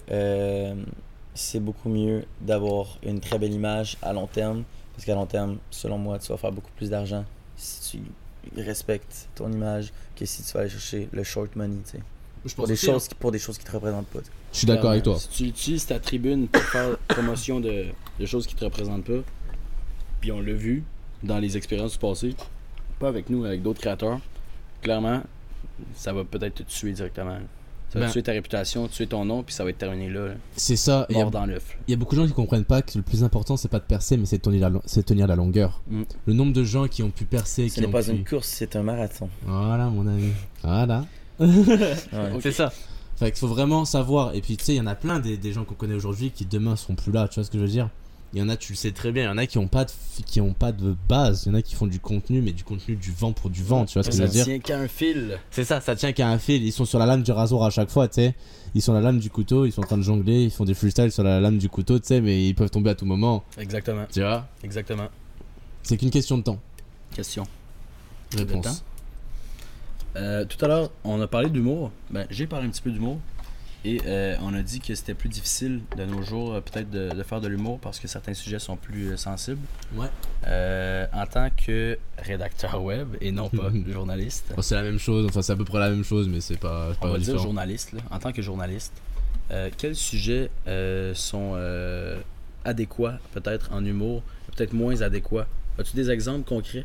c'est beaucoup mieux d'avoir une très belle image à long terme. Parce qu'à long terme, selon moi, tu vas faire beaucoup plus d'argent si tu respectes ton image que si tu vas aller chercher le short money, tu sais. Je Pour pense des aussi, choses, pour des choses qui te représentent pas. Je suis d'accord avec toi. Si tu utilises ta tribune pour faire promotion de choses qui te représentent pas, puis on l'a vu dans les expériences du passé, pas avec nous, avec d'autres créateurs, clairement, ça va peut-être te tuer directement. Ça va tuer ta réputation, tuer ton nom, puis ça va être terminé là. C'est ça. Mort dans l'œuf. Il y a beaucoup de gens qui comprennent pas que le plus important c'est pas de percer, mais c'est de tenir la longueur. Mm. Le nombre de gens qui ont pu percer, Ce qui n'est ont pas pu... une course, c'est un marathon. Voilà mon ami. Voilà. Ouais. C'est ça. Fait qu'il faut vraiment savoir. Et puis tu sais, il y en a plein des gens qu'on connaît aujourd'hui qui demain seront plus là. Tu vois ce que je veux dire? Il y en a, tu le sais très bien. Il y en a qui ont pas de base. Il y en a qui font du contenu, mais du contenu du vent pour du vent. Tu vois ce que je veux dire? Ça tient qu'à un fil. C'est ça. Ça tient qu'à un fil. Ils sont sur la lame du rasoir à chaque fois. Tu sais. Ils sont à la lame du couteau. Ils sont en train de jongler. Ils font des freestyles sur la lame du couteau. Tu sais, mais ils peuvent tomber à tout moment. Exactement. Tu vois? Exactement. C'est qu'une question de temps. Question. Réponse. Tout à l'heure, on a parlé d'humour. Ben, j'ai parlé un petit peu d'humour. Et on a dit que c'était plus difficile de nos jours, peut-être, de faire de l'humour parce que certains sujets sont plus sensibles. Ouais. En tant que rédacteur web et non pas journaliste. Bon, c'est la même chose. Enfin, c'est à peu près la même chose, mais c'est pas On va dire différent. journaliste. Là. En tant que journaliste, quels sujets sont adéquats, peut-être en humour, peut-être moins adéquats? As-tu des exemples concrets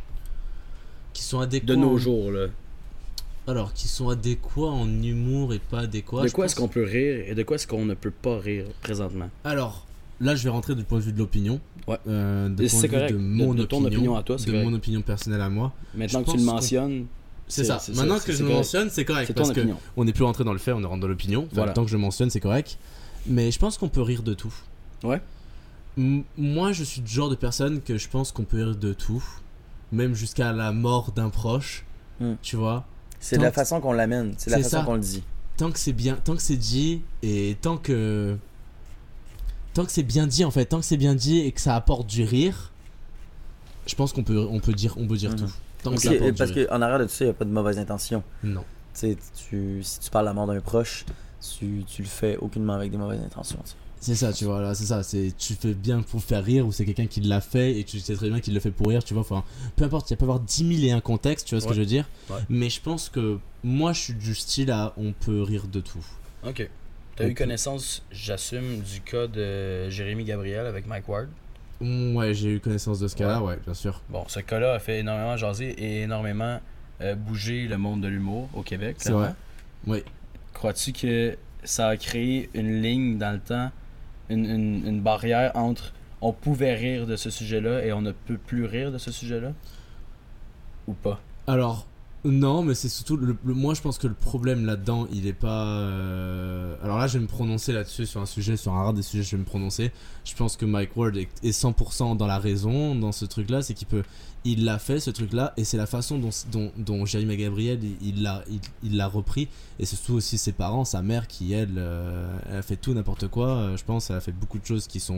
Qui sont adéquats. de nos jours là? Alors, qui sont adéquats en humour et pas adéquats. De quoi est-ce qu'on peut rire et de quoi est-ce qu'on ne peut pas rire présentement? Alors, là, je vais rentrer du point de vue de l'opinion. Ouais. De C'est point de vue correct. de mon De ton opinion, opinion à toi, c'est de correct. mon opinion personnelle à moi. Maintenant Je que tu pense le qu'on- mentionnes, C'est ça. Maintenant que je le correct. mentionne, c'est correct. C'est Parce ton que opinion. on n'est plus rentré dans le fait, on est rentré dans l'opinion. Enfin, Voilà. tant que je le mentionne, c'est correct. Mais je pense qu'on peut rire de tout. Ouais. Moi, je suis du genre de personne que je pense qu'on peut rire de tout. Même jusqu'à la mort d'un proche. Tu vois. C'est de la façon qu'on l'amène, c'est de la C'est façon ça. qu'on le dit. Tant que c'est bien, tant que c'est dit et tant que c'est bien dit en fait, tant que c'est bien dit et que ça apporte du rire, je pense qu'on peut dire tout. Tant que ça apporte du Parce rire. qu'en arrière de tout ça, il n'y a pas de mauvaise intention. Non. Tu sais, si tu parles de la mort d'un proche, tu le fais aucunement avec des mauvaises intentions. Tu sais. C'est ça, tu vois, là, c'est ça, tu fais bien pour faire rire ou c'est quelqu'un qui l'a fait et tu sais très bien qu'il le fait pour rire, tu vois, enfin, peu importe, il peut y avoir 10 000 et un contextes, tu vois ce que je veux dire, Ouais. mais je pense que moi je suis du style à on peut rire de tout. Ok. T'as eu connaissance, j'assume, du cas de Jérémy Gabriel avec Mike Ward. Ouais, j'ai eu connaissance de ce cas-là, ouais, bien sûr. Bon, ce cas-là a fait énormément jaser et énormément bouger le monde de l'humour au Québec. C'est clairement. vrai. Oui. Crois-tu que ça a créé une ligne dans le temps, une barrière entre on pouvait rire de ce sujet-là et on ne peut plus rire de ce sujet-là? Ou pas? Alors, non, mais c'est surtout, moi je pense que le problème là-dedans, il est pas... Alors là, je vais me prononcer là-dessus sur un rare des sujets, je vais me prononcer. Je pense que Mike Ward est 100% dans la raison dans ce truc-là, c'est il l'a fait ce truc-là, et c'est la façon dont Jérémy Gabriel, il l'a repris, et c'est surtout aussi ses parents, sa mère qui, elle a fait tout n'importe quoi, je pense, elle a fait beaucoup de choses qui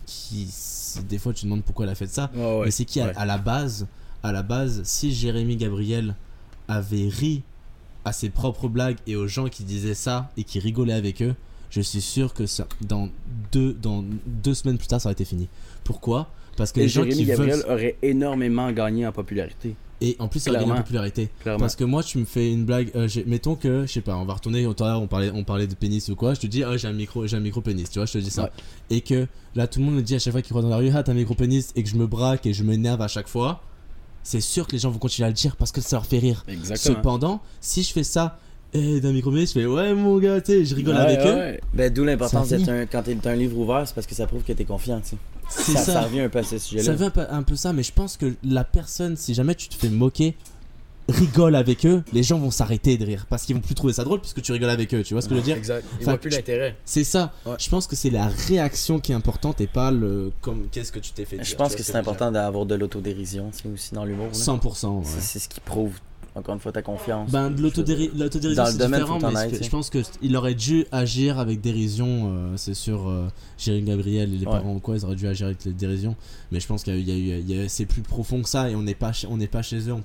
des fois tu te demandes pourquoi elle a fait ça, Ouais, mais c'est qui à la base, si Jérémy Gabriel avait ri à ses propres blagues et aux gens qui disaient ça et qui rigolaient avec eux, je suis sûr que ça, dans deux semaines plus tard ça aurait été fini. Pourquoi? Parce que Et les gens Jérémy qui Gabriel veulent... aurait énormément gagné en popularité. Et en plus, ça va gagner en Clairement. popularité. Clairement. Parce que moi, tu me fais une blague. Mettons que, je sais pas, on va retourner. Tout à l'heure, on parlait de pénis ou quoi. Je te dis, j'ai un micro pénis. Tu vois, je te dis ça. Ouais. Et que là, tout le monde me dit à chaque fois qu'il croise dans la rue, t'as un micro pénis. Et que je me braque et je m'énerve à chaque fois. C'est sûr que les gens vont continuer à le dire parce que ça leur fait rire. Exactement. Cependant, si je fais ça, d'un micro pénis, je fais, ouais, mon gars, tu sais, je rigole Ouais, avec eux. ouais. Ben, d'où l'importance Ça d'être quand t'es un livre ouvert, c'est parce que ça prouve que t'es confiant, tu sais. C'est Ça ça. revient un peu à ce sujet-là. Ça veut un peu ça, mais je pense que la personne, si jamais tu te fais moquer, rigole avec eux, les gens vont s'arrêter de rire parce qu'ils vont plus trouver ça drôle puisque tu rigoles avec eux, tu vois ce que je veux dire? Exact. Ils Enfin, voient plus l'intérêt. C'est ça. Ouais. Je pense que c'est la réaction qui est importante et pas le comme qu'est-ce que tu t'es fait dire. Je pense tu que vois, c'est important d'avoir de l'autodérision, tu sais, aussi dans l'humour. là. 100%. Ouais. C'est ce qui prouve, encore une fois, ta confiance. Ben, de l'autodérision, Dans le c'est domaine, différent, faut t'en mais ailles, tu sais. je pense qu'il aurait dû agir avec dérision. C'est sûr, Jérémy Gabriel et les Ouais. parents ou quoi, ils auraient dû agir avec dérision. Mais je pense c'est plus profond que ça et on n'est pas chez eux,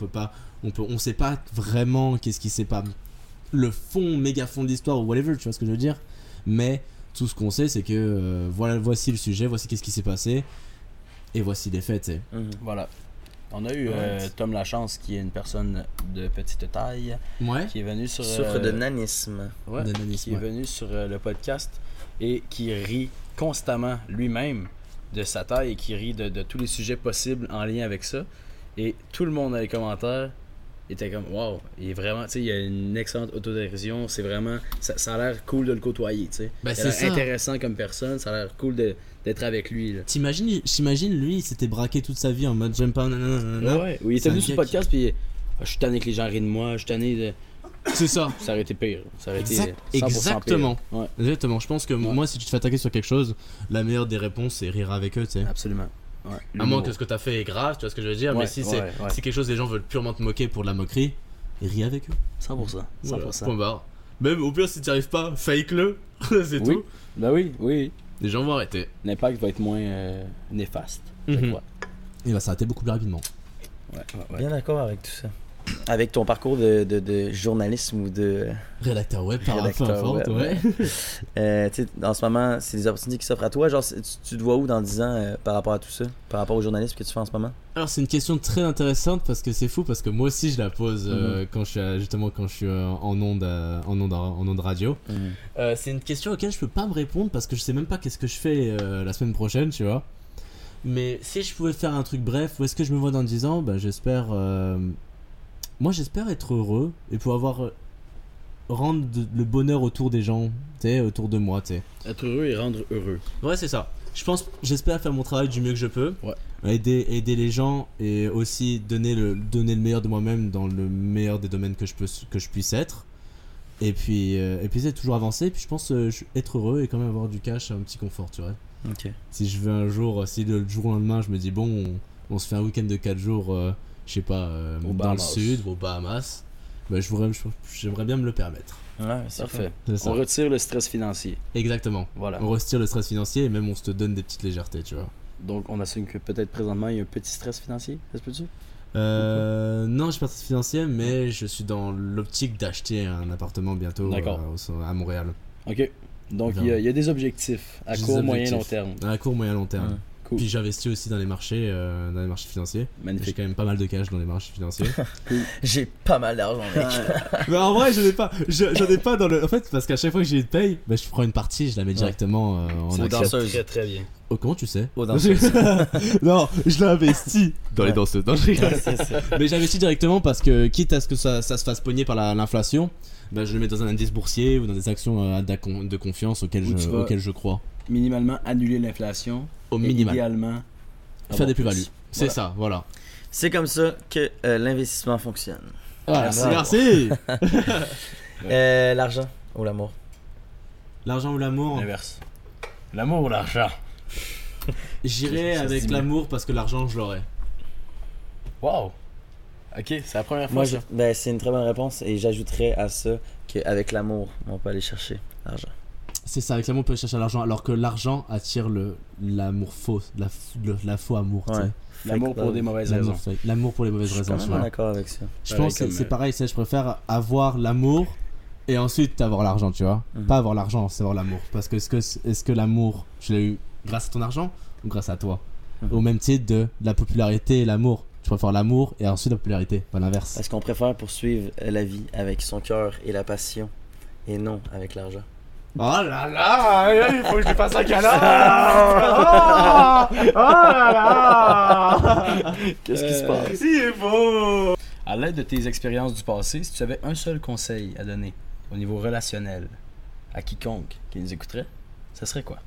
on sait pas vraiment qu'est-ce qui s'est pas. Le fond, méga fond de l'histoire ou whatever, tu vois ce que je veux dire. Mais tout ce qu'on sait, c'est que voici le sujet, voici qu'est-ce qui s'est passé et voici les faits, tu sais. Mhm. Voilà. On a eu Tom Lachance, qui est une personne de petite taille, Ouais. qui est venu sur... Souffre de nanisme. Ouais, De nanisme, qui est ouais. venu sur le podcast et qui rit constamment lui-même de sa taille et qui rit de tous les sujets possibles en lien avec ça. Et tout le monde dans les commentaires était comme wow, il est vraiment, tu sais, il a une excellente autodérision, c'est vraiment, ça a l'air cool de le côtoyer, tu sais. Ben, Il a c'est l'air ça. intéressant comme personne, ça a l'air cool d'être avec lui. Là. J'imagine lui, il s'était braqué toute sa vie en mode j'aime pas, nanana. Ouais, oui, il C'est était un venu sur le gars podcast puis je suis tanné que les gens rient de moi, je suis tanné de... C'est ça. Ça aurait été pire, ça aurait été 100% Exactement. pire. Ouais, Exactement. Je pense que moi, si tu te fais attaquer sur quelque chose, la meilleure des réponses, c'est rire avec eux, tu sais. absolument. Ouais. À moins que ce que t'as fait est grave, tu vois ce que je veux dire. Ouais, mais si ouais. si quelque chose, les gens veulent purement te moquer pour de la moquerie, ris avec eux. 100%. Voilà, point barre. Même au pire, si tu arrives pas, fake-le. C'est Oui. tout. Ben oui, oui. Les gens vont arrêter. L'impact va être moins néfaste, je Mhm. crois. Il va s'arrêter beaucoup plus rapidement. Ouais. Bien d'accord avec tout ça. Avec ton parcours de journalisme ou de Rédacteur web, par rédacteur importe, web. ouais. tu sais, en ce moment, c'est des opportunités qui s'offrent à toi. Genre, tu te vois où dans 10 ans par rapport à tout ça? Par rapport au journalisme que tu fais en ce moment? Alors, c'est une question très intéressante parce que c'est fou, parce que moi aussi, je la pose quand je suis en onde radio. C'est une question auquel je peux pas me répondre parce que je sais même pas qu'est-ce que je fais la semaine prochaine, tu vois. Mais si je pouvais faire un truc bref, où est-ce que je me vois dans 10 ans? Bah, j'espère. Moi, j'espère être heureux et pouvoir rendre le bonheur autour des gens, tu sais, autour de moi, tu sais. Être heureux et rendre heureux. Ouais, c'est ça. J'espère faire mon travail du mieux que je peux. Ouais. Aider les gens et aussi donner le meilleur de moi-même dans le meilleur des domaines que je puisse être. Et puis c'est toujours avancer. Et puis je pense être heureux et quand même avoir du cash, un petit confort, tu vois. Ok. Si je veux un jour, si le jour au lendemain, je me dis bon, on se fait un week-end de 4 jours, je sais pas, dans le Bahamas. sud, aux Bahamas, bah, j'aimerais bien me le permettre. Ouais, c'est Parfait. C'est ça. On retire le stress financier. Exactement. Voilà. On retire le stress financier et même on se te donne des petites légèretés, tu vois. Donc on assume que peut-être présentement il y a un petit stress financier, ça se peut-tu? Non, je suis pas très financier, mais je suis dans l'optique d'acheter un appartement bientôt D'accord. À Montréal. Ok. Donc il y a des objectifs à J'ai court, des moyen, long objectifs. terme. À court, moyen, long terme. Ouais. Cool. Puis j'investis aussi dans les marchés financiers. J'ai Magnifique. quand même pas mal de cash dans les marchés financiers. J'ai pas mal d'argent, mec. Mais en vrai, j'en ai pas dans le. En fait, parce qu'à chaque fois que j'ai une paye, bah, je prends une partie, je la mets directement en C'est action. danseuse. Très très bien. Oh, comment tu sais? Aux danseuses. Non, je l'investis dans les Ouais. danseuses. Non, je rigole. C'est ça. Mais j'investis directement parce que, quitte à ce que ça se fasse pogner par l'inflation, bah, je le mets dans un indice boursier ou dans des actions de confiance auxquelles Où tu vas- je crois. Minimalement annuler l'inflation. Au et minimal. idéalement Faire avoir des plus. plus-values. C'est Voilà. ça, voilà. C'est comme ça que l'investissement fonctionne. Voilà, bravo. merci. L'argent ou l'amour? L'argent ou l'amour? L'inverse. L'amour ou l'argent? J'irai Ça se avec dit l'amour parce que l'argent, je l'aurai. Wow. Ok, c'est la première fois. Moi, ça. c'est une très bonne réponse et j'ajouterais à ça qu'avec l'amour, on peut aller chercher l'argent. C'est ça, avec l'amour, on peut chercher l'argent, alors que l'argent attire l'amour faux, la faux amour, tu Ouais. sais. L'amour Fake pour love. des mauvaises L'amour raisons. fake. L'amour pour les Je mauvaises suis raisons, quand tu même vois. d'accord avec ça. Je Pareil pense que comme, c'est pareil, je préfère avoir l'amour et ensuite avoir l'argent, tu vois. Mhm. Pas avoir l'argent, c'est avoir l'amour. Parce que est-ce que l'amour, je l'ai eu grâce à ton argent ou grâce à toi? Mhm. Au même titre de la popularité et l'amour. Tu préfères l'amour et ensuite la popularité, pas l'inverse. Parce qu'on préfère poursuivre la vie avec son cœur et la passion et non avec l'argent. Oh là là, il faut que je fasse un câlin. Oh là là. Qu'est-ce qui se passe? C'est beau. À l'aide de tes expériences du passé, si tu avais un seul conseil à donner au niveau relationnel à quiconque qui nous écouterait, ça serait quoi?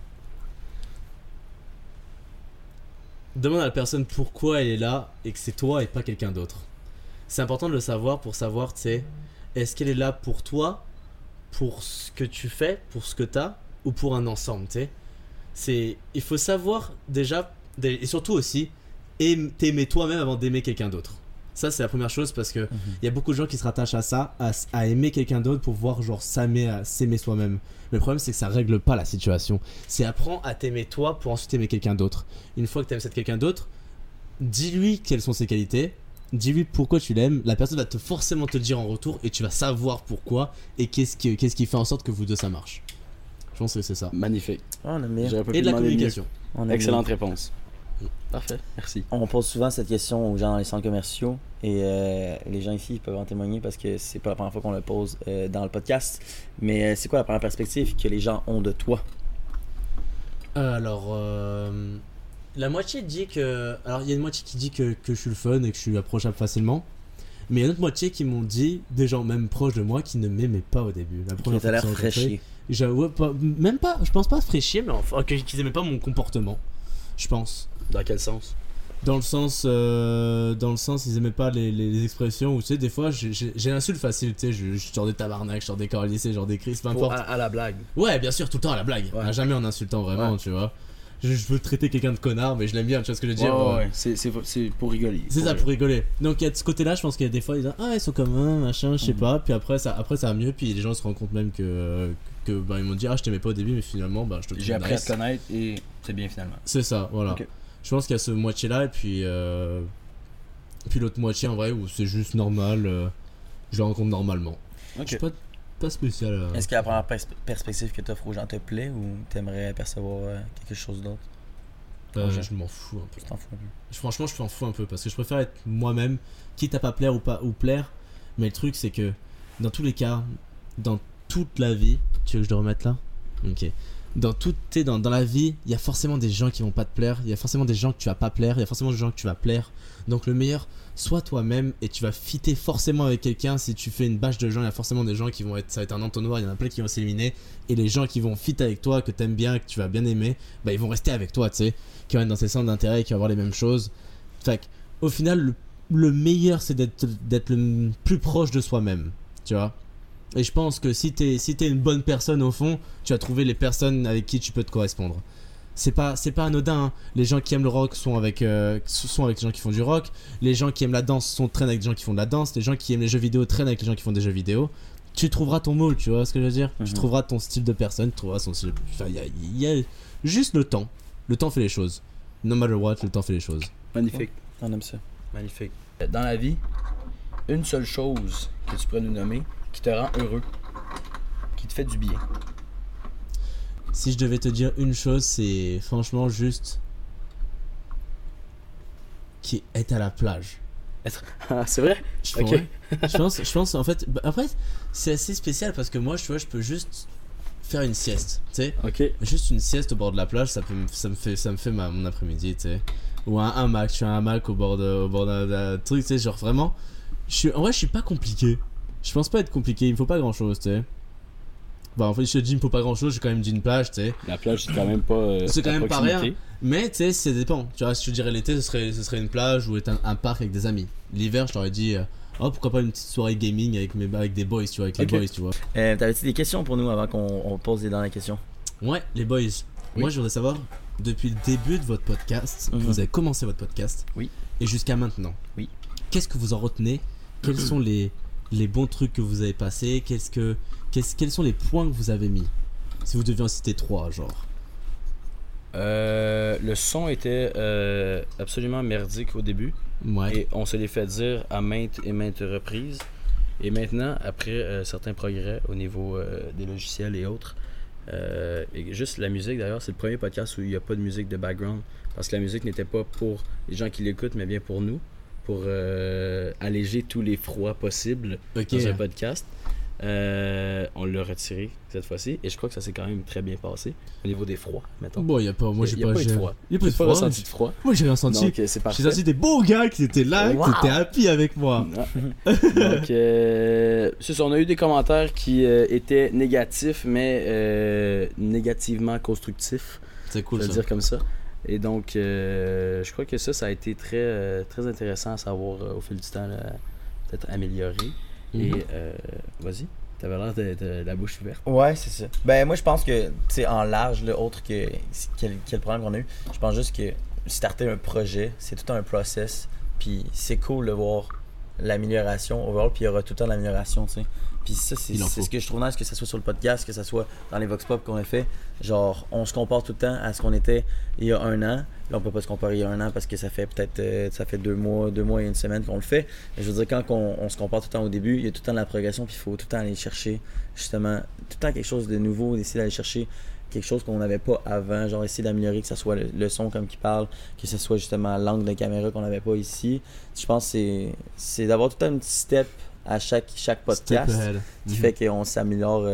Demande à la personne pourquoi elle est là et que c'est toi et pas quelqu'un d'autre. C'est important de le savoir pour savoir, tu sais, est-ce qu'elle est là pour toi, pour ce que tu fais, pour ce que t'as, ou pour un ensemble, tu sais. Il faut savoir déjà, et surtout aussi, t'aimer toi-même avant d'aimer quelqu'un d'autre. Ça, c'est la première chose parce que y a beaucoup de gens qui se rattachent à ça, à aimer quelqu'un d'autre pour voir genre s'aimer soi-même. Mais le problème, c'est que ça règle pas la situation. C'est apprends à t'aimer toi pour ensuite aimer quelqu'un d'autre. Une fois que t'aimes cette quelqu'un d'autre, dis-lui quelles sont ses qualités, dis-lui pourquoi tu l'aimes. La personne va forcément te le dire en retour et tu vas savoir pourquoi et qu'est-ce qui fait en sorte que vous deux ça marche. Je pense que c'est ça. Magnifique. Oh, on aime bien. J'aurais pas pu Et de la demander mieux. communication. On aime bien. Excellente réponse. Parfait, merci. On pose souvent cette question aux gens dans les centres commerciaux et les gens ici peuvent en témoigner parce que c'est pas la première fois qu'on le pose dans le podcast. Mais c'est quoi la première perspective que les gens ont de toi? Alors, la moitié dit que... Alors, il y a une moitié qui dit que je suis le fun et que je suis approchable facilement. Mais il y a une autre moitié qui m'ont dit, des gens même proches de moi, qui ne m'aimaient pas au début. La Qui première t'a fois l'air qu'ils sont rencontrés, fraîchier. ouais, même pas, je pense pas fraîchier, mais enfin, qu'ils aimaient pas mon comportement. Je pense. Dans quel sens? Dans le sens, ils aimaient pas les expressions où, tu sais, des fois, j'ai l'insulte facile, tu sais, je sors des tabarnak, je sors des corps lycée, genre des crises, peu importe. À la blague. Ouais, bien sûr, tout le temps à la blague, Ouais. jamais en insultant vraiment, Ouais. tu vois. Je veux traiter quelqu'un de connard, mais je l'aime bien, tu vois ce que je veux dire. Ouais, c'est pour rigoler. C'est ça, pour rigoler. Donc, il y a de ce côté-là, je pense qu'il y a des fois, ils disent ah, ils sont comme un, machin, je sais pas. Puis après ça va mieux, puis les gens se rendent compte même que bah, ils m'ont dit ah, je t'aimais pas au début, mais finalement, bah, je te trouve J'ai appris à nice. te connaître et c'est bien finalement. C'est ça, voilà. Ok. Je pense qu'il y a ce moitié-là, et puis l'autre moitié en vrai, où c'est juste normal, je le rencontre normalement. Ok. Je suis pas spécial. Est-ce que la première perspective que tu offres aux gens te plaît ou t'aimerais percevoir quelque chose d'autre? Je m'en fous un peu. Tu t'en fous un peu. Franchement, je m'en fous un peu parce que je préfère être moi-même, quitte à pas plaire ou plaire. Mais le truc, c'est que dans tous les cas, dans toute la vie, tu veux que je le remette là? Ok. Dans la vie, il y a forcément des gens qui vont pas te plaire, il y a forcément des gens que tu vas pas plaire, il y a forcément des gens que tu vas plaire. Donc le meilleur, sois toi-même et tu vas fitter forcément avec quelqu'un. Si tu fais une bâche de gens, il y a forcément des gens qui vont être, ça va être un entonnoir, il y en a plein qui vont s'éliminer. Et les gens qui vont fit avec toi, que t'aimes bien, que tu vas bien aimer, bah ils vont rester avec toi, tu sais, qui vont être dans tes centres d'intérêt, qui vont avoir les mêmes choses. Fait que, au final, le meilleur, c'est d'être le plus proche de soi-même, tu vois. Et je pense que si t'es une bonne personne au fond, tu vas trouver les personnes avec qui tu peux te correspondre. C'est pas anodin, hein. Les gens qui aiment le rock sont avec les gens qui font du rock. Les gens qui aiment la danse traînent avec des gens qui font de la danse. Les gens qui aiment les jeux vidéo traînent avec les gens qui font des jeux vidéo. Tu trouveras ton moule, tu vois ce que je veux dire. Tu trouveras ton style de personne, tu trouveras son style. Enfin, il y a juste le temps. Le temps fait les choses. No matter what, le temps fait les choses. Magnifique. On aime ça. Magnifique. Dans la vie, une seule chose que tu pourrais nous nommer qui te rend heureux, qui te fait du bien. Si je devais te dire une chose, c'est franchement juste qui est à la plage. Ah, c'est vrai? Je, Ok. ouais. je pense en fait. Bah, après, c'est assez spécial parce que moi, tu vois, je peux juste faire une sieste, tu sais. Ok. Juste une sieste au bord de la plage, ça me fait mon après-midi, tu sais. Ou un hamac, je fais un hamac au bord d'un truc, tu sais, genre vraiment. En vrai, je suis pas compliqué. Je pense pas être compliqué, il me faut pas grand chose, tu sais. Bah, en fait, je te dis, il me faut pas grand chose, j'ai quand même dit une plage, tu sais. La plage, c'est quand même pas. C'est quand à même pas proximité. rien. Mais tu sais, ça dépend. Tu vois, si je te dirais l'été, ce serait une plage ou un parc avec des amis. L'hiver, je t'aurais dit, oh, pourquoi pas une petite soirée gaming avec des boys, tu vois, avec les Ok. boys, tu vois. T'avais-tu des questions pour nous avant qu'on pose les dernières questions? Ouais, les boys. Moi, je voudrais savoir, depuis le début de votre podcast, vous avez commencé votre podcast. Oui. Et jusqu'à maintenant. Oui. Qu'est-ce que vous en retenez? Quels sont les bons trucs que vous avez passés? Quels sont les points que vous avez mis? Si vous deviez en citer 3, genre. Le son était absolument merdique au début. Ouais. Et on se l'est fait dire à maintes et maintes reprises. Et maintenant, après certains progrès au niveau des logiciels et autres, et juste la musique d'ailleurs, c'est le premier podcast où il n'y a pas de musique de background. Parce que la musique n'était pas pour les gens qui l'écoutent, mais bien pour nous. pour alléger tous les froids possibles Ok. dans un podcast. On l'a retiré cette fois-ci et je crois que ça s'est quand même très bien passé au niveau des froids, mettons. Bon, y a pas, moi j'ai Y a pas, pas eu de froid. Y a pas eu de J'ai pas froid. ressenti de froid. Moi j'ai rien senti. Donc, c'est parfait. J'ai senti des beaux gars qui étaient là, Wow. qui étaient happy avec moi. Donc, c'est ça, on a eu des commentaires qui étaient négatifs, mais négativement constructifs, C'est je cool vais le ça. dire comme ça. Et donc, je crois que ça a été très intéressant à savoir au fil du temps, là, peut-être amélioré. Et Mhm. vas-y, t'avais l'air de la bouche ouverte. Ouais, c'est ça. Ben, moi, je pense que, tu sais, en large, là, autre que quel problème qu'on a eu, je pense juste que starter un projet, c'est tout un process. Puis c'est cool de voir l'amélioration overall, puis il y aura tout le temps l'amélioration, tu sais. Puis ça, c'est Il en faut. ce que je trouve nice, que ce soit sur le podcast, que ce soit dans les Vox Pop qu'on a fait. Genre, on se compare tout le temps à ce qu'on était il y a un an. Là, on peut pas se comparer il y a un an parce que ça fait peut-être ça fait 2 mois et une semaine qu'on le fait. Mais je veux dire, quand on se compare tout le temps au début, il y a tout le temps de la progression, puis il faut tout le temps aller chercher, justement, tout le temps quelque chose de nouveau, d'essayer d'aller chercher quelque chose qu'on n'avait pas avant, genre essayer d'améliorer, que ce soit le son comme qui parle, que ce soit justement l'angle de caméra qu'on n'avait pas ici. Je pense que c'est d'avoir tout le temps un petit step à chaque podcast Step ahead. qui Mhm. fait qu'on s'améliore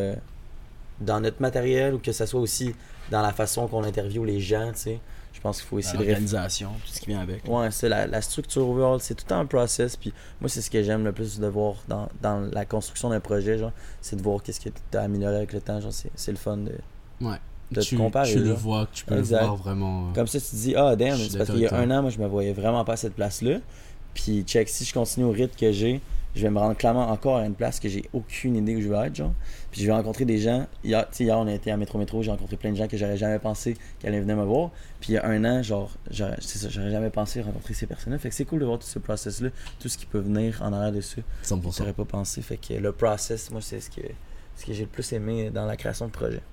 dans notre matériel ou que ce soit aussi dans la façon qu'on interviewe les gens, tu sais. Je pense qu'il faut essayer de L'organisation, tout ce qui vient avec. Ouais, c'est la structure overall, c'est tout le temps un process. Puis moi, c'est ce que j'aime le plus de voir dans la construction d'un projet, genre, c'est de voir qu'est-ce que tu as amélioré avec le temps. Genre, c'est le fun de Ouais. te tu comparer. tu le genre. vois, tu peux Exact. le voir vraiment. Comme ça, tu te dis, ah, damn, Je suis c'est parce d'accord qu'il y a avec un toi. an, moi, je me voyais vraiment pas à cette place-là. Puis, check, si je continue au rythme que j'ai, je vais me rendre clairement encore à une place que j'ai aucune idée où je vais être, genre. Puis, je vais rencontrer des gens. Hier, on a été à Métro, j'ai rencontré plein de gens que j'aurais jamais pensé qu'ils allaient venir me voir. Puis, il y a un an, genre, j'aurais jamais pensé rencontrer ces personnes-là. Fait que c'est cool de voir tout ce process-là, tout ce qui peut venir en arrière dessus. 100%. J'aurais pas pensé. Fait que le process, moi, c'est ce que j'ai le plus aimé dans la création de projet.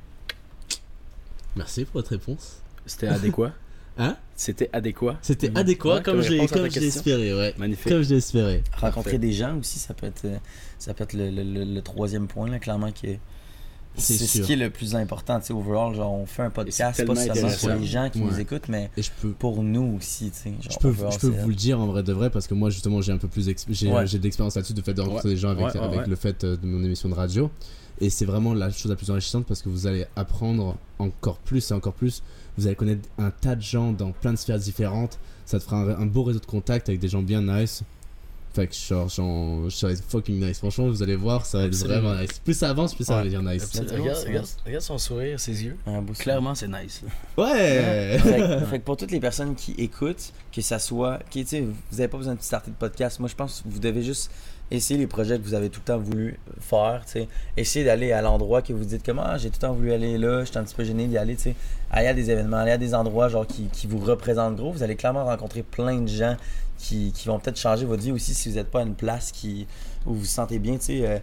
Merci pour votre réponse. C'était adéquat. Hein? C'était adéquat. C'était adéquat Ouais, comme comme je l'ai réponse à ta comme je l'ai question. espéré, ouais. Magnifique. Comme je l'ai espéré. Rencontrer Parfait. des gens aussi, ça peut être le troisième point, là, clairement, qui est. C'est C'est ce sûr. qui est le plus important, tu sais, overall. Genre, on fait un Et podcast, c'est pas tellement seulement pour intéressant. les gens qui Ouais. nous écoutent, mais Et je peux pour nous aussi, tu sais. Je peux vous le dire en vrai de vrai parce que moi justement j'ai un peu plus j'ai Ouais. j'ai de l'expérience là-dessus de fait de rencontrer Ouais. des gens avec, Ouais, ouais, avec ouais. le fait de mon émission de radio et c'est vraiment la chose la plus enrichissante parce que vous allez apprendre encore plus et encore plus, vous allez connaître un tas de gens dans plein de sphères différentes, ça te fera un beau réseau de contacts avec des gens bien nice. Fait que genre, ça va être fucking nice. Franchement, vous allez voir, ça va être Absolument. vraiment nice. Plus ça avance, plus ça va devenir nice. Absolument. Regarde son sourire, ses yeux. Un beau Clairement, c'est nice. Ouais! fait que pour toutes les personnes qui écoutent, que ça soit. Tu sais, vous n'avez pas besoin de starter de podcast. Moi, je pense que vous devez juste essayer les projets que vous avez tout le temps voulu faire. Tu sais. Essayez d'aller à l'endroit que vous dites comme ah, j'ai tout le temps voulu aller là, j'étais un petit peu gêné d'y aller. Tu sais. Aller à des événements, aller à des endroits genre qui vous représentent gros. Vous allez clairement rencontrer plein de gens qui vont peut-être changer votre vie aussi si vous n'êtes pas à une place où vous vous sentez bien. Tu sais.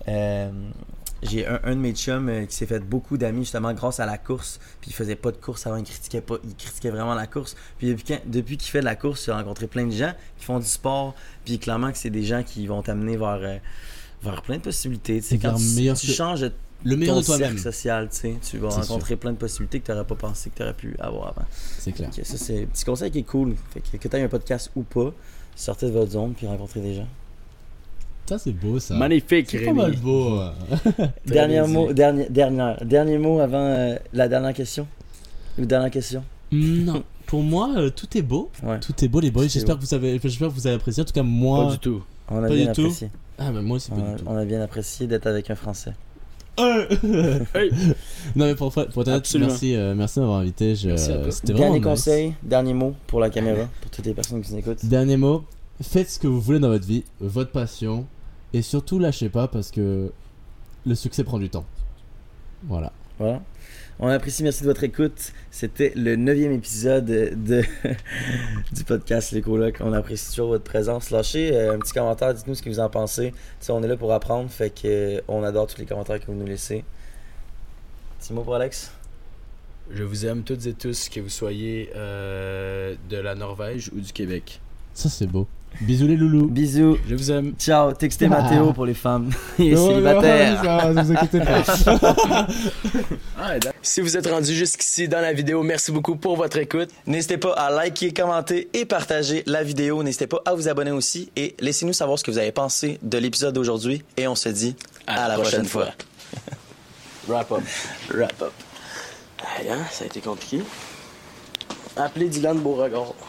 J'ai un de mes chums qui s'est fait beaucoup d'amis justement grâce à la course. Puis il faisait pas de course avant, il critiquait vraiment la course. Puis depuis qu'il fait de la course, il a rencontré plein de gens qui font du sport. Puis clairement que c'est des gens qui vont t'amener vers plein de possibilités. Tu sais, Vers quand meilleur tu que- changes Le meilleur ton de toi-même. cercle social, tu sais, tu vas C'est rencontrer plein de possibilités que tu n'aurais pas pensé que tu aurais pu avoir avant. C'est clair. Ok, ça, c'est un petit conseil qui est cool. Fait que tu aies un podcast ou pas, sortez de votre zone puis rencontrez des gens. Ça, c'est beau ça. Magnifique, C'est pas mal Rémi. beau. Dernier bien mot, dit. dernier mot avant la dernière question. Ou dernière question. Non, pour moi, tout est beau. Ouais. Tout est beau, les boys. C'est J'espère beau. que vous avez apprécié. En tout cas, moi. Pas du tout. On a Pas bien du tout. apprécié. Ah, bah moi aussi, pas du tout. On a bien apprécié d'être avec un Français. Hey. Non, mais pour être honnête, Absolument. merci d'avoir invité. Merci à toi. C'était vraiment Dernier nice. conseil, dernier mot pour la caméra, pour toutes les personnes qui nous écoutent. Dernier mot, faites ce que vous voulez dans votre vie, votre passion, et surtout lâchez pas parce que le succès prend du temps. Voilà. Voilà. On apprécie, merci de votre écoute. C'était le 9e épisode du podcast Les Colocs. On apprécie toujours votre présence. Lâchez un petit commentaire, dites-nous ce que vous en pensez. Tu sais, on est là pour apprendre, fait que on adore tous les commentaires que vous nous laissez. Petit mot pour Alex? Je vous aime toutes et tous, que vous soyez de la Norvège ou du Québec. Ça, c'est beau. Bisous les loulous. Bisous. Je vous aime. Ciao. Textez Mathéo pour les femmes. Il est Non, célibataire. non, vous inquiétez pas. Si vous êtes rendu jusqu'ici dans la vidéo, merci beaucoup pour votre écoute. N'hésitez pas à liker, commenter et partager la vidéo. N'hésitez pas à vous abonner aussi et laissez-nous savoir ce que vous avez pensé de l'épisode d'aujourd'hui. Et on se dit à la prochaine fois. Wrap up. Wrap up. Ça a été compliqué. Appelez Dylan Beauregard.